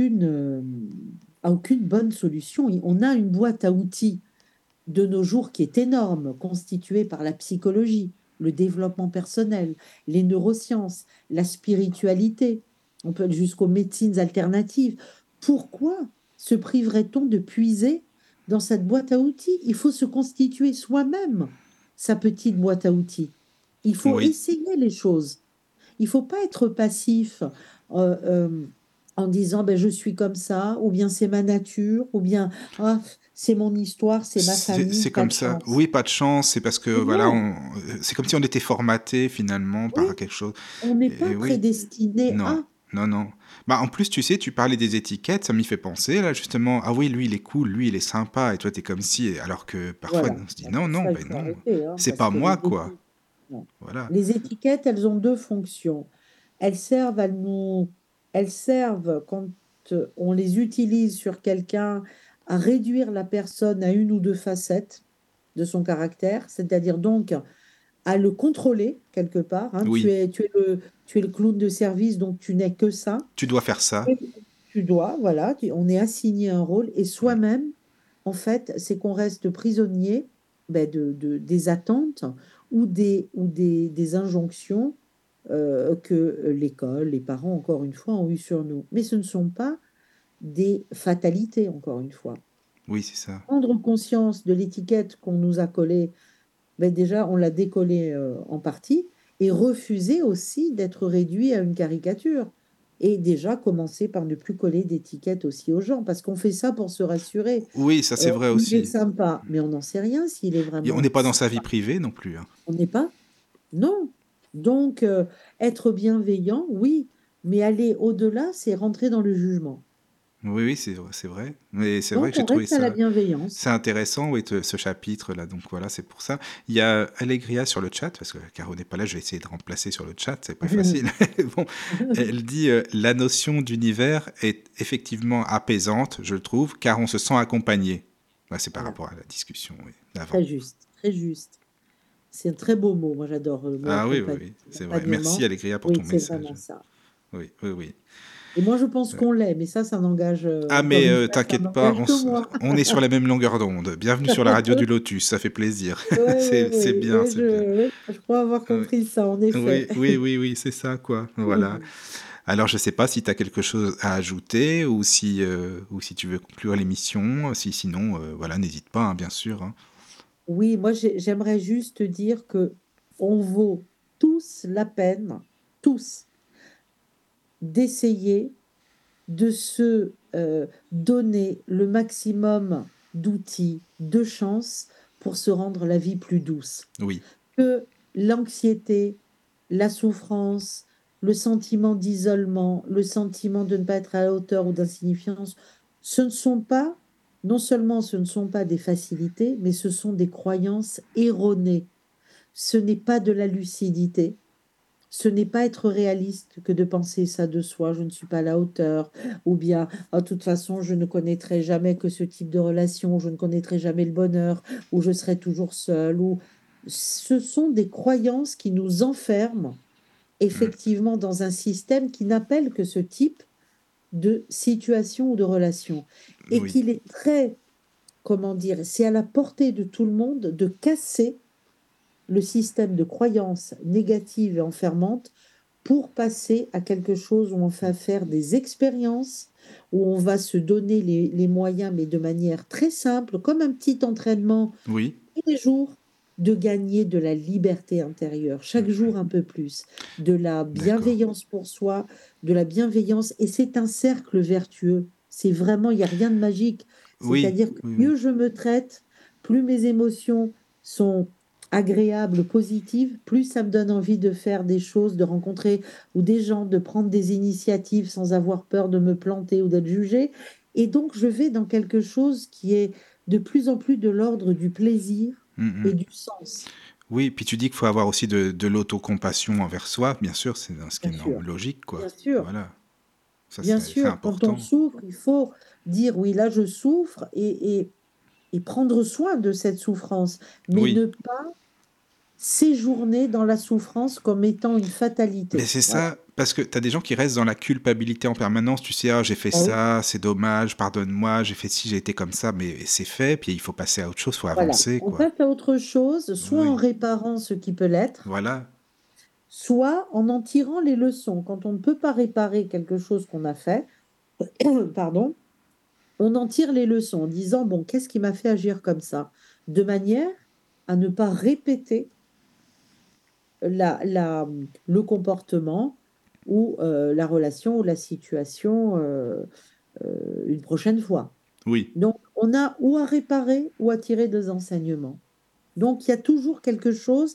à aucune bonne solution. On a une boîte à outils de nos jours qui est énorme, constituée par la psychologie, le développement personnel, les neurosciences, la spiritualité, on peut aller jusqu'aux médecines alternatives. Pourquoi se priverait-on de puiser dans cette boîte à outils? Il faut se constituer soi-même sa petite boîte à outils. Il faut Oui. essayer les choses. Il faut pas être passif euh, euh, en disant ben, je suis comme ça, ou bien c'est ma nature, ou bien ah, c'est mon histoire, c'est ma famille, C'est pas comme de ça. chance. Oui, pas de chance, c'est parce que, voilà, Non, c'est comme si on était formaté finalement oui, par quelque chose. on n'est pas Et oui, prédestiné non, à. non, non. Bah, en plus, tu sais, tu parlais des étiquettes, ça m'y fait penser, là, justement. Ah oui, lui, il est cool, lui, il est sympa, et toi, t'es comme si. Alors que parfois, Voilà. on se dit Bon, non, pour non, ça, il ben faut non, arrêter, hein, c'est parce pas que moi, quoi. non. Voilà. Les étiquettes, elles ont deux fonctions. Elles servent à nous, elles servent quand on les utilise sur quelqu'un à réduire la personne à une ou deux facettes de son caractère, c'est-à-dire donc à le contrôler quelque part, hein. Oui, Tu es le clown de service, donc tu n'es que ça. tu dois faire ça. Et tu dois, voilà, on est assigné un rôle et Mm. soi-même, en fait, c'est qu'on reste prisonnier ben, des attentes des injonctions que l'école, les parents, encore une fois, ont eues sur nous. Mais ce ne sont pas des fatalités, encore une fois. Oui, c'est ça. Prendre conscience de l'étiquette qu'on nous a collée, ben déjà, on l'a décollée en partie, et refuser aussi d'être réduit à une caricature. Et déjà, commencer par ne plus coller d'étiquette aussi aux gens, parce qu'on fait ça pour se rassurer. Oui, ça, c'est vrai Il est aussi. sympa, mais on n'en sait rien s'il est Et on vraiment n'est pas dans sa vie sympa. privée non plus, hein. On n'est pas? Non. Donc, être bienveillant, oui, mais aller au-delà, c'est rentrer dans le jugement. Oui, oui, c'est vrai. Mais c'est vrai que Donc, j'ai on trouvé reste à la ça. bienveillance. C'est intéressant, oui, ce chapitre-là. Donc voilà, c'est pour ça. Il y a Allegria sur le chat, parce que Caro n'est pas là, je vais essayer de remplacer sur le chat, c'est pas facile. Bon, elle dit la notion d'univers est effectivement apaisante, je le trouve, car on se sent accompagné. Ouais, c'est par Voilà, rapport à la discussion oui, d'avant. très juste, très juste. C'est un très beau mot. Moi, j'adore le mot Ah oui, oui, oui, c'est vrai. Merci accompagnement. Allegria pour Oui, ton c'est message. vraiment ça. Oui, oui, oui. Et moi, je pense Euh, qu'on l'est, mais ça n'engage, Ah encore mais une fois, ça t'inquiète pas, n'engage que moi. on est sur la même longueur d'onde. Bienvenue sur la radio du Lotus, ça fait plaisir. Oui, oui, C'est oui, bien, c'est bien. oui, je crois avoir Oui, compris ça, en oui, effet. oui, oui, oui, c'est ça, quoi. Voilà. Alors, je ne sais pas si tu as quelque chose à ajouter ou si tu veux conclure l'émission. Sinon, voilà, n'hésite pas, hein, bien sûr, hein. Oui, moi j'aimerais juste dire que on vaut tous la peine, tous, d'essayer de se donner le maximum d'outils, de chances pour se rendre la vie plus douce. Oui, Que l'anxiété, la souffrance, le sentiment d'isolement, le sentiment de ne pas être à la hauteur ou d'insignifiance, ce ne sont pas, non seulement ce ne sont pas des facilités, mais ce sont des croyances erronées. Ce n'est pas de la lucidité. Ce n'est pas être réaliste que de penser ça de soi, je ne suis pas à la hauteur, ou bien, de toute façon, je ne connaîtrai jamais que ce type de relation, je ne connaîtrai jamais le bonheur, ou je serai toujours seule, ou ce sont des croyances qui nous enferment mm, effectivement dans un système qui n'appelle que ce type de situation ou de relation. Et oui, qu'il est très, comment dire, c'est à la portée de tout le monde de casser le système de croyances négatives et enfermantes pour passer à quelque chose où on va faire des expériences, où on va se donner les moyens, mais de manière très simple, comme un petit entraînement oui, tous les jours, de gagner de la liberté intérieure, chaque jour un peu plus, de la d'accord. bienveillance pour soi, de la bienveillance, et c'est un cercle vertueux. C'est vraiment, il n'y a rien de magique. Oui, C'est-à-dire que oui, oui. mieux je me traite, plus mes émotions sont agréables, positives, plus ça me donne envie de faire des choses, de rencontrer ou des gens, de prendre des initiatives sans avoir peur de me planter ou d'être jugée. Et donc, je vais dans quelque chose qui est de plus en plus de l'ordre du plaisir Mm, et mm. du sens, Oui, puis tu dis qu'il faut avoir aussi de l'autocompassion envers soi, bien sûr, c'est ce qui bien est sûr. logique, quoi. Bien sûr, Voilà, ça bien c'est sûr. Quand on important. souffre, il faut dire oui, là je souffre et prendre soin de cette souffrance, mais Oui, ne pas séjourner dans la souffrance comme étant une mais fatalité. c'est Voilà. ça, parce que tu as des gens qui restent dans la culpabilité en permanence, tu sais, ah, j'ai fait Ah oui, ça, c'est dommage, pardonne-moi, j'ai fait ci, j'ai été comme ça, mais c'est fait, puis il faut passer à autre chose, il faut voilà. avancer, On quoi. passe à autre chose, soit en Oui, réparant ce qui peut l'être, voilà, soit en tirant les leçons. Quand on ne peut pas réparer quelque chose qu'on a fait, pardon, on en tire les leçons en disant, bon, qu'est-ce qui m'a fait agir comme ça? De manière à ne pas répéter le comportement ou la relation ou la situation une prochaine fois. oui, Donc, on a ou à réparer ou à tirer des enseignements. Donc, il y a toujours quelque chose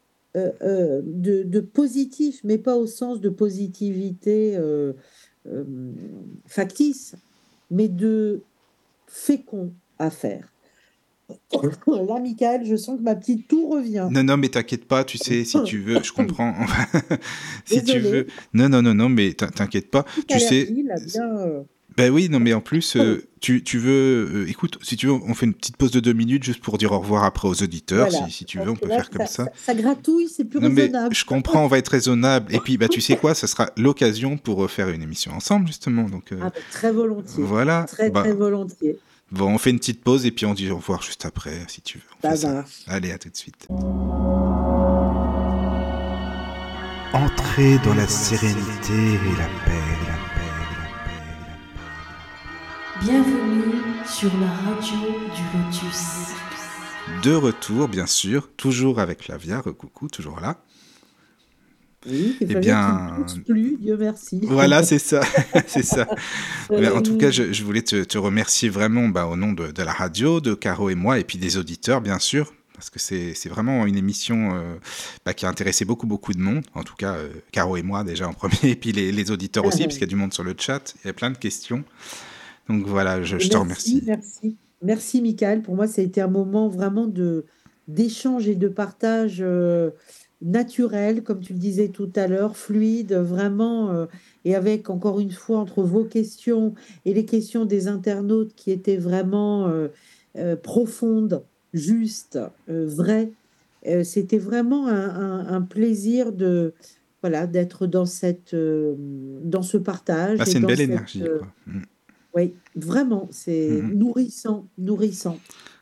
de positif, mais pas au sens de positivité euh, factice, mais de fécond à faire. Là, Michael, je sens que ma petite toux revient. non, non, mais t'inquiète pas, tu sais, si tu veux, je comprends. Si tu veux. Désolée, Non, non, non, non, mais t'inquiète pas. petite Tu sais. allergie, là, bien. Ben oui, non, mais en plus, tu veux. Écoute, si tu veux, on fait une petite pause de 2 minutes juste pour dire au revoir après aux auditeurs. Voilà, Si tu veux, parce on que peut là, faire comme ça. ça gratouille, c'est plus Non, mais raisonnable. je comprends, on va être raisonnable. Et puis, bah, tu sais quoi, ça sera l'occasion pour faire une émission ensemble, justement. Donc, Ah, ben, très volontiers, voilà. très, très Bah, volontiers. bon, on fait une petite pause et puis on dit au revoir juste après, si tu veux. On fait Ça ça. marche. Allez, à tout de suite. Entrez dans la sérénité et la paix, la paix, la paix, la paix. Bienvenue sur la radio du Lotus. De retour, bien sûr, toujours avec Flavia. Coucou, toujours là. Oui, c'est Eh Flavien qui ne bien, tousse plus, Dieu merci. voilà, c'est ça. C'est ça. Mais en tout cas, Euh, je voulais te remercier vraiment bah, au nom de la radio, de Caro et moi, et puis des auditeurs, bien sûr, parce que c'est vraiment une émission bah, qui a intéressé beaucoup, beaucoup de monde. En tout cas, Caro et moi déjà en premier, et puis les auditeurs aussi, parce qu'il y a du monde sur le chat, il y a plein de questions. Donc voilà, je te Merci, remercie. merci. Merci, Michael. Pour moi, ça a été un moment vraiment d'échange et de partage naturel, comme tu le disais tout à l'heure, fluide, vraiment, et avec, encore une fois, entre vos questions et les questions des internautes qui étaient vraiment profondes, justes, vraies. C'était vraiment un plaisir voilà, d'être dans ce Bah, partage et c'est une dans belle cette, énergie, quoi. Mm. oui, vraiment, Mm, c'est mm. nourrissant, nourrissant.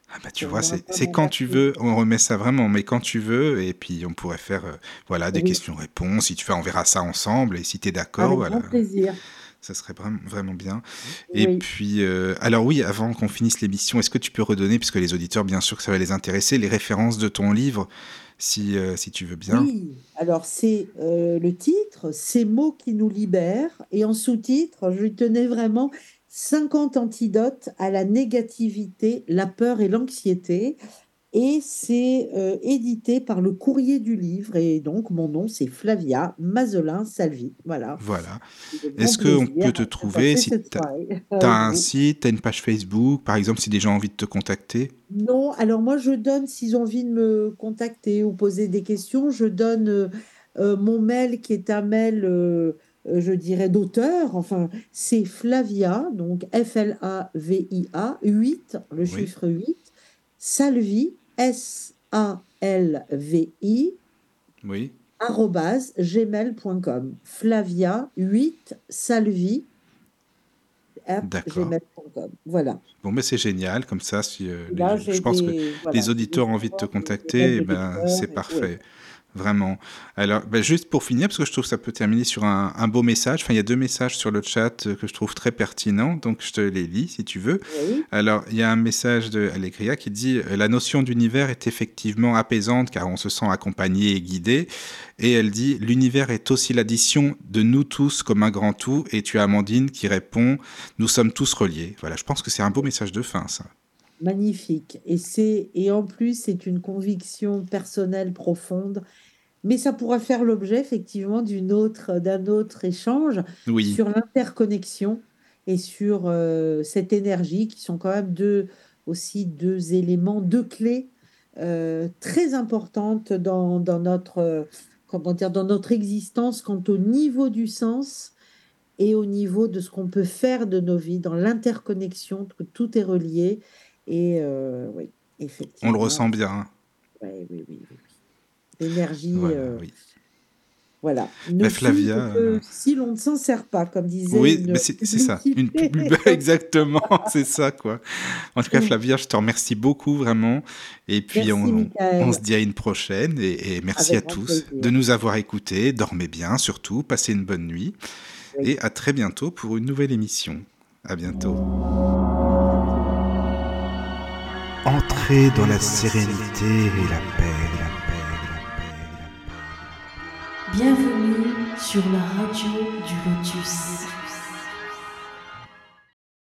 Ah bah tu On vois, n'aura c'est pas c'est quand tu veux, bombardé. on remet ça vraiment, mais quand tu veux, et puis on pourrait faire voilà, des Oui, questions-réponses. Si tu veux, on verra ça ensemble, et si tu es d'accord, avec voilà, grand plaisir. ça serait vraiment, vraiment bien. Et Oui. puis, alors oui, avant qu'on finisse l'émission, est-ce que tu peux redonner, puisque les auditeurs, bien sûr que ça va les intéresser, les références de ton livre, si tu veux bien? Oui, alors c'est le titre, Ces mots qui nous libèrent, et en sous-titre, je lui tenais vraiment 50 antidotes à la négativité, la peur et l'anxiété, et c'est édité par le Courrier du Livre, et donc mon nom c'est Flavia Mazelin Salvi. Voilà, Voilà. c'est de grand Est-ce qu'on peut plaisir te de trouver passer si cette tu soirée as avec un vous. site, tu as une page Facebook, par exemple, si des gens ont envie de te contacter? Non, alors moi je donne, s'ils ont envie de me contacter ou poser des questions, je donne mon mail qui est un mail, je dirais, d'auteur. Enfin, c'est Flavia, donc Flavia 8, le Oui, chiffre 8, Salvi, Salvi, oui, arobase gmail.com. Flavia 8 Salvi at d'accord. gmail.com. Voilà. Bon, ben c'est génial, comme ça, si Et là, je j'ai pense que des, les voilà, j'ai des auditeurs ont envie de te forums, des mails contacter, eh de ben, lecteurs. c'est Oui. parfait. Vraiment. Alors, ben, juste pour finir, parce que je trouve que ça peut terminer sur un beau message. Enfin, il y a 2 messages sur le chat que je trouve très pertinents, donc je te les lis si tu veux. Oui. Alors, il y a un message de Allegria qui dit La notion d'univers est effectivement apaisante car on se sent accompagné et guidé. Et elle dit L'univers est aussi l'addition de nous tous comme un grand tout. Et tu as Amandine qui répond Nous sommes tous reliés. Voilà, je pense que c'est un beau message de fin, ça. Magnifique. Et en plus, c'est une conviction personnelle profonde, mais ça pourra faire l'objet effectivement d'un autre échange Oui. sur l'interconnexion et sur cette énergie qui sont quand même aussi deux éléments, deux clés très importantes dans notre, comment dire, dans notre existence quant au niveau du sens et au niveau de ce qu'on peut faire de nos vies, dans l'interconnexion, que tout est relié. Et oui, On le effectivement, ressent bien, hein. ouais, oui, oui, oui, oui. L'énergie, Voilà, oui. voilà, ne Mais fuse Flavia, que si l'on ne s'en sert pas, comme disait oui, une mais c'est ça. Une publicité. pub, exactement, c'est ça, quoi. En tout cas, Flavia, je te remercie beaucoup, vraiment. Et puis, Merci, on se Michael, dit à une prochaine. Et merci à avec grand tous de plaisir. nous avoir écoutés. Dormez bien, surtout. Passez une bonne nuit. Oui, Et à très bientôt pour une nouvelle émission. À bientôt. à bientôt. Entrez dans la sérénité et la paix, la paix, la paix. Bienvenue sur la radio du Lotus.